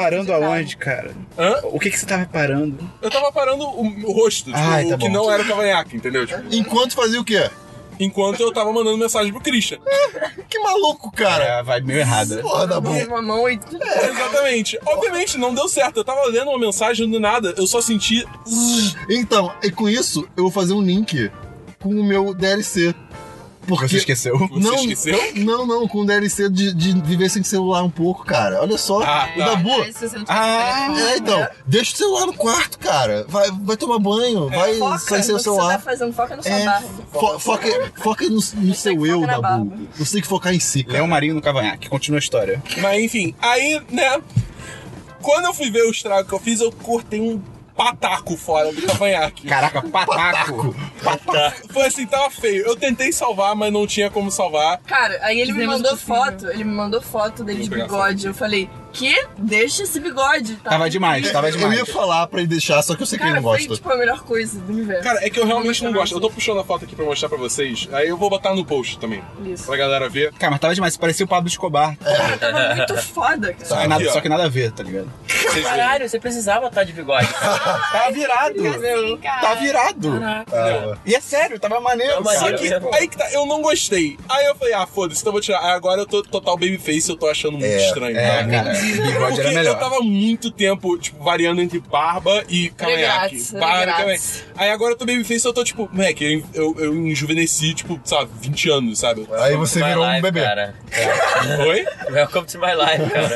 Speaker 1: parando
Speaker 3: de carro.
Speaker 1: aonde, cara?
Speaker 4: Hã?
Speaker 1: O que que você tava parando?
Speaker 4: Eu tava parando o, o rosto, tipo,
Speaker 1: Ai, tá
Speaker 4: o que
Speaker 1: bom.
Speaker 4: não era o cavanhaque, entendeu? Tipo,
Speaker 2: Enquanto fazia o quê?
Speaker 4: enquanto eu tava mandando mensagem pro Christian.
Speaker 2: Que maluco, cara.
Speaker 1: É, vai meio errada.
Speaker 2: Porra, da boa.
Speaker 3: Uma mão e...
Speaker 4: Exatamente. Obviamente, não deu certo. Eu tava lendo uma mensagem do nada, eu só senti.
Speaker 2: Então, e com isso, eu vou fazer um link com o meu D L C. Porque...
Speaker 1: Você esqueceu?
Speaker 4: Você
Speaker 2: não,
Speaker 4: esqueceu?
Speaker 2: Não, não, com o D L C de, de viver sem celular um pouco, cara. Olha só,
Speaker 4: Ah,
Speaker 2: o
Speaker 4: tá.
Speaker 2: Dabu...
Speaker 7: Mas se você não tiver
Speaker 1: Ah,
Speaker 7: telefone,
Speaker 2: É, então, deixa o celular no quarto, cara. Vai, vai tomar banho, vai
Speaker 3: Foca
Speaker 2: sair sem
Speaker 3: no
Speaker 2: o
Speaker 3: que você tá
Speaker 2: celular.
Speaker 3: fazendo, foca no sua
Speaker 2: É,
Speaker 3: barba.
Speaker 2: fo- foca, foca no, no
Speaker 3: tem
Speaker 2: seu
Speaker 3: que
Speaker 2: eu,
Speaker 3: focar na
Speaker 2: Dabu.
Speaker 3: barba.
Speaker 2: Você tem que focar em si, cara.
Speaker 1: Leão Marinho no cavanhaque. Continua a história.
Speaker 4: Mas enfim, aí, né? Quando eu fui ver o estrago que eu fiz, eu cortei um pataco fora do cavanhaque.
Speaker 1: Caraca, pataco.
Speaker 4: Foi assim, tava feio. Eu tentei salvar, mas não tinha como salvar.
Speaker 3: Cara, aí ele me
Speaker 7: Fizemos
Speaker 3: mandou
Speaker 7: o possível.
Speaker 3: foto, ele me mandou foto dele de
Speaker 4: Vou pegar
Speaker 3: bigode. Eu falei, que? Deixa esse bigode, tá?
Speaker 1: Tava demais, tava
Speaker 2: Eu
Speaker 1: demais.
Speaker 2: ia falar pra ele deixar, só que eu sei que ele
Speaker 3: Cara,
Speaker 2: não
Speaker 3: foi
Speaker 2: gosta.
Speaker 3: tipo a melhor coisa do universo.
Speaker 4: Cara, é que eu realmente não
Speaker 3: Vou
Speaker 4: gosto. Eu tô puxando a foto aqui pra mostrar pra vocês. Aí eu vou botar no post também.
Speaker 3: Isso.
Speaker 4: Pra galera ver.
Speaker 1: Cara, mas tava demais. Parecia o Pablo Escobar.
Speaker 3: Tava muito foda, cara.
Speaker 1: Só que, nada,
Speaker 4: Aqui, ó.
Speaker 1: só que nada a ver, tá ligado?
Speaker 4: Vocês verem.
Speaker 5: Caralho, você precisava estar de bigode.
Speaker 1: Tá virado.
Speaker 7: assim, cara.
Speaker 1: Tá virado.
Speaker 2: Ah,
Speaker 1: E é sério, tava maneiro.
Speaker 5: Tá
Speaker 4: Só
Speaker 5: maneiro.
Speaker 4: que aí que tá, eu não gostei. Aí eu falei, ah, foda-se, então eu vou tirar. Aí agora eu tô total babyface, eu tô achando muito
Speaker 2: É,
Speaker 4: estranho.
Speaker 1: É,
Speaker 4: sabe?
Speaker 1: cara, bigode
Speaker 4: Porque
Speaker 1: era
Speaker 4: eu
Speaker 1: melhor.
Speaker 4: tava muito tempo, tipo, variando entre barba e cavanhaque.
Speaker 3: grátis,
Speaker 4: Barba e
Speaker 3: grátis.
Speaker 4: cavanhaque. Aí agora eu tô babyface, eu tô tipo, moleque, eu, eu, eu enjuvenesci, tipo, sabe, vinte anos, sabe?
Speaker 2: Aí você
Speaker 5: My
Speaker 2: virou um
Speaker 5: life,
Speaker 2: bebê.
Speaker 5: Cara.
Speaker 4: Oi?
Speaker 5: Welcome to my life, cara.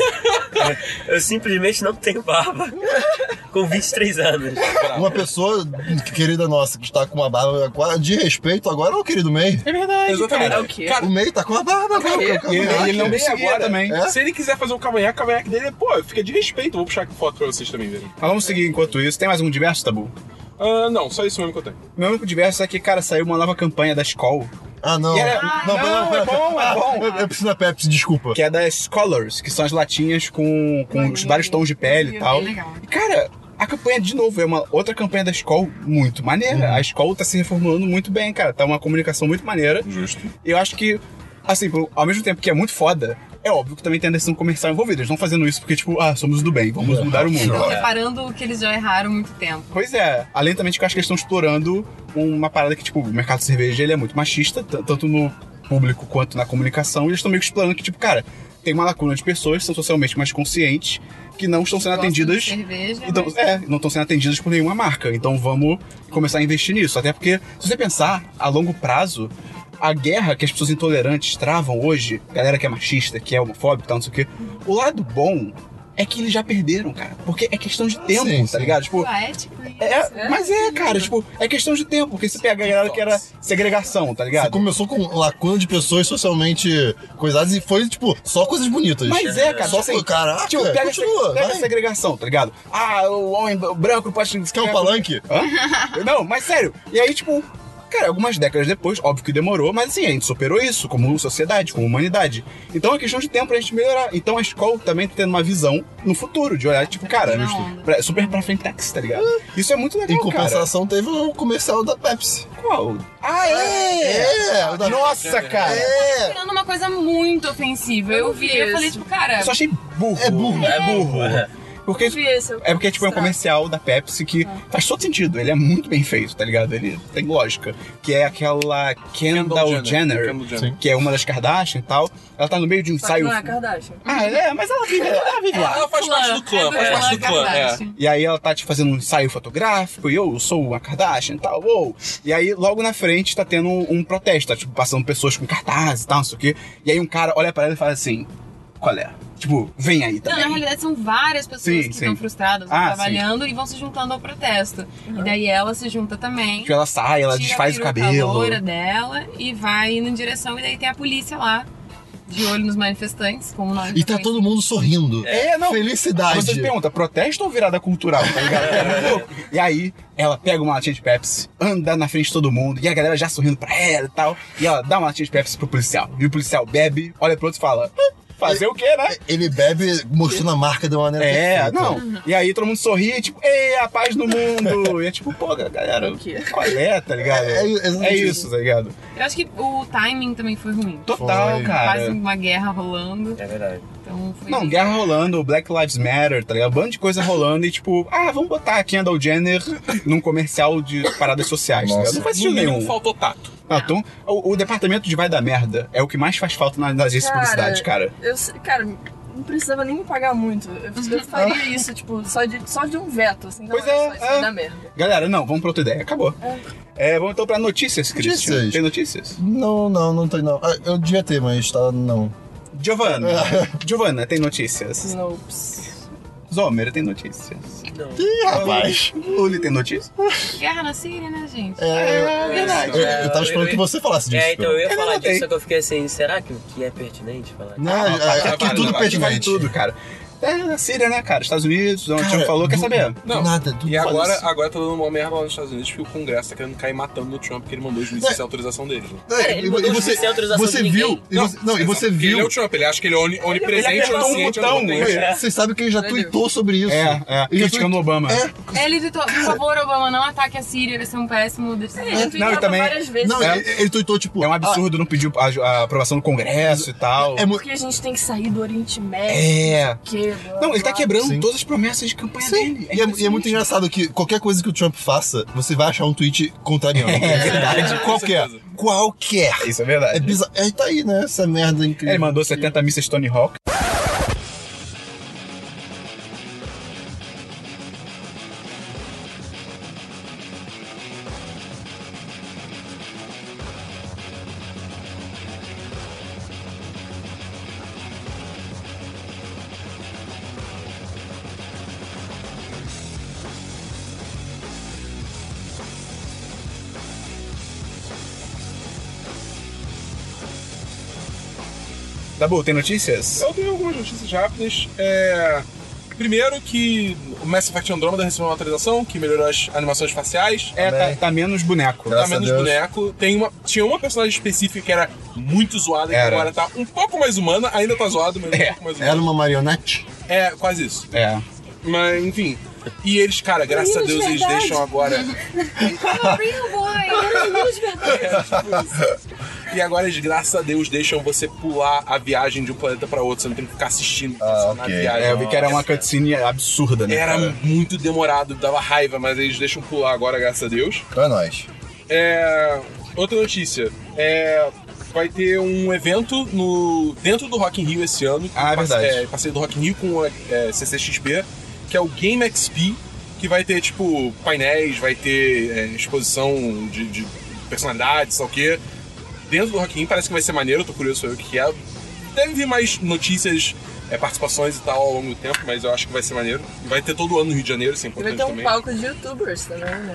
Speaker 5: Eu simplesmente não tenho barba. Com vinte e três anos.
Speaker 2: Uma pessoa querida nossa que está com uma barba de respeito agora é o querido May.
Speaker 1: É verdade.
Speaker 4: Exatamente.
Speaker 3: É o quê?
Speaker 4: Cara,
Speaker 2: O May tá com uma barba agora.
Speaker 1: E
Speaker 2: cara.
Speaker 1: ele, ele não
Speaker 4: Bem
Speaker 1: conseguia
Speaker 4: agora.
Speaker 1: também.
Speaker 2: É?
Speaker 4: se ele quiser fazer um cavanhaque, o cavanhaque dele, pô, fica de respeito. Eu vou puxar aqui foto pra vocês também verem.
Speaker 1: Mas vamos seguir enquanto isso. Tem mais um diverso, Tabu?
Speaker 4: Ah, não, só isso mesmo que eu tenho.
Speaker 1: Meu único diverso é que, cara, saiu uma nova campanha da Skol,
Speaker 2: Ah, não.
Speaker 1: E era-
Speaker 2: não,
Speaker 1: não,
Speaker 2: pera, pera,
Speaker 1: é bom, é
Speaker 2: Ah,
Speaker 1: bom.
Speaker 2: Eu, eu preciso da Pepsi, desculpa.
Speaker 1: que é das Scholars, que são as latinhas com, com os vários tons de pele e tal.
Speaker 7: Bem legal.
Speaker 1: E, cara, a campanha, de novo, é uma outra campanha da Skol muito maneira. A Skol tá se reformulando muito bem, cara. Tá uma comunicação muito maneira.
Speaker 4: Justo.
Speaker 1: E eu acho que, assim, ao mesmo tempo que é muito foda, é óbvio que também tem a decisão comercial envolvida. Eles não fazendo isso porque, tipo, ah, somos do bem, vamos mudar o mundo.
Speaker 7: Estão reparando o que eles já erraram há muito tempo.
Speaker 1: Pois é, além também de que eu acho que eles estão explorando uma parada que, tipo, o mercado de cerveja ele é muito machista, t- tanto no público quanto na comunicação, e eles estão meio que explorando que, tipo, cara, tem uma lacuna de pessoas que são socialmente mais conscientes, que não estão sendo
Speaker 7: Gostam de
Speaker 1: atendidas.
Speaker 7: cerveja,
Speaker 1: Então,
Speaker 7: mas-
Speaker 1: é, não estão sendo atendidas por nenhuma marca. Então vamos começar a investir nisso. Até porque, se você pensar a longo prazo, a guerra que as pessoas intolerantes travam hoje, galera que é machista, que é homofóbica e tal, não sei o quê, o lado bom é que eles já perderam, cara. Porque é questão de tempo,
Speaker 2: Sim,
Speaker 1: tá
Speaker 2: sim.
Speaker 1: ligado? Tipo,
Speaker 7: Poético isso.
Speaker 1: é, mas é, cara, tipo, é questão de tempo, porque você pega a galera que era segregação, tá
Speaker 2: Você
Speaker 1: ligado?
Speaker 2: começou com lacuna de pessoas socialmente coisadas e foi, tipo, só coisas bonitas.
Speaker 1: Mas é, cara,
Speaker 2: Só
Speaker 1: assim,
Speaker 2: foi, caraca,
Speaker 1: tipo, pega,
Speaker 2: continua,
Speaker 1: a, pega a
Speaker 2: vai.
Speaker 1: segregação, tá ligado? Ah, o homem branco pode...
Speaker 2: Quer um palanque?
Speaker 1: Hã? Não, mas sério. E aí, tipo, cara, algumas décadas depois, óbvio que demorou, mas assim, a gente superou isso como sociedade, como humanidade. Então é questão de tempo pra gente melhorar. Então a escola também tá tendo uma visão no futuro, de olhar, tipo, cara,
Speaker 7: Na onda.
Speaker 1: pra- super pra frente, tá ligado? Isso é muito legal,
Speaker 2: Em
Speaker 1: cara.
Speaker 2: compensação, teve o comercial da Pepsi.
Speaker 1: Qual? Ah, é!
Speaker 2: É, o da-
Speaker 1: Nossa, cara!
Speaker 2: É!
Speaker 7: Virando uma coisa muito ofensiva. Eu,
Speaker 3: Eu
Speaker 7: vi,
Speaker 3: vi
Speaker 7: eu falei,
Speaker 3: isso.
Speaker 7: tipo, cara.
Speaker 1: Eu só achei burro.
Speaker 2: É burro.
Speaker 1: É burro. Porque,
Speaker 3: Eu vi esse, eu-
Speaker 1: é porque tipo, é um
Speaker 3: Estranho.
Speaker 1: comercial da Pepsi que faz todo sentido. Ele é muito bem feito, tá ligado? Ele tem lógica. Que é aquela Kendall,
Speaker 4: Kendall Jenner.
Speaker 1: Jenner,
Speaker 4: Kendall Jenner.
Speaker 1: que é uma das Kardashian e tal. Ela tá no meio de um
Speaker 3: Só que
Speaker 1: ensaio...
Speaker 3: não é Kardashian.
Speaker 1: Ah, é, mas ela vive, ela vive lá.
Speaker 4: Ela faz parte do clã, faz
Speaker 7: É,
Speaker 4: parte do clã, é.
Speaker 7: Kardashian.
Speaker 1: E aí ela tá te fazendo um ensaio fotográfico, e eu sou uma Kardashian e tal, uou. E aí logo na frente tá tendo um, um protesto, tá tipo, passando pessoas com cartazes e tal, não sei o quê. E aí um cara olha pra ela e fala assim, qual é? Tipo, vem aí
Speaker 7: Não,
Speaker 1: também.
Speaker 7: na realidade são várias pessoas
Speaker 1: Sim,
Speaker 7: que
Speaker 1: sim.
Speaker 7: estão frustradas,
Speaker 1: Ah,
Speaker 7: trabalhando e vão se juntando ao protesto. E daí ela se junta também.
Speaker 1: Tipo, ela sai, ela
Speaker 7: tira
Speaker 1: desfaz
Speaker 7: a
Speaker 1: o
Speaker 7: peruca
Speaker 1: cabelo.
Speaker 7: loira dela e vai indo em direção. E daí tem a polícia lá, de olho nos manifestantes, como nós
Speaker 2: E
Speaker 7: já
Speaker 2: tá
Speaker 7: conhecemos.
Speaker 2: todo mundo sorrindo.
Speaker 1: É, não.
Speaker 2: Felicidade.
Speaker 1: Você se pergunta, protesto ou virada cultural, tá ligado? É muito louco. E aí, ela pega uma latinha de Pepsi, anda na frente de todo mundo, e a galera já sorrindo pra ela e tal. E ela dá uma latinha de Pepsi pro policial. E o policial bebe, olha pro outro e fala... "Ah, Fazer o quê, né?
Speaker 2: Ele bebe mostrando a marca de uma maneira
Speaker 1: É,
Speaker 2: perfeita.
Speaker 1: não. E aí todo mundo sorri, tipo, ei, a paz no mundo. E é tipo, pô, galera,
Speaker 3: O quê?
Speaker 1: qual é, tá ligado?
Speaker 2: É, é exatamente
Speaker 1: É isso, tá ligado?
Speaker 7: Eu acho que o timing também foi ruim.
Speaker 1: Total,
Speaker 2: Foi.
Speaker 1: cara.
Speaker 7: Quase uma guerra rolando.
Speaker 5: É verdade.
Speaker 7: Então foi.
Speaker 1: Não, guerra rolando, Black Lives Matter, tá ligado? Um bando de coisa rolando e tipo, ah, vamos botar a Kendall Jenner num comercial de paradas sociais, tá ligado? Não faz
Speaker 4: No
Speaker 1: sentido
Speaker 4: mínimo
Speaker 1: nenhum.
Speaker 4: faltou tato.
Speaker 1: Ah, então, o, o departamento de vai dar merda é o que mais faz falta nas agências de publicidade, cara.
Speaker 3: Eu, sei- cara, não precisava nem me pagar muito. Eu, eu faria isso, tipo, só de, só de um veto, assim.
Speaker 1: Pois
Speaker 3: não,
Speaker 1: é,
Speaker 3: só isso
Speaker 1: é.
Speaker 3: vai dar merda.
Speaker 1: Galera, não, vamos pra outra ideia, acabou. É, vamos então pra notícias, Christian.
Speaker 2: Notícias.
Speaker 1: Tem notícias?
Speaker 2: Não, não, não tem não. Ah, eu devia ter, mas tá, não.
Speaker 1: Giovanna. Giovanna, tem notícias.
Speaker 3: Snopes.
Speaker 1: Zomer, tem notícias.
Speaker 5: Não.
Speaker 2: Ih, rapaz.
Speaker 1: Uli, tem notícias?
Speaker 7: Guerra na Síria, né, gente?
Speaker 2: É,
Speaker 1: verdade.
Speaker 2: Eu, eu tava
Speaker 5: É,
Speaker 2: esperando
Speaker 5: eu-
Speaker 2: que você falasse disso.
Speaker 5: É, então eu ia falar
Speaker 1: não
Speaker 5: disso,
Speaker 1: tem.
Speaker 5: só que eu fiquei assim, será que, que é pertinente falar?
Speaker 2: Não,
Speaker 1: Ah,
Speaker 2: é-
Speaker 1: vai,
Speaker 2: aqui
Speaker 1: vai,
Speaker 2: tudo
Speaker 1: vai, vai
Speaker 2: pertinente.
Speaker 1: tudo, cara. É, na Síria, né, cara? Estados Unidos, onde o
Speaker 2: Cara,
Speaker 1: Trump falou, quer
Speaker 2: do-
Speaker 1: saber?
Speaker 2: Do nada, do
Speaker 4: E agora,
Speaker 2: foda-se.
Speaker 4: agora tá dando uma merda lá nos Estados Unidos porque o Congresso tá querendo cair matando o Trump porque ele mandou os mísseis sem autorização deles. Né?
Speaker 2: É,
Speaker 5: ele
Speaker 2: e-
Speaker 5: mandou
Speaker 2: e
Speaker 5: os
Speaker 2: você,
Speaker 5: sem autorização
Speaker 2: você
Speaker 5: de
Speaker 2: viu?
Speaker 5: ninguém.
Speaker 2: E você, não, e você
Speaker 4: Ele é
Speaker 2: viu?
Speaker 4: o Trump, ele acha que ele é oni- onipresente,
Speaker 1: ele apertou um
Speaker 4: onisciente,
Speaker 1: botão,
Speaker 4: onipotente.
Speaker 1: né?
Speaker 2: Você sabe que ele já
Speaker 3: Meu
Speaker 2: tweetou sobre isso.
Speaker 1: É, é,
Speaker 2: Ele já
Speaker 1: criticando o
Speaker 2: tweetou-
Speaker 1: Obama.
Speaker 2: É,
Speaker 7: Ele tweetou, por favor, Obama, não ataque a Síria, vai ser um péssimo
Speaker 3: Ele
Speaker 7: decisão.
Speaker 1: Não, e
Speaker 3: tweetava
Speaker 1: também-
Speaker 3: várias vezes.
Speaker 2: não,
Speaker 1: É.
Speaker 2: ele, ele tweetou tipo...
Speaker 1: É um absurdo não pedir a, a aprovação do Congresso e tal.
Speaker 2: Ah, é mu-
Speaker 3: Porque a gente tem que sair do Oriente Médio.
Speaker 1: É.
Speaker 3: Que, blá,
Speaker 1: Não, ele tá
Speaker 3: blá.
Speaker 1: quebrando
Speaker 2: Sim.
Speaker 1: todas as promessas de campanha
Speaker 2: Sim,
Speaker 1: dele.
Speaker 2: e é, e é
Speaker 1: impressionante.
Speaker 2: muito engraçado que qualquer coisa que o Trump faça, você vai achar um tweet contrariando.
Speaker 1: É verdade.
Speaker 2: Qualquer.
Speaker 4: Com certeza.
Speaker 2: Qualquer.
Speaker 1: Isso é verdade.
Speaker 2: É bizarro. É, tá aí, né? Essa merda incrível.
Speaker 1: Ele mandou setenta mísseis Tony Hawk. Dabu, tem notícias?
Speaker 4: Eu tenho algumas notícias rápidas. É... Primeiro que o Mass Effect Andromeda recebeu uma atualização que melhorou as animações faciais.
Speaker 1: É, tá,
Speaker 2: Também.
Speaker 1: tá menos boneco.
Speaker 2: Graças
Speaker 4: Tá menos
Speaker 2: a Deus.
Speaker 4: boneco. Tem uma, tinha uma personagem específica que era muito zoada, que
Speaker 1: Era.
Speaker 4: agora tá um pouco mais humana. Ainda tá zoado, mas um
Speaker 1: É.
Speaker 4: pouco mais humana.
Speaker 2: Era uma marionete?
Speaker 4: É, quase isso.
Speaker 1: É.
Speaker 4: Mas, enfim. E eles, cara, graças a Deus, eles deixam agora...
Speaker 7: Real boy!
Speaker 4: E agora eles, graças a Deus, deixam você pular a viagem de um planeta pra outro. Você não tem que ficar assistindo
Speaker 2: Ah,
Speaker 4: na
Speaker 2: ok.
Speaker 4: viagem.
Speaker 1: É, eu vi que era uma cutscene absurda, né?
Speaker 4: Era
Speaker 1: cara?
Speaker 4: muito demorado, dava raiva, mas eles deixam pular agora, graças a Deus.
Speaker 2: Então é nóis.
Speaker 4: É, outra notícia. É, vai ter um evento no, dentro do Rock in Rio esse ano.
Speaker 1: Ah, é verdade.
Speaker 4: É, parceria do Rock in Rio com a é, C C X P, que é o Game X P, que vai ter, tipo, painéis, vai ter é, exposição de, de personalidades, sei lá o quê. Dentro do Rock in Rio parece que vai ser maneiro, eu tô curioso pra ver o que é. Deve vir mais notícias, é, participações e tal ao longo do tempo, mas eu acho que vai ser maneiro. E vai ter todo ano no Rio de Janeiro, isso é
Speaker 3: E vai
Speaker 4: importante
Speaker 3: ter um
Speaker 4: também.
Speaker 3: palco de youtubers também, né?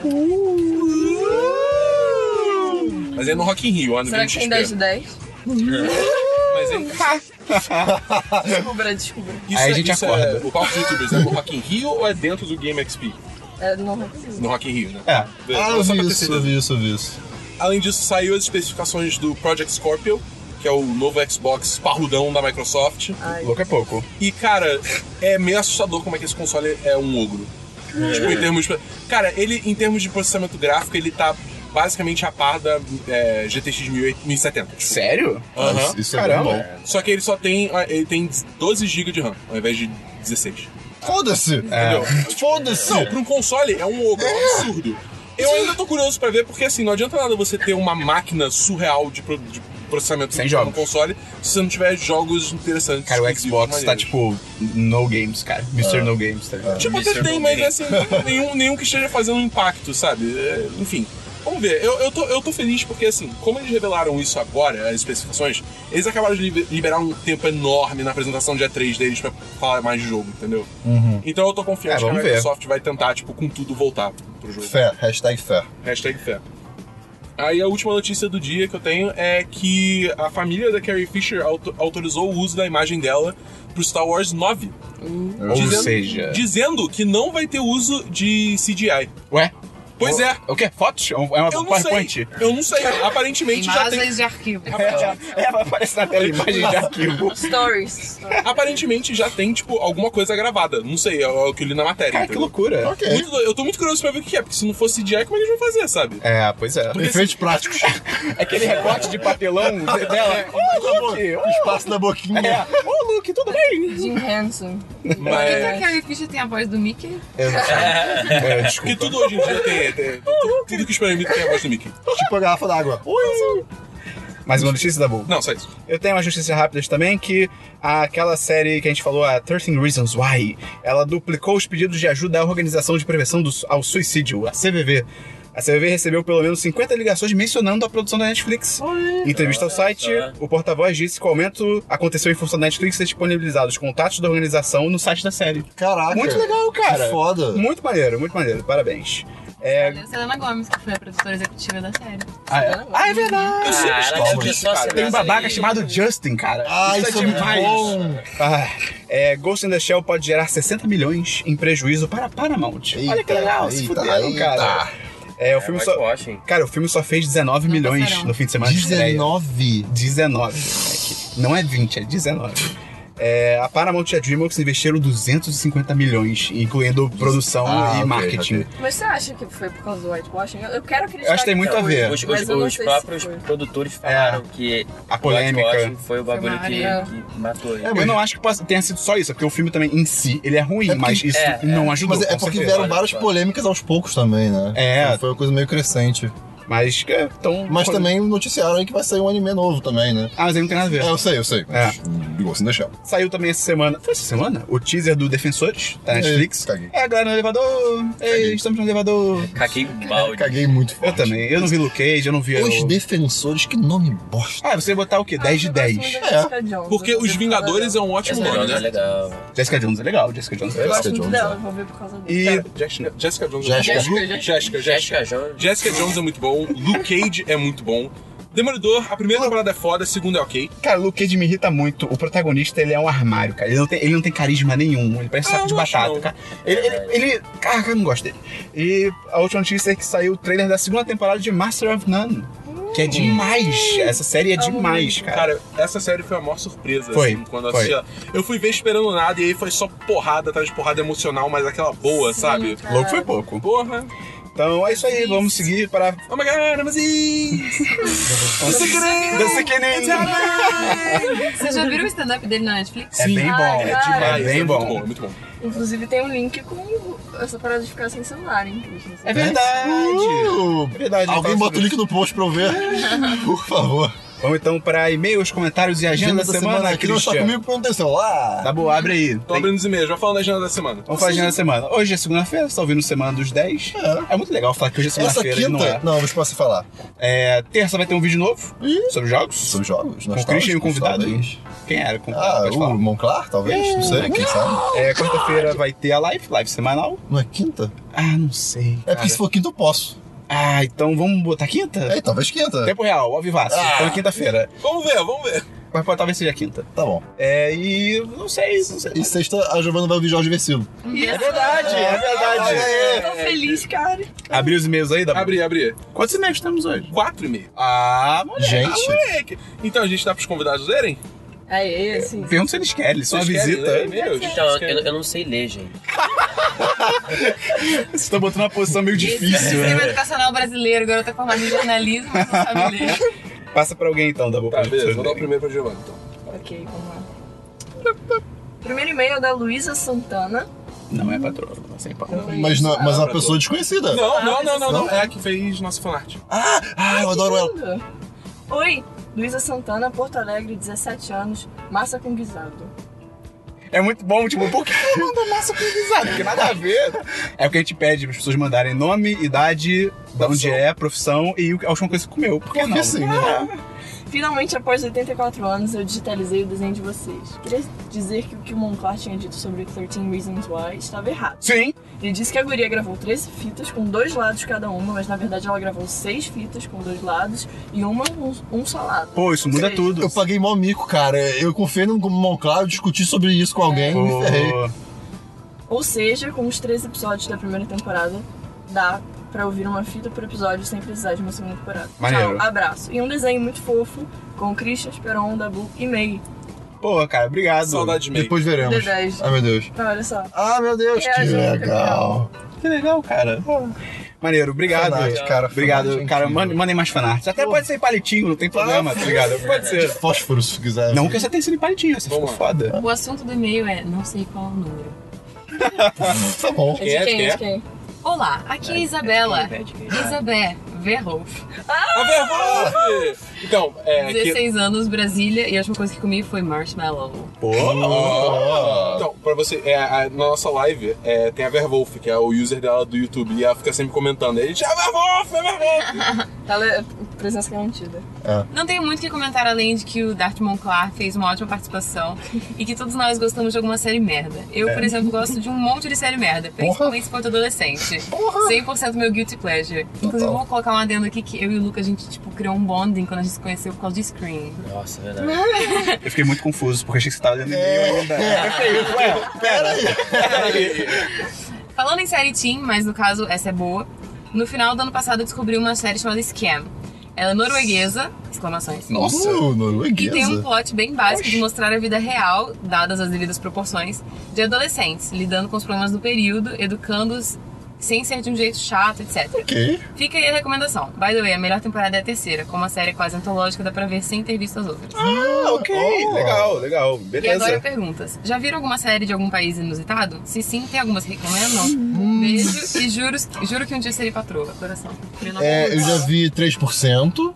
Speaker 4: Mas é no Rock in Rio, lá no
Speaker 3: Será que
Speaker 4: Game
Speaker 3: tem
Speaker 4: X P.
Speaker 3: dez de dez?
Speaker 4: Mas é
Speaker 3: Descubra, descubra.
Speaker 4: Isso
Speaker 1: Aí a
Speaker 4: é-
Speaker 1: gente
Speaker 4: isso
Speaker 1: acorda.
Speaker 4: É, o palco de youtubers é no Rock in Rio ou é dentro do Game X P?
Speaker 3: É, não reconheço.
Speaker 4: No Rock in Rio, né?
Speaker 1: É.
Speaker 4: Beleza,
Speaker 2: Ah, eu
Speaker 4: só
Speaker 2: vi
Speaker 4: pra ter
Speaker 2: isso, eu
Speaker 4: certeza.
Speaker 2: vi isso, eu vi isso.
Speaker 4: Além disso, saiu as especificações do Project Scorpio, que é o novo Xbox parrudão da Microsoft.
Speaker 3: Ai,
Speaker 1: Louco é pouco.
Speaker 4: E, cara, é meio assustador como é que esse console é um ogro. Tipo, em termos de... Cara, ele, em termos de processamento gráfico, ele tá basicamente a par da é, G T X mil e setenta. Tipo.
Speaker 1: Sério?
Speaker 4: Aham.
Speaker 2: Isso, isso é
Speaker 1: Caramba.
Speaker 2: bem bom.
Speaker 4: Só que ele só tem... Ele tem doze gigas de RAM, ao invés de dezesseis.
Speaker 2: Foda-se!
Speaker 4: Entendeu?
Speaker 2: Foda-se!
Speaker 4: Não, pra um console é um ogro, é um absurdo. Eu ainda tô curioso pra ver, porque assim, não adianta nada você ter uma máquina surreal de, pro- de processamento
Speaker 1: Sem
Speaker 4: no
Speaker 1: jogos.
Speaker 4: console se você não tiver jogos interessantes.
Speaker 1: Cara, o
Speaker 4: exclusivos,
Speaker 1: Xbox tá
Speaker 4: maneiros.
Speaker 1: tipo no games, cara. mister No Games, tá ligado?
Speaker 4: Tipo, até tem, mas assim, nenhum, nenhum que esteja fazendo um impacto, sabe? É, enfim. Vamos ver, eu, eu, tô, eu tô feliz porque, assim, como eles revelaram isso agora, as especificações, eles acabaram de liber- liberar um tempo enorme na apresentação de E três deles pra falar mais de jogo, entendeu? Então eu tô confiante
Speaker 1: É,
Speaker 4: que a
Speaker 1: vamos ver.
Speaker 4: Microsoft vai tentar, tipo, com tudo voltar pro jogo.
Speaker 2: Fé, hashtag fé.
Speaker 4: Hashtag fé. Aí a última notícia do dia que eu tenho é que a família da Carrie Fisher auto- autorizou o uso da imagem dela pro Star Wars nove.
Speaker 1: Ou
Speaker 4: Dizendo-
Speaker 1: seja...
Speaker 4: Dizendo que não vai ter uso de C G I.
Speaker 1: Ué?
Speaker 4: Pois é.
Speaker 1: O que? Fotos? É uma
Speaker 4: Eu não
Speaker 1: PowerPoint?
Speaker 4: sei. Eu não sei. Aparentemente já tem.
Speaker 7: Imagens de arquivo.
Speaker 1: É, é, vai aparecer na tela imagem de arquivo.
Speaker 3: Stories.
Speaker 4: Aparentemente já tem, tipo, alguma coisa gravada. Não sei, é o que eu li na matéria.
Speaker 1: Cara, que
Speaker 4: entendeu?
Speaker 1: loucura.
Speaker 2: Ok.
Speaker 4: Muito do- Eu tô muito curioso pra ver o que é, porque se não fosse C G I, como é que eles vão fazer, sabe?
Speaker 1: É, pois é.
Speaker 2: Efeitos práticos.
Speaker 1: Aquele recorte de papelão dela. Ô, Luke! Ô,
Speaker 2: Espaço na boquinha.
Speaker 1: É. Ô, Luke, tudo bem?
Speaker 3: Jim Henson.
Speaker 7: Por que
Speaker 4: Mas.
Speaker 7: a Carrie Fisher tem a voz do Mickey?
Speaker 1: É,
Speaker 4: Porque
Speaker 1: desculpa.
Speaker 4: tudo hoje em dia tem. tem tudo, tudo que experimenta tem a voz do Mickey.
Speaker 2: Tipo a garrafa d'água.
Speaker 1: Mais uma notícia da Bull.
Speaker 4: Não, só isso.
Speaker 1: Eu tenho umas notícias rápidas também, que aquela série que a gente falou, a thirteen Reasons Why, ela duplicou os pedidos de ajuda à Organização de Prevenção do, ao Suicídio, a C V V. A C V V recebeu pelo menos cinquenta ligações mencionando a produção da Netflix. Em entrevista ao site, o porta-voz disse que o aumento aconteceu em função da Netflix ter disponibilizado os contatos da organização no site da série.
Speaker 2: Caraca.
Speaker 1: Muito legal, cara.
Speaker 2: Que foda.
Speaker 1: Muito maneiro, muito maneiro. Parabéns. É...
Speaker 7: Valeu, Selena Gomez, que foi a produtora executiva da série.
Speaker 1: Ah, é? Ah, é verdade.
Speaker 4: Eu sempre
Speaker 5: Ah,
Speaker 4: esqueço
Speaker 5: ela deve
Speaker 4: disso,
Speaker 5: só
Speaker 4: cara.
Speaker 5: assinar
Speaker 1: Tem um
Speaker 5: essa
Speaker 1: babaca
Speaker 5: aí.
Speaker 1: chamado Justin, cara.
Speaker 2: Ah, isso é muito bom.
Speaker 1: Ah, é, Ghost in the Shell pode gerar sessenta milhões em prejuízo para a Paramount. Olha que legal, se
Speaker 2: Eita,
Speaker 1: fuderam,
Speaker 2: eita.
Speaker 1: cara. É, o
Speaker 5: É,
Speaker 1: filme
Speaker 5: mas
Speaker 1: só...
Speaker 5: poxa, hein?
Speaker 1: Cara, o filme só fez dezenove
Speaker 7: Não
Speaker 1: milhões
Speaker 7: passarão.
Speaker 1: no fim de semana de estreia.
Speaker 2: dezenove.
Speaker 1: dezenove, moleque. Não é vinte, é dezenove. É, a Paramount e a DreamWorks investiram duzentos e cinquenta milhões, incluindo produção
Speaker 2: Ah,
Speaker 1: e
Speaker 2: ok,
Speaker 1: marketing.
Speaker 2: ok.
Speaker 3: Mas você acha que foi por causa do whitewashing? Eu eu quero acreditar
Speaker 1: Eu acho que tem muito
Speaker 3: foi,
Speaker 1: a ver.
Speaker 5: Os,
Speaker 3: mas
Speaker 5: os-
Speaker 3: eu não
Speaker 5: os
Speaker 3: sei
Speaker 5: próprios
Speaker 3: se foi.
Speaker 5: produtores falaram que
Speaker 1: a polêmica.
Speaker 5: o whitewashing foi o bagulho
Speaker 7: Foi
Speaker 5: que,
Speaker 7: uma-
Speaker 5: que matou ele.
Speaker 2: É,
Speaker 1: Eu não acho que possa- tenha sido só isso, porque o filme também em si, ele é ruim,
Speaker 2: É porque-
Speaker 1: mas isso
Speaker 5: é,
Speaker 1: não
Speaker 5: é.
Speaker 1: ajudou.
Speaker 2: Mas é
Speaker 1: com
Speaker 2: porque
Speaker 1: certeza.
Speaker 2: vieram várias polêmicas aos poucos também, né?
Speaker 1: É.
Speaker 2: Então foi uma coisa meio crescente.
Speaker 1: Mas, é, então...
Speaker 2: Mas também noticiaram aí que vai sair um anime novo também, né?
Speaker 1: Ah, mas aí não tem nada a ver.
Speaker 2: É, eu sei, eu sei.
Speaker 1: É.
Speaker 2: Ligou sem deixar.
Speaker 1: Saiu também essa semana. Foi essa semana? O teaser do Defensores, da Netflix.
Speaker 2: caguei.
Speaker 1: É, a galera no elevador. Ei, estamos no elevador.
Speaker 5: Caguei balde.
Speaker 2: Caguei muito
Speaker 1: Eu
Speaker 2: forte.
Speaker 1: também. Eu não vi Luke Cage, eu não vi.
Speaker 2: Os
Speaker 1: o...
Speaker 2: defensores, que nome bosta.
Speaker 1: Ah, você ia botar o quê? dez de
Speaker 3: Eu gosto
Speaker 1: dez.
Speaker 3: muito da
Speaker 2: É.
Speaker 3: Jessica Jones,
Speaker 4: Porque
Speaker 3: eu vou
Speaker 4: Os
Speaker 3: ver por causa
Speaker 4: Vingadores é
Speaker 3: dela.
Speaker 4: um ótimo
Speaker 5: Essa
Speaker 4: nome,
Speaker 5: é
Speaker 4: né?
Speaker 5: legal.
Speaker 1: Jessica Jones é legal, Jessica Jones é
Speaker 3: Eu
Speaker 1: legal.
Speaker 3: gosto muito
Speaker 2: Jones,
Speaker 3: dela,
Speaker 2: é.
Speaker 3: eu vou ver por causa dela.
Speaker 1: E
Speaker 4: Jessica, Jessica Jones
Speaker 2: Jessica.
Speaker 4: é muito bom. Jessica, Jessica.
Speaker 5: Jessica Jones.
Speaker 4: Jessica Jones é muito bom. Luke Cage é muito bom. Demolidor, a primeira temporada é foda, a segunda é ok.
Speaker 1: cara, o Luke Cage me irrita muito. O protagonista, ele é um armário, cara. Ele não tem, ele não tem carisma nenhum. Ele parece
Speaker 4: Ah,
Speaker 1: saco
Speaker 4: eu
Speaker 1: de
Speaker 4: não acho,
Speaker 1: batata,
Speaker 4: não.
Speaker 1: cara. Ele, ele, ele... Cara, eu não gosto dele. E a última notícia é que saiu o trailer da segunda temporada de Master of None. Que é demais. Essa série é demais, cara.
Speaker 4: Cara, essa série foi a maior surpresa,
Speaker 1: Foi,
Speaker 4: assim, quando eu
Speaker 1: foi.
Speaker 4: assisti ela. Eu fui ver esperando nada e aí foi só porrada atrás de porrada emocional, mas aquela boa, sabe?
Speaker 3: cara.
Speaker 1: Louco foi pouco.
Speaker 4: Porra.
Speaker 1: Então é isso aí, vamos seguir para...
Speaker 4: Oh my god, I'm a Z!
Speaker 1: Dança que nem...
Speaker 7: Vocês já viram o stand-up dele na Netflix?
Speaker 1: É bem bom,
Speaker 3: Ai,
Speaker 1: é
Speaker 3: cara.
Speaker 1: demais, bem
Speaker 4: é
Speaker 1: bom.
Speaker 4: muito bom, é muito bom.
Speaker 3: Inclusive tem um link com essa parada de ficar sem celular, hein? Christian?
Speaker 1: É verdade.
Speaker 2: Uh,
Speaker 1: É verdade.
Speaker 2: Alguém
Speaker 1: fala
Speaker 2: bota o
Speaker 1: sobre
Speaker 2: link no post pra eu ver. Por favor.
Speaker 1: isso. Vamos então para e-mails, comentários e agenda da semana,
Speaker 2: que não está
Speaker 1: Christian.
Speaker 2: comigo porque não tem celular.
Speaker 1: Tá bom, abre aí.
Speaker 4: Tô
Speaker 1: Tem-
Speaker 4: abrindo os e-mails, vai falando da agenda da semana.
Speaker 1: Vamos falar de agenda da semana. Hoje é segunda-feira, você tá ouvindo Semana dos dez. É, muito legal falar que hoje é
Speaker 2: Essa
Speaker 1: segunda-feira e
Speaker 2: quinta...
Speaker 1: não é.
Speaker 2: Não, mas posso falar.
Speaker 1: É, terça vai ter um vídeo novo sobre jogos.
Speaker 2: Sobre jogos.
Speaker 1: Com o Christian e o convidado.
Speaker 2: talvez.
Speaker 1: Quem era o convidado?
Speaker 2: Ah,
Speaker 1: Pode
Speaker 2: o
Speaker 1: falar.
Speaker 2: Monclar, talvez? Não sei, quem sabe.
Speaker 1: É, quarta-feira vai ter a live, live semanal.
Speaker 2: Não é quinta?
Speaker 1: Ah, não sei.
Speaker 2: É porque
Speaker 1: cara.
Speaker 2: se for quinta eu posso.
Speaker 1: Ah, então vamos botar quinta?
Speaker 2: É, talvez quinta.
Speaker 1: Tempo real, ao vivaço.
Speaker 2: Ah.
Speaker 1: Então é quinta-feira.
Speaker 4: Vamos ver, vamos ver.
Speaker 1: Mas pode, talvez seja quinta.
Speaker 2: Tá bom.
Speaker 1: É, e não sei, não sei.
Speaker 2: E sexta a Giovana vai ouvir Jorge Versilo.
Speaker 1: É verdade, é verdade.
Speaker 3: Eu tô feliz, cara.
Speaker 1: Abriu os e-mails aí, da
Speaker 4: Abri, abri.
Speaker 1: Quantos e-mails temos hoje?
Speaker 4: Quatro e-mails.
Speaker 1: Ah, moleque.
Speaker 2: Gente,
Speaker 4: Moleque. Então a gente dá pros convidados lerem?
Speaker 3: Aí, assim.
Speaker 1: Pergunta se eles querem, eles são uma
Speaker 4: Vocês querem
Speaker 1: visita.
Speaker 4: ler e-mails?
Speaker 5: Então, eu, eu não sei ler, gente.
Speaker 1: Vocês estão botando uma posição meio
Speaker 7: Esse
Speaker 1: difícil,
Speaker 7: sistema
Speaker 1: né?
Speaker 7: educacional brasileiro, garota formada em jornalismo, mas não sabe ler.
Speaker 1: Passa pra alguém então, da boca.
Speaker 4: Tá, beleza, vou dar o primeiro pra Giovanna, então.
Speaker 3: Ok, vamos lá. Primeiro e-mail é da Luísa Santana.
Speaker 1: Não é patroa, sem patroa.
Speaker 2: mas, não, mas é uma
Speaker 4: pra
Speaker 2: pessoa desconhecida.
Speaker 4: Não, não, não, não, não.
Speaker 2: Não?
Speaker 4: É a que fez nossa fanart.
Speaker 2: Ah, ah, eu adoro ela.
Speaker 3: Linda. Oi, Luísa Santana, Porto Alegre, dezessete anos, massa com guisado.
Speaker 1: É muito bom, tipo, por que ela manda massa com guisado? Porque nada a ver. É o que a gente pede para as pessoas mandarem nome, idade, de onde é, profissão e a última coisa que comeu. Por que
Speaker 2: Porque
Speaker 1: não?
Speaker 2: assim, né?
Speaker 3: Finalmente, após oitenta e quatro anos, eu digitalizei o desenho de vocês. Queria dizer que o que o Monclar tinha dito sobre thirteen Reasons Why estava errado.
Speaker 1: Sim.
Speaker 3: Ele disse que a guria gravou treze fitas com dois lados cada uma, mas na verdade ela gravou seis fitas com dois lados e uma um, um só lado.
Speaker 1: Pô, isso muda
Speaker 3: Seis.
Speaker 1: tudo.
Speaker 2: Eu paguei mó mico, cara. Eu confiei no Monclar, eu discuti sobre isso com alguém e me ferrei.
Speaker 1: Pô,
Speaker 3: Ou seja, com os três episódios da primeira temporada, dá pra ouvir uma fita por episódio sem precisar de uma segunda temporada.
Speaker 1: Maneiro.
Speaker 3: Tchau, abraço. E um desenho muito fofo com Christian, Esperon, Dabu e May.
Speaker 1: Pô, cara, obrigado.
Speaker 4: Saudade de meio.
Speaker 2: Depois veremos.
Speaker 3: D dez.
Speaker 2: Ai, meu Deus.
Speaker 3: Então, olha só.
Speaker 2: Ah, meu Deus,
Speaker 3: É,
Speaker 2: que
Speaker 3: gente,
Speaker 2: legal.
Speaker 1: Que legal, cara. Maneiro, obrigado.
Speaker 2: Fanart, cara,
Speaker 1: Obrigado,
Speaker 2: fanart é
Speaker 1: cara.
Speaker 2: incrível.
Speaker 1: Mandem mandem mais fanarts. Até pode ser em palitinho, não tem problema, tá ligado? Pode ser.
Speaker 2: Fósforo, se quiser.
Speaker 1: Não que você tenha sido em palitinho, você ficou
Speaker 4: Vamos lá.
Speaker 1: foda.
Speaker 7: O assunto do e-mail é não sei qual é o número.
Speaker 2: Tá bom.
Speaker 3: É de
Speaker 4: é?
Speaker 3: quem?
Speaker 4: Quem
Speaker 3: É
Speaker 4: é?
Speaker 3: de quem?
Speaker 7: Olá, aqui é Isabela. Isabé Verhoef.
Speaker 4: A Verhoef! Então, é... que-
Speaker 7: dezesseis anos, Brasília, e a última coisa que comi foi marshmallow.
Speaker 1: Pô,
Speaker 2: Oh.
Speaker 4: Então, pra você, é, a- na nossa live é, tem a Verhoef, que é o user dela do YouTube, e ela fica sempre comentando. Aí a gente, é a Verhoef, é a Verhoef!
Speaker 3: Ela é presença garantida.
Speaker 7: Não tenho muito o que comentar além de que o Dart Monclar fez uma ótima participação e que todos nós gostamos de alguma série merda. Eu, por exemplo, gosto de um monte de série merda, principalmente se for adolescente. cem por cento meu guilty pleasure. Inclusive, vou colocar um adendo aqui que eu e o Lucas, a gente, tipo, criou um bonding quando a gente se conheceu por causa de Scream.
Speaker 5: Nossa, é verdade.
Speaker 1: eu fiquei muito confuso, porque achei que você tava lendo e-mail ainda. Eu fiquei, ué, pera aí.
Speaker 7: Falando em série teen, mas no caso essa é boa, no final do ano passado eu descobri uma série chamada Scam. Ela é norueguesa, exclamações.
Speaker 1: Nossa.
Speaker 2: Uh,
Speaker 7: E
Speaker 2: norueguesa.
Speaker 7: tem um plot bem básico de mostrar a vida real, dadas as devidas proporções, de adolescentes, lidando com os problemas do período, educando-os sem ser de um jeito chato, etcétera.
Speaker 2: Ok.
Speaker 7: Fica aí a recomendação. By the way, a melhor temporada é a terceira. Como a série é quase antológica, dá pra ver sem ter visto as outras.
Speaker 1: Ah, ok.
Speaker 2: Oh.
Speaker 1: Legal, legal.
Speaker 7: E
Speaker 1: Beleza.
Speaker 7: agora perguntas. Já viram alguma série de algum país inusitado? Se sim, tem algumas que recomendam? Beijo e juro, juro que um dia serei patroa. Coração.
Speaker 2: É, eu já vi três por cento.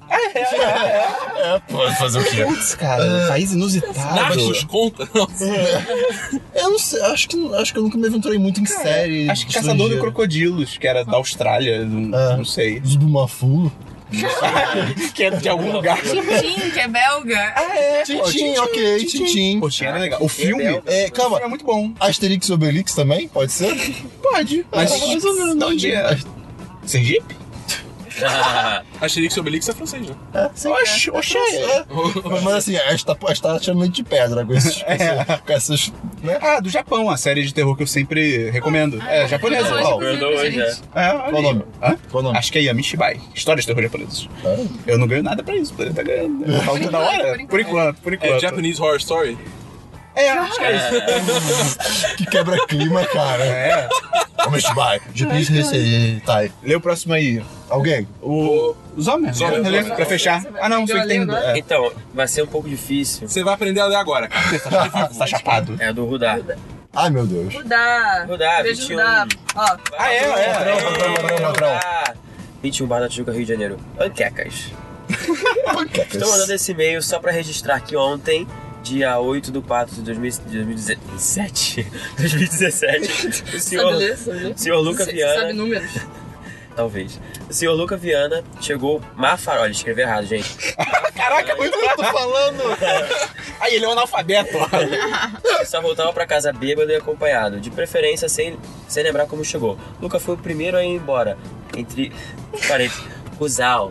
Speaker 2: É, pode fazer o quê?
Speaker 1: Putz, cara, país inusitado.
Speaker 4: Narcos conta? Não.
Speaker 2: Eu não sei, acho que, acho que eu nunca me aventurei muito em série.
Speaker 1: Acho que Caçador de
Speaker 2: estrangeira.
Speaker 1: Crocodilos, que era da Austrália, não,
Speaker 2: É.
Speaker 1: não sei.
Speaker 2: Zubumafu.
Speaker 1: que é de algum lugar.
Speaker 7: Tintin, que é belga.
Speaker 2: Tintin, ok, Tintin.
Speaker 1: Pô, tinha era legal. O filme
Speaker 2: É, calma.
Speaker 1: é muito bom.
Speaker 2: Asterix e Obelix também, pode ser?
Speaker 1: Pode. Mas
Speaker 2: Ah, mais ou menos,
Speaker 1: não
Speaker 2: não
Speaker 1: dia. Sergipe?
Speaker 4: Asterix e Obelix é francês, né?
Speaker 2: É, sim.
Speaker 1: Oxe, oxe.
Speaker 2: É. Mas assim, a gente tá, a gente tá achando leite de pedra com esses. com esses- Com essas né?
Speaker 1: Ah, do Japão, a série de terror que eu sempre recomendo. É japonesa.
Speaker 7: Hoje,
Speaker 2: Qual?
Speaker 7: inclusive,
Speaker 5: Perdoa,
Speaker 7: gente.
Speaker 5: já.
Speaker 1: É, olha
Speaker 2: Qual o
Speaker 1: aí.
Speaker 2: nome?
Speaker 1: Hã?
Speaker 2: Qual o nome?
Speaker 1: Acho que é Yamishibai. Histórias de terror japoneses.
Speaker 2: Ah.
Speaker 1: Eu não ganho nada pra isso, poderia estar ganhando. Eu falo toda hora. Por enquanto, por enquanto.
Speaker 4: É Japanese Horror Story?
Speaker 1: É, acho que é isso.
Speaker 2: Que quebra clima, cara.
Speaker 1: É.
Speaker 2: Vamos vai. Japonês receita. Tá.
Speaker 1: Lê o próximo aí.
Speaker 2: Alguém?
Speaker 1: O. Os homens.
Speaker 4: Zomer,
Speaker 1: Lê
Speaker 4: Zomer.
Speaker 1: pra fechar. Ah, não, só entendo. É.
Speaker 5: Então, vai ser um pouco difícil.
Speaker 4: Você vai aprender a ler agora, cara.
Speaker 1: Você tá chapado.
Speaker 5: É a do Rudá.
Speaker 2: Ai, meu Deus.
Speaker 3: Rudá.
Speaker 5: Rudá,
Speaker 3: Beijo,
Speaker 5: vinte e um.
Speaker 3: Rudá. Ó,
Speaker 1: Ah, é, é.
Speaker 2: Patrão, patrão, patrão, patrão.
Speaker 5: Ah, vinte e um Barra da Tijuca, Rio de Janeiro. Panquecas.
Speaker 2: Panquecas.
Speaker 5: Estou mandando esse e-mail só pra registrar que ontem, dia oito de quatro de dois mil e dezessete, dois mil e dezessete, o
Speaker 3: sabe
Speaker 5: senhor,
Speaker 3: ler, sabe ler?
Speaker 5: senhor Luca
Speaker 3: Você-
Speaker 5: Viana,
Speaker 3: Você sabe números?
Speaker 5: talvez, o senhor Luca Viana chegou Mafar, olha, escrevi errado, gente.
Speaker 1: Caraca, muito
Speaker 2: Eu tô falando.
Speaker 1: Aí ele é um analfabeto.
Speaker 5: Só voltava pra casa bêbado e acompanhado, de preferência sem, sem lembrar como chegou. Luca foi o primeiro a ir embora, entre parênteses, Cusal.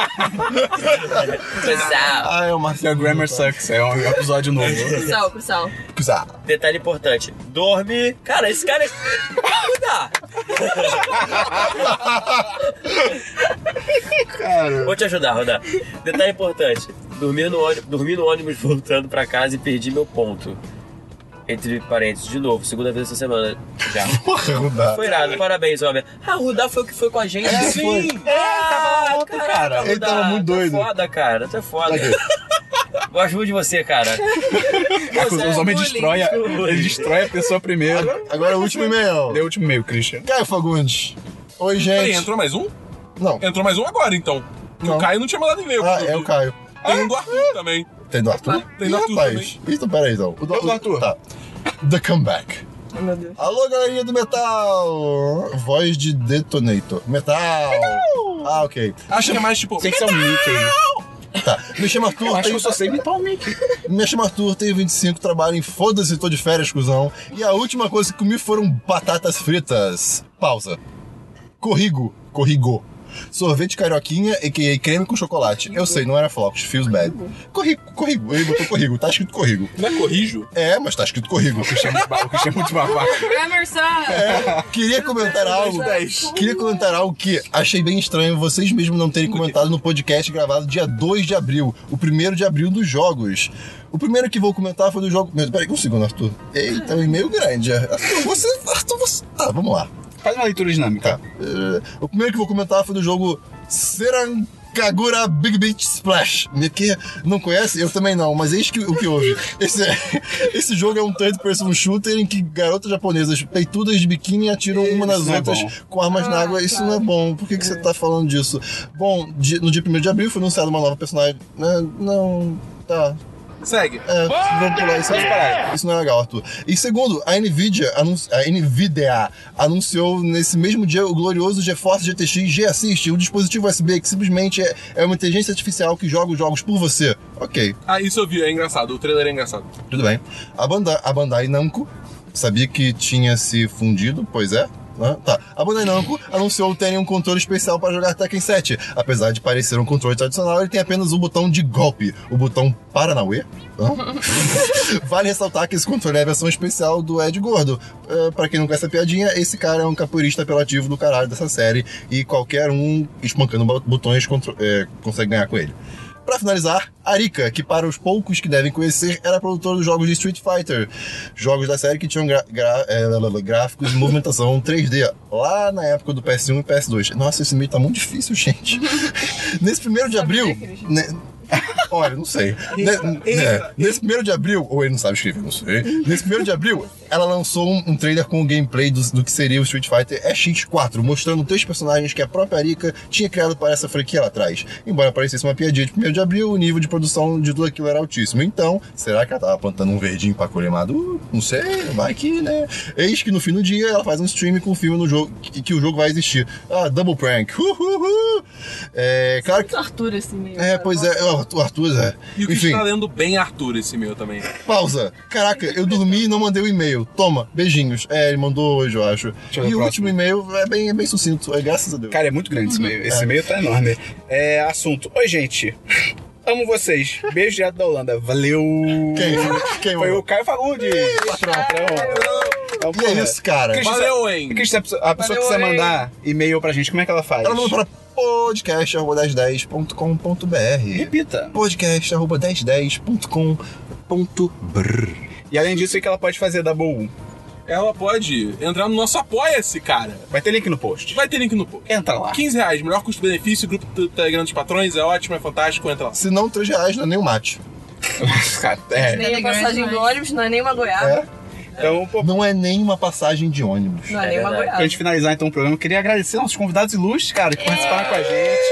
Speaker 5: Cusal.
Speaker 2: Ai, é uma
Speaker 1: Your Grammar Sucks. É um episódio novo.
Speaker 3: Pro sal, pro sal.
Speaker 2: Cusá.
Speaker 5: Detalhe importante, dorme. Cara, esse cara é. Cuidar.
Speaker 2: Cara.
Speaker 5: Vou te ajudar, Rodar. Detalhe importante, dormi no, ônibus, dormi no ônibus voltando pra casa e perdi meu ponto. Entre parênteses, de novo, segunda vez essa semana já.
Speaker 2: Porra, Rudá.
Speaker 5: Foi irado, parabéns, homem. Ah, o Rudá foi o que foi com a gente.
Speaker 2: É,
Speaker 5: Sim!
Speaker 2: foi.
Speaker 5: Ah,
Speaker 1: ontem, cara.
Speaker 2: Ele tava muito doido.
Speaker 5: Tu é foda, cara, tu é foda. Gosto muito de você, cara.
Speaker 1: É, os, os homens destroem a, ele destrói a pessoa primeiro.
Speaker 2: Agora o último e-mail.
Speaker 1: Deu o último e-mail, Christian.
Speaker 2: Caio Fagundes. Oi,
Speaker 4: Peraí,
Speaker 2: gente.
Speaker 4: entrou mais um?
Speaker 2: Não.
Speaker 4: Entrou mais um agora, então. Que
Speaker 2: Não.
Speaker 4: o Caio não tinha mandado e-mail.
Speaker 2: Ah, é o Caio.
Speaker 4: Tem um do Arthur também.
Speaker 2: Tem do Arthur?
Speaker 4: Tem do
Speaker 2: Ih,
Speaker 4: Arthur
Speaker 2: rapaz. Então, peraí, então. O
Speaker 1: do Arthur.
Speaker 2: Tá. The Comeback.
Speaker 3: Ai, meu Deus.
Speaker 2: Alô, galerinha do metal. Voz de Detonator. Metal. Ah, ok.
Speaker 4: Acho que é mais tipo.
Speaker 1: Tem que ser um Mickey.
Speaker 2: Tá. Me chama Arthur.
Speaker 1: Eu acho que
Speaker 2: tenho-
Speaker 1: eu só sei imitar o Mickey.
Speaker 2: Me chama Arthur, tenho vinte e cinco, trabalho em Foda-se, tô de férias, cuzão. E a última coisa que comi foram batatas fritas. Pausa. Corrigo. Corrigo. Sorvete carioquinha e creme com chocolate. Eu sei, não era flocos, feels bad. Corrigo, corrigo. Ele botou corrigo, tá escrito corrigo.
Speaker 4: Não é corrijo?
Speaker 2: É, mas tá escrito corrigo.
Speaker 1: O Christian é muito babaca.
Speaker 7: Emerson!
Speaker 2: É, queria comentar algo. Queria comentar algo que achei bem estranho vocês mesmos não terem comentado no podcast gravado dia dois de abril, o primeiro de abril dos jogos. O primeiro que vou comentar foi do jogo. Meu, peraí, um segundo, Arthur. Eita, é um e-mail grande. Arthur, você. Arthur, você. Tá, vamos lá.
Speaker 1: Faz uma leitura dinâmica.
Speaker 2: Tá. Uh, o primeiro que vou comentar foi do jogo Serancagura Big Beach Splash. Que não conhece? Eu também não, mas eis que, o que houve. Esse, esse jogo é um third person shooter em que garotas japonesas peitudas de biquíni atiram uma nas
Speaker 1: Isso não é
Speaker 2: outras
Speaker 1: bom.
Speaker 2: com armas na água. Isso não é bom. Por que, que você tá falando disso? Bom, di- no dia primeiro de abril foi anunciada uma nova personagem. Né? Não. Tá.
Speaker 4: Segue.
Speaker 2: É, vamos pular isso aí. Isso não é legal, Arthur. E segundo, a Nvidia, anunci... a Nvidia anunciou nesse mesmo dia o glorioso GeForce G T X G-Assist, um dispositivo U S B que simplesmente é, é uma inteligência artificial que joga os jogos por você. Ok,
Speaker 4: Ah, isso eu vi, é engraçado. O trailer é engraçado.
Speaker 2: tudo bem. A, Banda... a Bandai Namco sabia que tinha se fundido, pois é. Né? Tá. A Bandai Namco anunciou terem um controle especial para jogar Tekken sete. Apesar de parecer um controle tradicional, ele tem apenas o botão de golpe, o botão Paranauê. Vale ressaltar que esse controle é a versão especial do Ed Gordo. Uh, para quem não conhece a piadinha, esse cara é um capoeirista apelativo do caralho dessa série e qualquer um espancando botões contro- é, consegue ganhar com ele. Pra finalizar, Arika, que para os poucos que devem conhecer, era produtor dos jogos de Street Fighter. Jogos da série que tinham gra- gra- é, gráficos e movimentação três D, lá na época do P S um e P S dois. Nossa, esse meio tá muito difícil, gente. Nesse primeiro de abril... né, olha, não sei. Ne- né, nesse primeiro de abril, ou ele não sabe escrever, não sei. Nesse primeiro de abril, ela lançou um, um trailer com o gameplay do, do que seria o Street Fighter X quatro, mostrando três personagens que a própria Arika tinha criado para essa franquia lá atrás. Embora parecesse uma piadinha de primeiro de abril, o nível de produção de tudo aquilo era altíssimo. Então, será que ela tava plantando um verdinho pra colher maduro? Não sei, vai que, né? Eis que no fim do dia ela faz um stream com o filme no jogo, que, que o jogo vai existir. Ah, Double Prank. Uhuhu. É, claro que...
Speaker 3: Muito Arthur esse meio.
Speaker 2: É, pois é, o Arthur é.
Speaker 4: E o que
Speaker 2: Enfim,
Speaker 4: está lendo bem Arthur esse meu também.
Speaker 2: pausa. Caraca, eu dormi e não mandei o e-mail. Toma, beijinhos. É, ele mandou hoje, eu acho.
Speaker 1: eu ver
Speaker 2: E
Speaker 1: o
Speaker 2: o último
Speaker 1: próximo.
Speaker 2: e-mail é bem, é bem sucinto, é, graças a Deus.
Speaker 1: Cara, é muito grande esse e-mail. Esse e-mail tá enorme. É, assunto. Oi, gente. Amo vocês. Beijo direto da Holanda. Valeu.
Speaker 2: Quem? Quem
Speaker 1: Foi
Speaker 2: mandou?
Speaker 1: o Caio Fagundes. Patrão, patrão.
Speaker 2: E é isso, cara.
Speaker 1: Christian,
Speaker 4: Valeu, hein?
Speaker 1: E, Christian, a pessoa, a pessoa que quiser
Speaker 3: Valeu, hein?
Speaker 1: mandar e-mail pra gente, como é que ela faz?
Speaker 2: Ela mandou para podcast arroba dez dez ponto com ponto b r.
Speaker 1: Repita.
Speaker 2: podcast arroba dez dez ponto com ponto b r.
Speaker 1: E além disso, o que ela pode fazer da Boom?
Speaker 4: Ela pode entrar no nosso Apoia-se, cara.
Speaker 1: Vai ter link no post.
Speaker 4: Vai ter link no post.
Speaker 1: Entra lá.
Speaker 4: quinze reais, melhor custo-benefício, grupo do Telegram dos patrões, é ótimo, é fantástico, entra lá.
Speaker 2: Se não, três reais não é nem o mate.
Speaker 1: Cara, é.
Speaker 3: Nem a passagem do ônibus, não é nem uma goiaba.
Speaker 2: É?
Speaker 1: Então, pô,
Speaker 2: Não é nem uma passagem de ônibus.
Speaker 3: Não é,
Speaker 5: É
Speaker 3: nem uma
Speaker 5: verdade.
Speaker 3: goiaba.
Speaker 1: pra gente finalizar então o programa, eu queria agradecer nossos convidados ilustres, cara, que participaram com a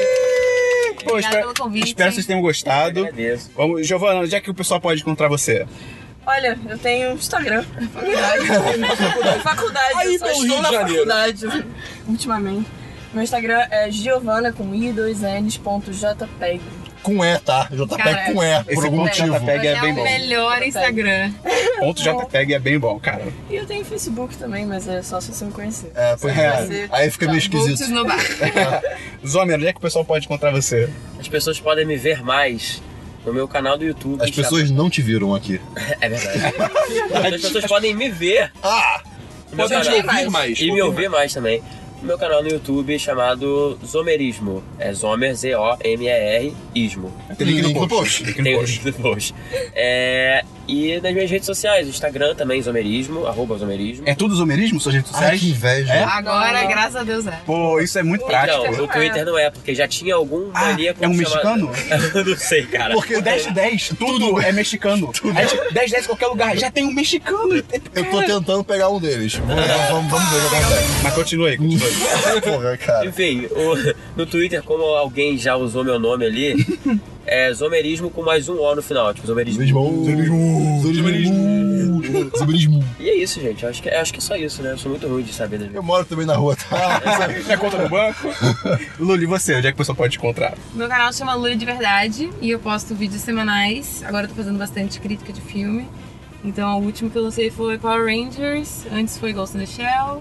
Speaker 1: gente. Pô,
Speaker 7: Obrigada
Speaker 1: espero,
Speaker 7: pelo convite.
Speaker 1: espero que vocês tenham gostado.
Speaker 5: Agradeço.
Speaker 1: Vamos, Giovana, onde é que o pessoal pode encontrar você?
Speaker 3: Olha, eu tenho Instagram, faculdade. faculdade, faculdade.
Speaker 4: Aí,
Speaker 3: eu só
Speaker 4: pelo
Speaker 3: estou
Speaker 4: Rio de
Speaker 3: na
Speaker 4: Janeiro.
Speaker 3: faculdade ultimamente. Meu Instagram é Giovana com i dois n's ponto jpeg.
Speaker 2: Com E, tá? J P
Speaker 3: Cara,
Speaker 2: com E, por
Speaker 1: esse
Speaker 2: algum
Speaker 1: ponto
Speaker 2: motivo.
Speaker 1: JPEG é
Speaker 7: É
Speaker 1: bem
Speaker 7: o
Speaker 1: bom.
Speaker 7: melhor Instagram.
Speaker 1: Ponto JPEG é bem bom, cara.
Speaker 3: E eu tenho Facebook também, mas é só se você me conhecer.
Speaker 2: É, pois é. Aí fica meio
Speaker 7: Bolsos
Speaker 2: esquisito.
Speaker 7: no bar.
Speaker 1: Zomer, onde é que o pessoal pode encontrar você?
Speaker 5: As pessoas podem me ver mais no meu canal do YouTube.
Speaker 2: As pessoas não te viram aqui.
Speaker 5: É verdade. As pessoas podem me ver
Speaker 2: Ah!
Speaker 5: no meu
Speaker 4: Podem te
Speaker 5: canal.
Speaker 4: ouvir mais.
Speaker 5: E me ouvir mais também. No meu canal no YouTube chamado Zomerismo. É Zomer, Z O M E R, Ismo.
Speaker 1: Tem link
Speaker 2: Link
Speaker 1: no
Speaker 2: no
Speaker 1: post.
Speaker 2: post.
Speaker 1: Link no
Speaker 5: Tem o
Speaker 1: post.
Speaker 5: link depois. É, e nas minhas redes sociais, Instagram também, Zomerismo, arroba Zomerismo.
Speaker 1: É tudo zomerismo, suas redes
Speaker 2: Ai,
Speaker 1: sociais?
Speaker 2: que inveja.
Speaker 1: É?
Speaker 7: Agora, graças a Deus, é.
Speaker 1: Pô, isso é muito prático.
Speaker 5: Então, o Twitter não é, porque já tinha algum
Speaker 1: Ah,
Speaker 5: maníaco
Speaker 1: é um
Speaker 5: chamado-
Speaker 1: mexicano?
Speaker 5: Eu não sei, cara.
Speaker 1: Porque o dez dez, tudo é mexicano. A gente, dez dez em qualquer lugar, já tem um mexicano.
Speaker 2: Eu tô tentando pegar um deles. Vamos, vamos, vamos ver o que acontece.
Speaker 1: Mas continue aí, continue aí.
Speaker 2: Porra, cara.
Speaker 5: Enfim, o- no Twitter, como alguém já usou meu nome ali, é Zomerismo com mais um O no final, tipo Zomerismo.
Speaker 2: Zomerismo. Zomerismo. Zomerismo.
Speaker 5: E é isso, gente. Eu acho que, eu acho que é só isso, né? Eu sou muito ruim de saber das
Speaker 2: Eu
Speaker 5: vezes.
Speaker 2: moro também na rua, tá?
Speaker 1: Minha conta no banco. Luli, e você? Onde é que o pessoal pode te encontrar?
Speaker 7: Meu canal chama Luli de Verdade e eu posto vídeos semanais. Agora eu tô fazendo bastante crítica de filme. Então o último que eu lancei foi Power Rangers, antes foi Ghost in the Shell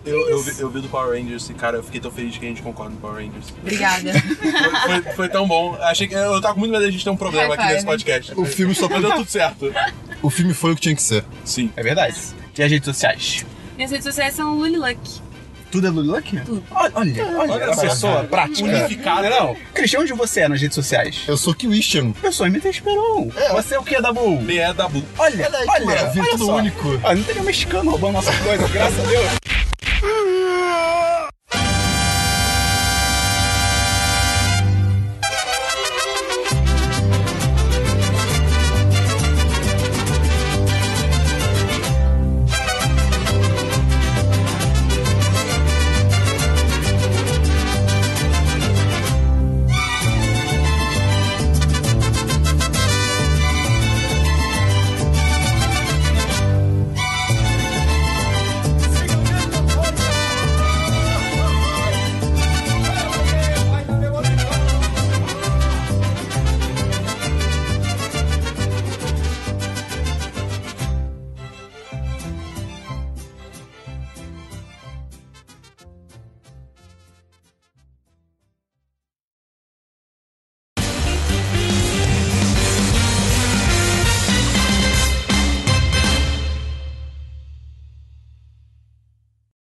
Speaker 4: Eu, eu, vi, eu vi do Power Rangers e, cara, eu fiquei tão feliz que a gente concorda no Power Rangers.
Speaker 7: Obrigada.
Speaker 4: Foi, foi, foi tão bom. Achei que, eu tava com muito medo de a gente ter um problema
Speaker 7: High
Speaker 4: aqui
Speaker 7: five.
Speaker 4: nesse podcast.
Speaker 2: O filme só
Speaker 4: Mas deu tudo certo.
Speaker 2: O filme foi o que tinha que ser.
Speaker 4: Sim.
Speaker 1: É verdade. E as redes sociais?
Speaker 7: Minhas redes sociais são Luliluck.
Speaker 1: Tudo é Luliluck?
Speaker 7: Tudo.
Speaker 1: Olha, olha, olha,
Speaker 4: Olha
Speaker 1: a
Speaker 4: só,
Speaker 1: pessoa
Speaker 4: cara.
Speaker 1: prática.
Speaker 4: Unificada.
Speaker 1: Não, Cristian, onde você é nas redes sociais?
Speaker 2: Eu sou Christian.
Speaker 1: Eu sou M T Esperon. Você é o que, Dabu?
Speaker 4: B é Dabu.
Speaker 1: Olha,
Speaker 2: Olha aí,
Speaker 1: olha,
Speaker 2: que maravilha,
Speaker 1: olha
Speaker 2: tudo
Speaker 1: só.
Speaker 2: único.
Speaker 1: Ah, não tem nenhum mexicano roubando nossas coisas, graças a Deus.